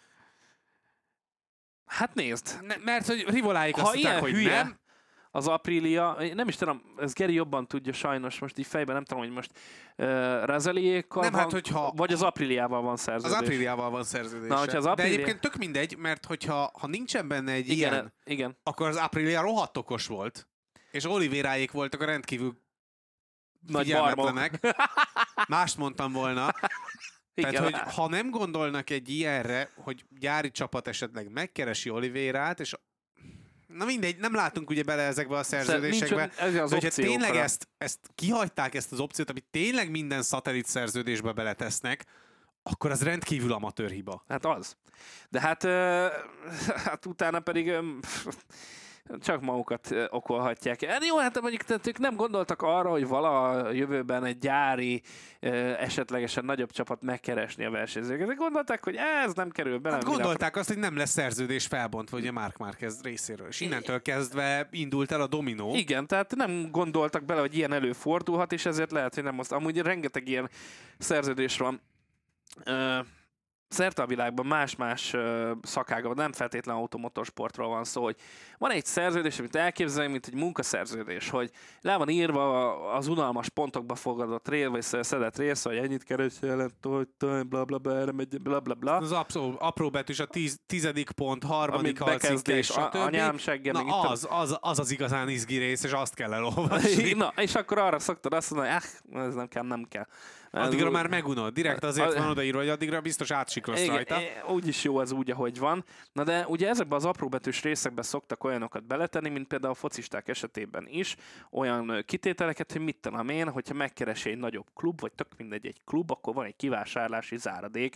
Hát nézd. Ne, mert hogy Rivoláik azt mondták, hogy hülye, nem. Az Aprilia, nem is tudom, ez Geri jobban tudja sajnos, most így fejben nem tudom, hogy most uh, Razaliékkal nem, van, hát, hogyha, vagy az Apriliával van szerződés. Az Apriliával van szerződése. Na, hogyha az Aprilia... De egyébként tök mindegy, mert hogyha ha nincsen benne egy igen, ilyen, igen. akkor az Aprilia rohadt okos volt. És Oliveiráék voltak a rendkívül nagy figyelmetlenek. Mást mondtam volna. Igen. Tehát, hogy ha nem gondolnak egy ilyenre, hogy gyári csapat esetleg megkeresi Oliveirát, és na mindegy, nem látunk ugye bele ezekbe a szerződésekbe, ez de hogyha tényleg ezt, ezt kihagyták, ezt az opciót, amit tényleg minden szatellit szerződésbe beletesznek, akkor az rendkívül amatőr hiba. Hát az. De hát, hát utána pedig csak magukat okolhatják. Hát jó, hát mondjuk tehát ők nem gondoltak arra, hogy vala a jövőben egy gyári, esetlegesen nagyobb csapat megkeresni a versenyzőket. De gondolták, hogy ez nem kerül bele. Hát gondolták azt, hogy nem lesz szerződés felbontva ugye Marc Márquez részéről. És innentől kezdve indult el a dominó. Igen, tehát nem gondoltak bele, hogy ilyen előfordulhat, és ezért lehet, hogy nem most. Amúgy rengeteg ilyen szerződés van. szerte a világban más-más uh, szakágban, nem feltétlenül automotorsportról van szó, hogy van egy szerződés, amit elképzelünk, mint egy munkaszerződés, hogy le van írva az unalmas pontokba fogadott rész, vagy szedett rész, hogy ennyit keresel, bla bla bla, erre megy, bla bla bla. Az apró, apró betűs, a tíz, tizedik pont, harmadik alcikkely, stb. Anyám segge, Na az, az, az az igazán izgi rész, és azt kell elolvasni. Na, és akkor arra szoktad azt mondani, hogy eh, ez nem kell, nem kell. Addigra már megunod. Direkt azért van odaírva, hogy addigra biztos átsiklasz rajta. Úgyis jó az úgy, ahogy van. Na de ugye ezekben az apróbetűs részekben szoktak olyanokat beletenni, mint például a focisták esetében is, olyan kitételeket, hogy mit tudom én, hogyha megkeresi egy nagyobb klub, vagy tök mindegy egy klub, akkor van egy kivásárlási záradék,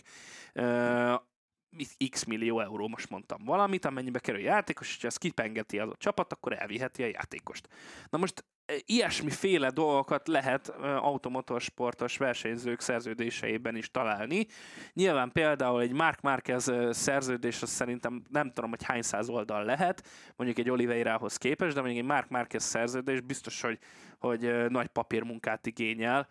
x millió euró, most mondtam valamit, amennyibe kerül a játékos, és ha ezt kipengeti az a csapat, akkor elviheti a játékost. Na most ilyesmiféle dolgokat lehet automotorsportos versenyzők szerződéseiben is találni. Nyilván például egy Marc Márquez szerződés, az szerintem nem tudom, hogy hány száz oldal lehet, mondjuk egy Oliveirahoz képest, de mondjuk egy Marc Márquez szerződés biztos, hogy, hogy nagy papírmunkát igényel.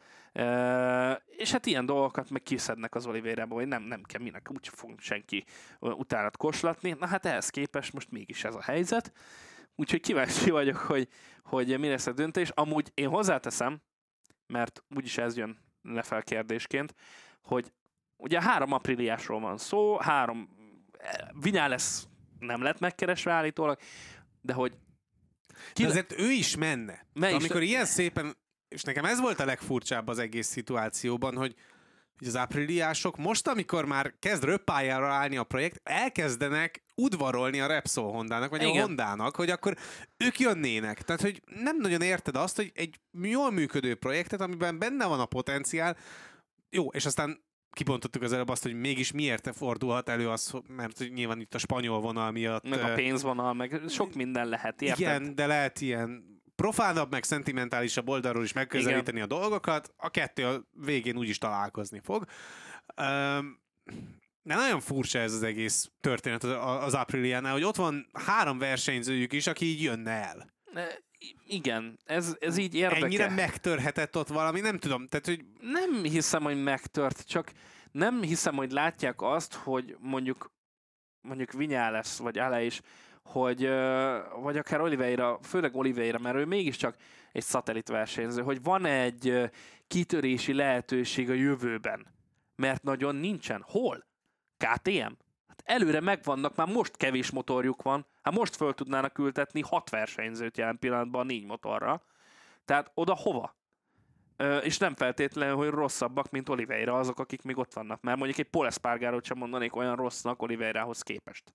És hát ilyen dolgokat meg kiszednek az Oliveira-ból, hogy nem, nem kell, minek, úgy fog senki utánat koslatni. Na hát ehhez képest most mégis ez a helyzet. Úgyhogy kíváncsi vagyok, hogy, hogy mi lesz a döntés. Amúgy én hozzáteszem, mert úgyis ez jön lefel kérdésként, hogy ugye három apríliásról van szó, három Viñales nem lett megkeresve állítólag, de hogy... Ki... De azért ő is menne. Is amikor le... ilyen szépen, és nekem ez volt a legfurcsább az egész szituációban, hogy hogy az ápriliások most, amikor már kezd röppályára állni a projekt, elkezdenek udvarolni a Repsol Hondának, vagy Igen. a Hondának, hogy akkor ők jönnének. Tehát, hogy nem nagyon érted azt, hogy egy jól működő projektet, amiben benne van a potenciál, jó, és aztán kibontottuk az előbb azt, hogy mégis miért fordulhat elő az, mert nyilván itt a spanyol vonal miatt... Meg a pénzvonal, meg sok minden lehet, érted? Igen, de lehet ilyen profánabb, meg szentimentálisabb oldalról is megközelíteni Igen. a dolgokat, a kettő a végén úgyis találkozni fog. Um, de nagyon furcsa ez az egész történet az Apriliánál, hogy ott van három versenyzőjük is, aki így jönne el. Igen, ez, ez így érdekes. Ennyire megtörhetett ott valami, nem tudom. Tehát, hogy... Nem hiszem, hogy megtört, csak nem hiszem, hogy látják azt, hogy mondjuk mondjuk Viñales vagy Ale is, hogy, vagy akár Oliveira, főleg Oliveira, mert ő mégiscsak egy szatellit versenyző, hogy van egy kitörési lehetőség a jövőben, mert nagyon nincsen. Hol? ká té em? Hát előre megvannak, már most kevés motorjuk van, hát most föl tudnának ültetni hat versenyzőt jelen pillanatban a négy motorra. Tehát oda hova? Ö, és nem feltétlenül, hogy rosszabbak, mint Oliveira azok, akik még ott vannak, mert mondjuk egy Pol Espargarót sem mondanék olyan rossznak Oliveirahoz képest.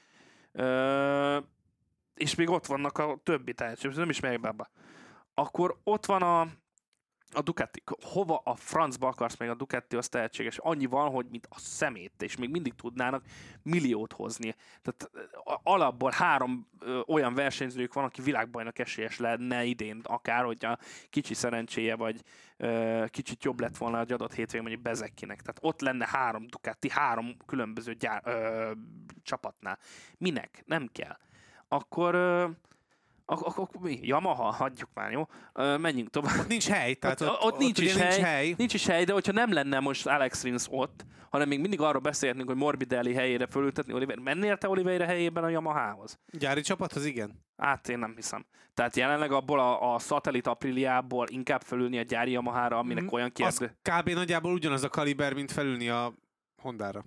Ö, és még ott vannak a többi tehetség, nem is megyek be abba. Akkor ott van a, a Ducati. Hova a francba akarsz még a Ducati, az tehetséges? Annyi van, hogy mint a szemét, és még mindig tudnának milliót hozni. Tehát alapból három ö, olyan versenyzőjük van, aki világbajnok esélyes lenne idén, akár, hogyha kicsi szerencséje, vagy ö, kicsit jobb lett volna egy adott hétvégén mondjuk Bezecchinek. Tehát ott lenne három Ducati, három különböző gyár, ö, csapatnál. Minek? Nem kell. Akkor... Ö, Akkor mi? Yamaha, hagyjuk már, jó? Menjünk tovább. Ott nincs hely. Tehát ott, ott, ott, nincs, ott is hely, nincs hely. Nincs is hely, de hogyha nem lenne most Alex Rins ott, hanem még mindig arról beszélhetnénk, hogy Morbidelli helyére fölültetni Oliveira. Mennél te Oliveira helyében a Yamahához? Gyári csapathoz igen. Hát én nem hiszem. Tehát jelenleg abból a, a szatellit Apriliából inkább fölülni a gyári Yamahára, aminek mm, olyan kérdő. Az kb. Nagyjából ugyanaz a kaliber, mint felülni a Hondára.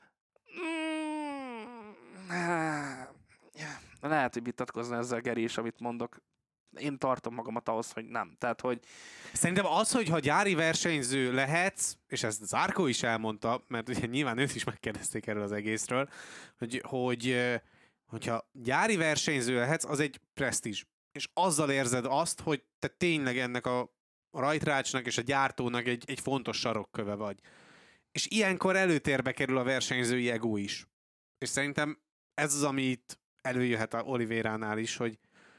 Mm, lehet, hogy vitatkozni ezzel, Geri, is, amit mondok. Én tartom magamat ahhoz, hogy nem. Tehát, hogy... Szerintem az, hogy ha gyári versenyző lehetsz, és ezt Zarco is elmondta, mert ugye nyilván őt is megkérdezték erről az egészről, hogy, hogy hogyha gyári versenyző lehetsz, az egy presztízs. És azzal érzed azt, hogy te tényleg ennek a rajtrácsnak és a gyártónak egy, egy fontos sarokköve vagy. És ilyenkor előtérbe kerül a versenyzői ego is. És szerintem ez az, ami itt előjöhet a Oliveiránál is, hogy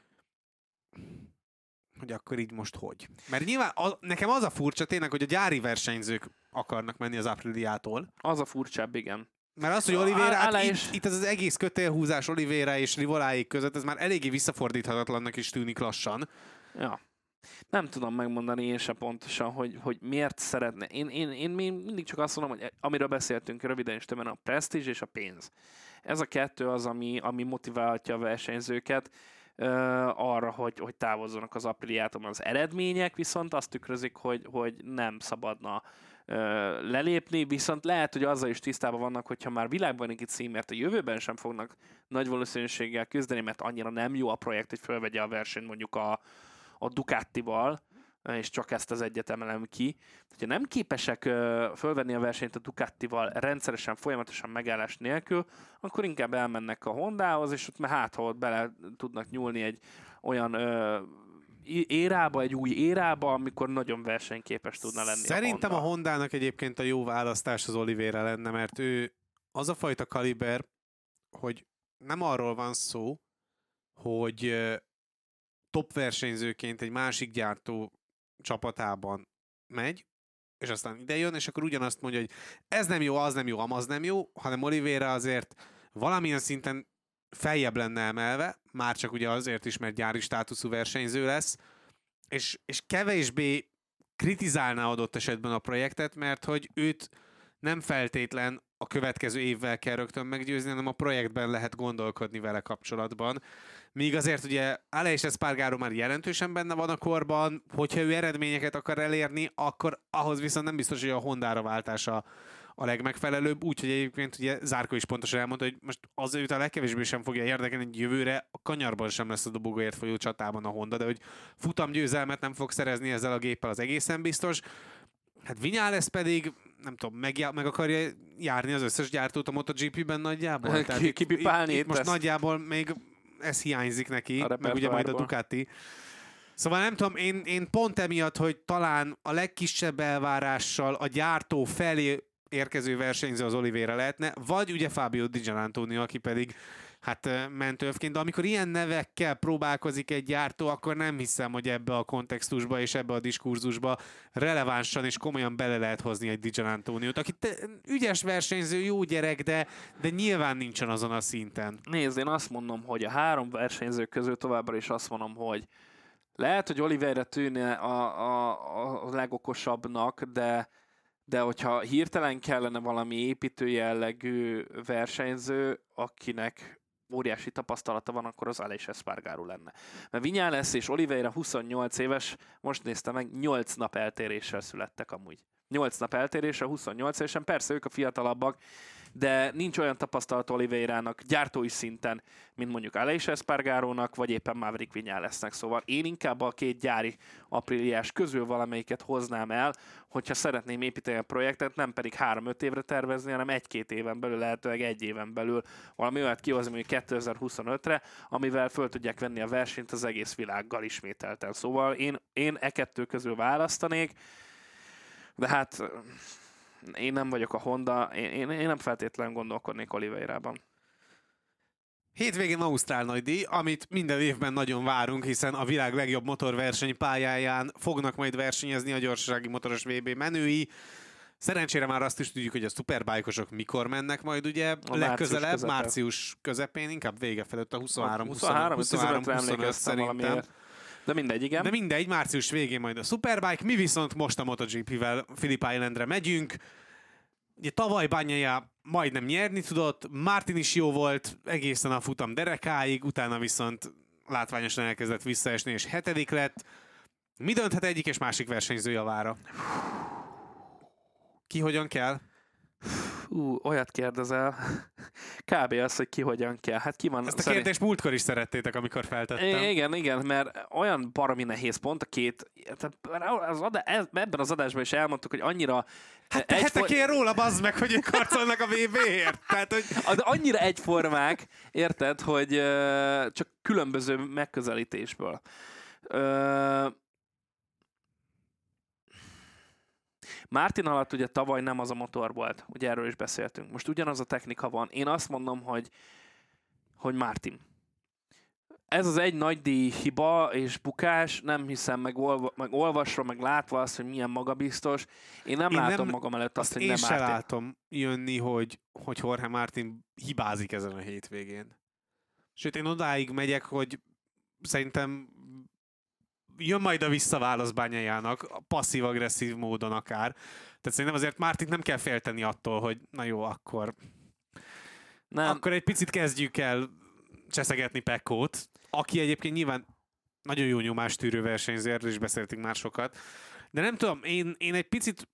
hogy akkor így most hogy. Mert nyilván az, nekem az a furcsa tényleg, hogy a gyári versenyzők akarnak menni az Apriliától. Az a furcsább, igen. Mert az, hogy Oliveira, hát itt, itt az, az egész kötélhúzás Oliveira és Rivoláék között, ez már eléggé visszafordíthatatlannak is tűnik lassan. Ja. Nem tudom megmondani én sem pontosan, hogy, hogy miért szeretne. Én, én, én mindig csak azt mondom, hogy amiről beszéltünk röviden és többen, a presztízs és a pénz. Ez a kettő az, ami, ami motiválhatja a versenyzőket uh, arra, hogy, hogy távozzanak az Apriliától. Az eredmények viszont azt tükrözik, hogy, hogy nem szabadna uh, lelépni, viszont lehet, hogy azzal is tisztában vannak, hogyha már világbajnoki címért a jövőben sem fognak nagy valószínűséggel küzdeni, mert annyira nem jó a projekt, hogy fölvegye a versenyt mondjuk a a Ducatival, és csak ezt az egyet emelem ki. Ha nem képesek fölvenni a versenyt a Ducatival rendszeresen, folyamatosan megállás nélkül, akkor inkább elmennek a Hondához, és ott már hát, ha ott bele tudnak nyúlni egy olyan ö, érába, egy új érába, amikor nagyon versenyképes tudna lenni. Szerintem a, Honda. a Hondának egyébként a jó választás az Oliveira lenne, mert ő az a fajta kaliber, hogy nem arról van szó, hogy top versenyzőként egy másik gyártó csapatában megy, és aztán ide jön, és akkor ugyanazt mondja, hogy ez nem jó, az nem jó, amaz nem jó, hanem Oliveira azért valamilyen szinten feljebb lenne emelve, már csak ugye azért is, mert gyári státuszú versenyző lesz, és, és kevésbé kritizálná adott esetben a projektet, mert hogy őt nem feltétlen a következő évvel kell rögtön meggyőzni, hanem a projektben lehet gondolkodni vele kapcsolatban. Míg azért ugye Aleix Espargaró már jelentősen benne van a korban, hogyha ő eredményeket akar elérni, akkor ahhoz viszont nem biztos, hogy a Hondára váltása a legmegfelelőbb, úgyhogy egyébként ugye Zarco is pontosan elmondta, hogy most az őt a legkevésbé sem fogja érdekelni, hogy jövőre a kanyarban sem lesz a dobogóért folyó csatában a Honda, de hogy futamgyőzelmet nem fog szerezni ezzel a géppel, az egészen biztos. Hát Viñales pedig, nem tudom, meg, meg akarja járni az összes gyártót a MotoGP-ben nagyjából. Tehát itt, Kipipálni itt, itt most nagyjából még ez hiányzik neki, meg ugye majd a Ducati. Szóval nem tudom, én, én pont emiatt, hogy talán a legkisebb elvárással a gyártó felé érkező versenyző az Oliveira lehetne, vagy ugye Fabio Di Giannantonio, aki pedig hát mentővként, de amikor ilyen nevekkel próbálkozik egy gyártó, akkor nem hiszem, hogy ebbe a kontextusba és ebbe a diskurzusba relevánsan és komolyan bele lehet hozni egy Di Giannantoniót, aki te, ügyes versenyző, jó gyerek, de, de nyilván nincsen azon a szinten. Nézd, én azt mondom, hogy a három versenyző közül továbbra is azt mondom, hogy lehet, hogy Oliveira tűnne a, a, a legokosabbnak, de de hogyha hirtelen kellene valami építő jellegű versenyző, akinek óriási tapasztalata van, akkor az Aleix Espargaró lenne. Mert Viñales és Oliveira huszonnyolc éves, most néztem meg, nyolc nap eltéréssel születtek amúgy. nyolc nap eltéréssel, huszonnyolc évesen, persze ők a fiatalabbak, de nincs olyan tapasztalat Oliveirának gyártói szinten, mint mondjuk Aleix Espargarónak, vagy éppen Maverick Viñalesnek. Szóval én inkább a két gyári Apriliás közül valamelyiket hoznám el, hogyha szeretném építeni a projektet, nem pedig három-öt évre tervezni, hanem egy-két éven belül, lehetőleg egy éven belül valami olyat kihozni, mondjuk kétezer-huszonötre, amivel föl tudják venni a versenyt az egész világgal ismételten. Szóval én, én e kettő közül választanék, de hát én nem vagyok a Honda, én, én, én nem feltétlenül gondolkodnék Oliveirában. Hétvégén Ausztrál nagydíj, amit minden évben nagyon várunk, hiszen a világ legjobb motorverseny pályáján fognak majd versenyezni a gyorsasági motoros vé bé menői. Szerencsére már azt is tudjuk, hogy a szuperbike-osok mikor mennek majd ugye a legközelebb, március, március közepén, inkább vége felett a huszonhárom huszonöt szerintem. De mindegy, igen. De mindegy, március végén majd a Superbike, mi viszont most a MotoGP-vel Phillip Islandre megyünk. Ugye tavaly Bagnaia majdnem nyerni tudott, Martin is jó volt egészen a futam derekáig, utána viszont látványosan elkezdett visszaesni, és hetedik lett. Mi dönthet egyik és másik versenyző javára? Ki hogyan kell? Ú, olyat kérdezel. Kb. Az, hogy ki hogyan kell. Hát ki van... Ezt a szerint... kérdést múltkor is szerettétek, amikor feltettem. I- igen, igen, mert olyan baromi nehéz pont a két... Az adá... Ebben az adásban is elmondtuk, hogy annyira... Hát tehetek for... róla, bazd meg, hogy ők harcolnak a vé bé-ért. Tehát, hogy... Annyira egyformák, érted, hogy uh, csak különböző megközelítésből. Uh, Martin alatt ugye tavaly nem az a motor volt, ugye erről is beszéltünk. Most ugyanaz a technika van. Én azt mondom, hogy, hogy Martin. Ez az egy nagy díj hiba és bukás, nem hiszem meg, olva, meg olvasva, meg látva azt, hogy milyen magabiztos. Én nem én látom nem, magam előtt azt, azt hogy nem Martin. Én se látom jönni, hogy, hogy Jorge Martin hibázik ezen a hétvégén. Sőt, én odáig megyek, hogy szerintem jön majd a visszaválasz Bagnajának, passzív-agresszív módon akár. Tehát szerintem azért Martint nem kell félteni attól, hogy na jó, akkor nem. Akkor egy picit kezdjük el cseszegetni Pekkót, aki egyébként nyilván nagyon jó nyomástűrő versenyző, erről is beszéltünk már sokat. De nem tudom, én, én egy picit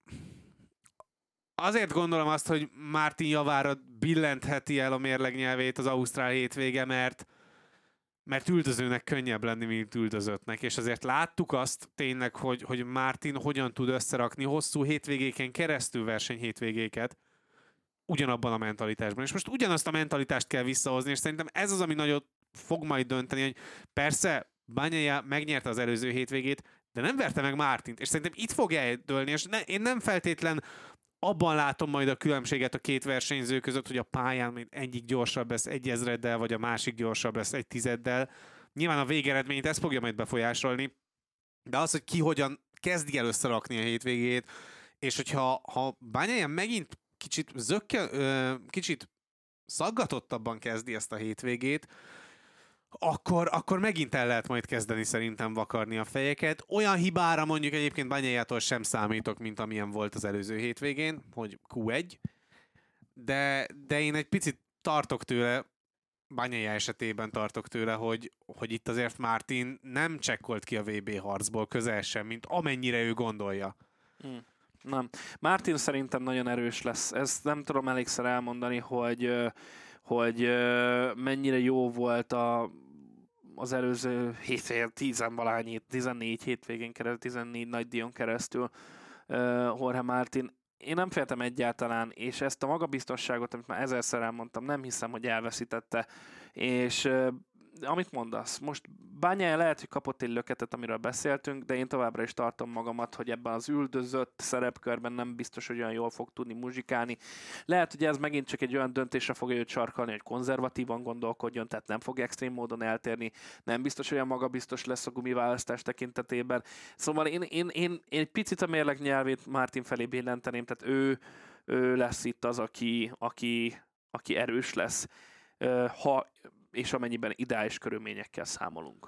azért gondolom azt, hogy Martin javára billentheti el a mérleg nyelvét az ausztrál hétvége, mert, mert üldözőnek könnyebb lenni, mint üldözöttnek. És azért láttuk azt tényleg, hogy, hogy Martin hogyan tud összerakni hosszú hétvégéken keresztül versenyhétvégéket ugyanabban a mentalitásban. És most ugyanazt a mentalitást kell visszahozni, és szerintem ez az, ami nagyot fog majd dönteni, hogy persze Bagnaia megnyerte az előző hétvégét, de nem verte meg Martint, és szerintem itt fog eldőlni, és ne, én nem feltétlen abban látom majd a különbséget a két versenyző között, hogy a pályán egyik gyorsabb lesz egy ezreddel, vagy a másik gyorsabb lesz egy tizeddel. Nyilván a végeredményt ez fogja majd befolyásolni, de az, hogy ki hogyan kezdi el összerakni a hétvégét, és hogyha ha Bagnaia megint kicsit zökkel, kicsit szaggatottabban kezdi ezt a hétvégét, Akkor, akkor megint el lehet majd kezdeni szerintem vakarni a fejeket. Olyan hibára mondjuk egyébként Bagnaiától sem számítok, mint amilyen volt az előző hétvégén, hogy kú egy, de, de én egy picit tartok tőle, Bagnaia esetében tartok tőle, hogy, hogy itt azért Martin nem csekkolt ki a vé bé harcból közel sem, mint amennyire ő gondolja. Hmm. Nem. Martin szerintem nagyon erős lesz. Ezt nem tudom elégszer elmondani, hogy, hogy mennyire jó volt a az előző hétvégén, tizenvalány, tizennégy hétvégén keresztül, tizennégy nagy díjon keresztül uh, Jorge Martin. Én nem féltem egyáltalán, és ezt a magabiztosságot, amit már ezerszer elmondtam, nem hiszem, hogy elveszítette, és uh, amit mondasz, most Bagnaia lehet, hogy kapott egy löketet, amiről beszéltünk, de én továbbra is tartom magamat, hogy ebben az üldözött szerepkörben nem biztos, hogy olyan jól fog tudni muzsikálni. Lehet, hogy ez megint csak egy olyan döntésre fogja őt sarkalni, hogy konzervatívan gondolkodjon, tehát nem fog extrém módon eltérni, nem biztos, hogy olyan magabiztos lesz a gumiválasztás tekintetében. Szóval én, én, én, én egy picit a mérleg nyelvét Martin felé billenteném, tehát ő, ő lesz itt az, aki, aki, aki erős lesz, ha és amennyiben ideális körülményekkel számolunk.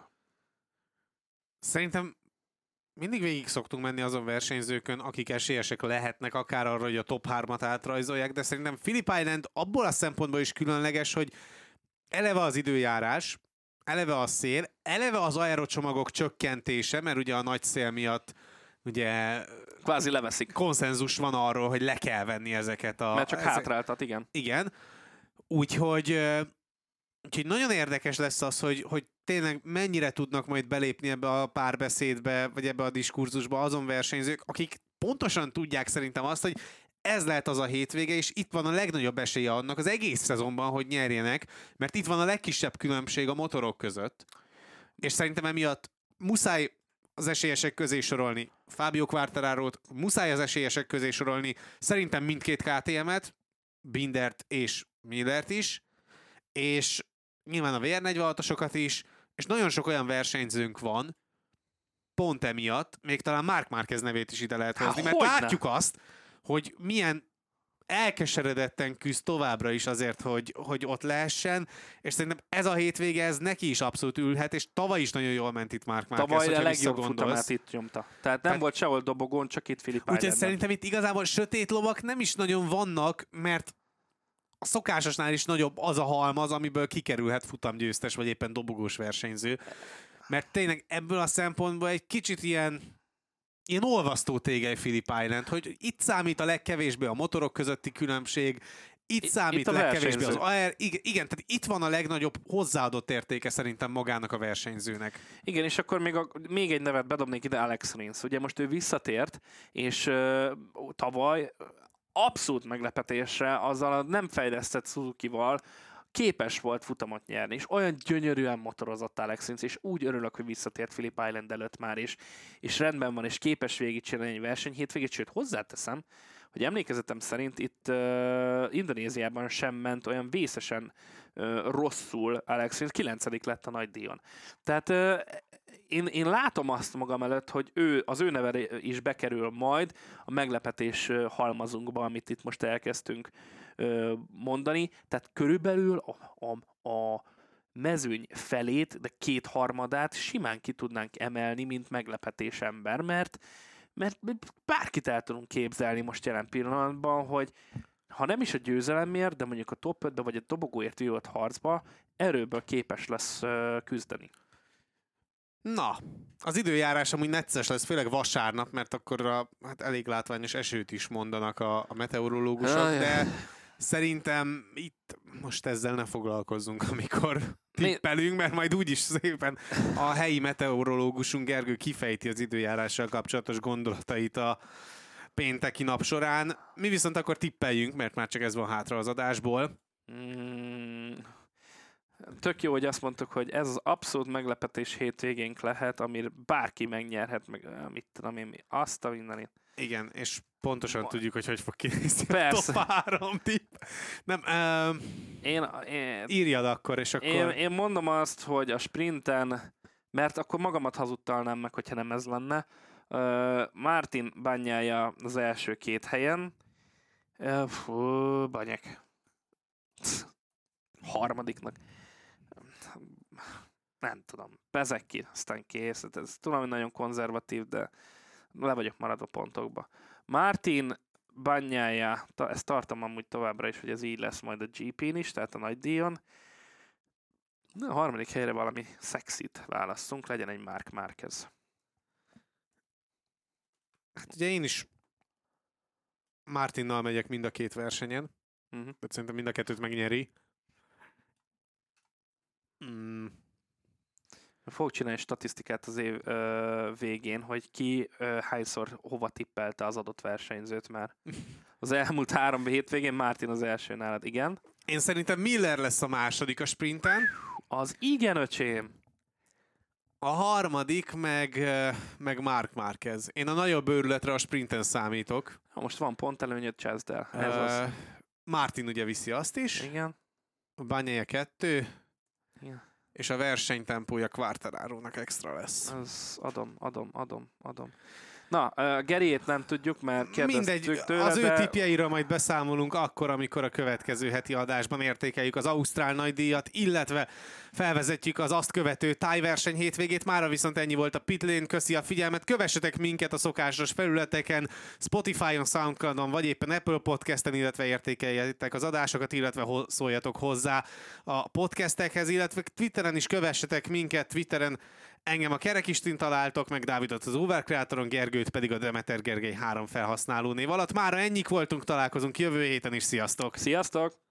Szerintem mindig végig szoktunk menni azon versenyzőkön, akik esélyesek lehetnek akár arra, hogy a top hármat átrajzolják, de szerintem Phillip Island abból a szempontból is különleges, hogy eleve az időjárás, eleve a szél, eleve az aerocsomagok csökkentése, mert ugye a nagy szél miatt ugye kvázi leveszik. Konszenzus van arról, hogy le kell venni ezeket a... Mert csak ezek... hátráltat, igen. Igen. Úgyhogy... Úgyhogy nagyon érdekes lesz az, hogy, hogy tényleg mennyire tudnak majd belépni ebbe a párbeszédbe, vagy ebbe a diskurzusba azon versenyzők, akik pontosan tudják szerintem azt, hogy ez lehet az a hétvége, és itt van a legnagyobb esélye annak az egész szezonban, hogy nyerjenek, mert itt van a legkisebb különbség a motorok között. És szerintem emiatt muszáj az esélyesek közé sorolni Fabio Quartararót, muszáj az esélyesek közé sorolni szerintem mindkét ká té em-et, Bindert és Millert is, és nyilván a vé er negyvenhatosokat is, és nagyon sok olyan versenyzőnk van, pont emiatt, még talán Marc Márquez nevét is ide lehet hozni, Há, mert látjuk ne? azt, hogy milyen elkeseredetten küzd továbbra is azért, hogy, hogy ott lehessen, és szerintem ez a hétvége, ez neki is abszolút ülhet, és tavaly is nagyon jól ment itt Marc Márquez. Tavaly a legjobb futamát itt nyomta. Tehát nem Tehát, volt sehol dobogón, csak itt Phillip Islandben. Úgyhogy szerintem itt igazából sötét lovak nem is nagyon vannak, mert a szokásosnál is nagyobb az a halmaz, amiből kikerülhet futamgyőztes, vagy éppen dobogós versenyző. Mert tényleg ebből a szempontból egy kicsit ilyen, ilyen olvasztó tégely Phillip Island, hogy itt számít a legkevésbé a motorok közötti különbség, itt, itt számít itt a legkevésbé az aer, igen, igen, tehát itt van a legnagyobb hozzáadott értéke szerintem magának a versenyzőnek. Igen, és akkor még, a, még egy nevet bedobnék ide, Alex Rins. Ugye most ő visszatért, és uh, tavaly abszolút meglepetésre, azzal a nem fejlesztett Suzuki-val képes volt futamot nyerni, és olyan gyönyörűen motorozott Alex Rins, és úgy örülök, hogy visszatért Phillip Island előtt már is, és rendben van, és képes végigcsinálni egy versenyhétvégét, sőt hozzáteszem, hogy emlékezetem szerint itt uh, Indonéziában sem ment olyan vészesen uh, rosszul Alex Rins, kilencedik lett a nagy díjon. Tehát uh, én, én látom azt magam előtt, hogy ő, az ő neve is bekerül majd a meglepetés uh, halmazunkba, amit itt most elkezdtünk uh, mondani. Tehát körülbelül a, a, a mezőny felét, de kétharmadát simán ki tudnánk emelni, mint meglepetés ember, mert, mert bárkit el tudunk képzelni most jelen pillanatban, hogy ha nem is a győzelemért, de mondjuk a top ötbe vagy a dobogóért vívott harcba erőből képes lesz uh, küzdeni. Na, az időjárás amúgy necces lesz, főleg vasárnap, mert akkor a, hát elég látványos esőt is mondanak a, a meteorológusok, ah, de szerintem itt most ezzel ne foglalkozzunk, amikor tippelünk, mert majd úgyis szépen a helyi meteorológusunk Gergő kifejti az időjárással kapcsolatos gondolatait a pénteki nap során. Mi viszont akkor tippeljünk, mert már csak ez van hátra az adásból. Mm, tök jó, hogy azt mondtuk, hogy ez az abszolút meglepetés hétvégénk lehet, amire bárki megnyerhet, meg mit tudom én, azt a mindenit. Igen, és pontosan Ma... tudjuk, hogy hogy fog kinézni Persze. a top három tipp. Nem, uh, én, én, írjad akkor, és akkor... Én, én mondom azt, hogy a sprinten, mert akkor magamat hazudtalnám meg, hogyha nem ez lenne, uh, Martin Bagnaia az első két helyen, uh, fú, banyek. Harmadiknak. Nem tudom. Bezeki, aztán kész. Ez tudom, hogy nagyon konzervatív, de le vagyok maradva pontokba. Martin Bagnaia, ezt tartom amúgy továbbra is, hogy ez így lesz majd a gé pén is, tehát a nagy díjon. A harmadik helyre valami szexit válasszunk, legyen egy Marc Márquez. Hát ugye én is Martinnal megyek mind a két versenyen. Uh-huh. Tehát szerintem mind a kettőt megnyeri. Mm. Fogok csinálni statisztikát az év ö, végén, hogy ki ö, hányszor hova tippelte az adott versenyzőt már. Az elmúlt három hétvégén Martin az első nálad, igen. Én szerintem Miller lesz a második a sprinten. Az igen, öcsém. A harmadik meg, meg Marc Márquez. Én a nagyobb őrületre a sprinten számítok. Ha most van pont előnyöd, cseszd el. Ez uh, az. Martin ugye viszi azt is. Igen. A Bagnaia kettő. Igen. És a versenytempója Quartararónak extra lesz. Az adom, adom, adom, adom. Na, uh, Geriét nem tudjuk, mert kérdeztük Mindegy, tőle, az de... ő tippjeiről majd beszámolunk akkor, amikor a következő heti adásban értékeljük az Ausztrál nagydíjat, illetve felvezetjük az azt követő tájverseny hétvégét. Mára viszont ennyi volt a Pitlane. Köszi a figyelmet, kövessetek minket a szokásos felületeken, Spotify-on, Soundcloud-on, vagy éppen Apple Podcasten, illetve értékeljetek az adásokat, illetve ho- szóljatok hozzá a podcastekhez, illetve Twitteren is kövessetek minket, Twitteren engem a Kerek István találtok, meg Dávidot az Overcreatoron, Gergőt pedig a Demeter Gergely három felhasználó név alatt. Mára ennyik voltunk, találkozunk jövő héten is, sziasztok! Sziasztok!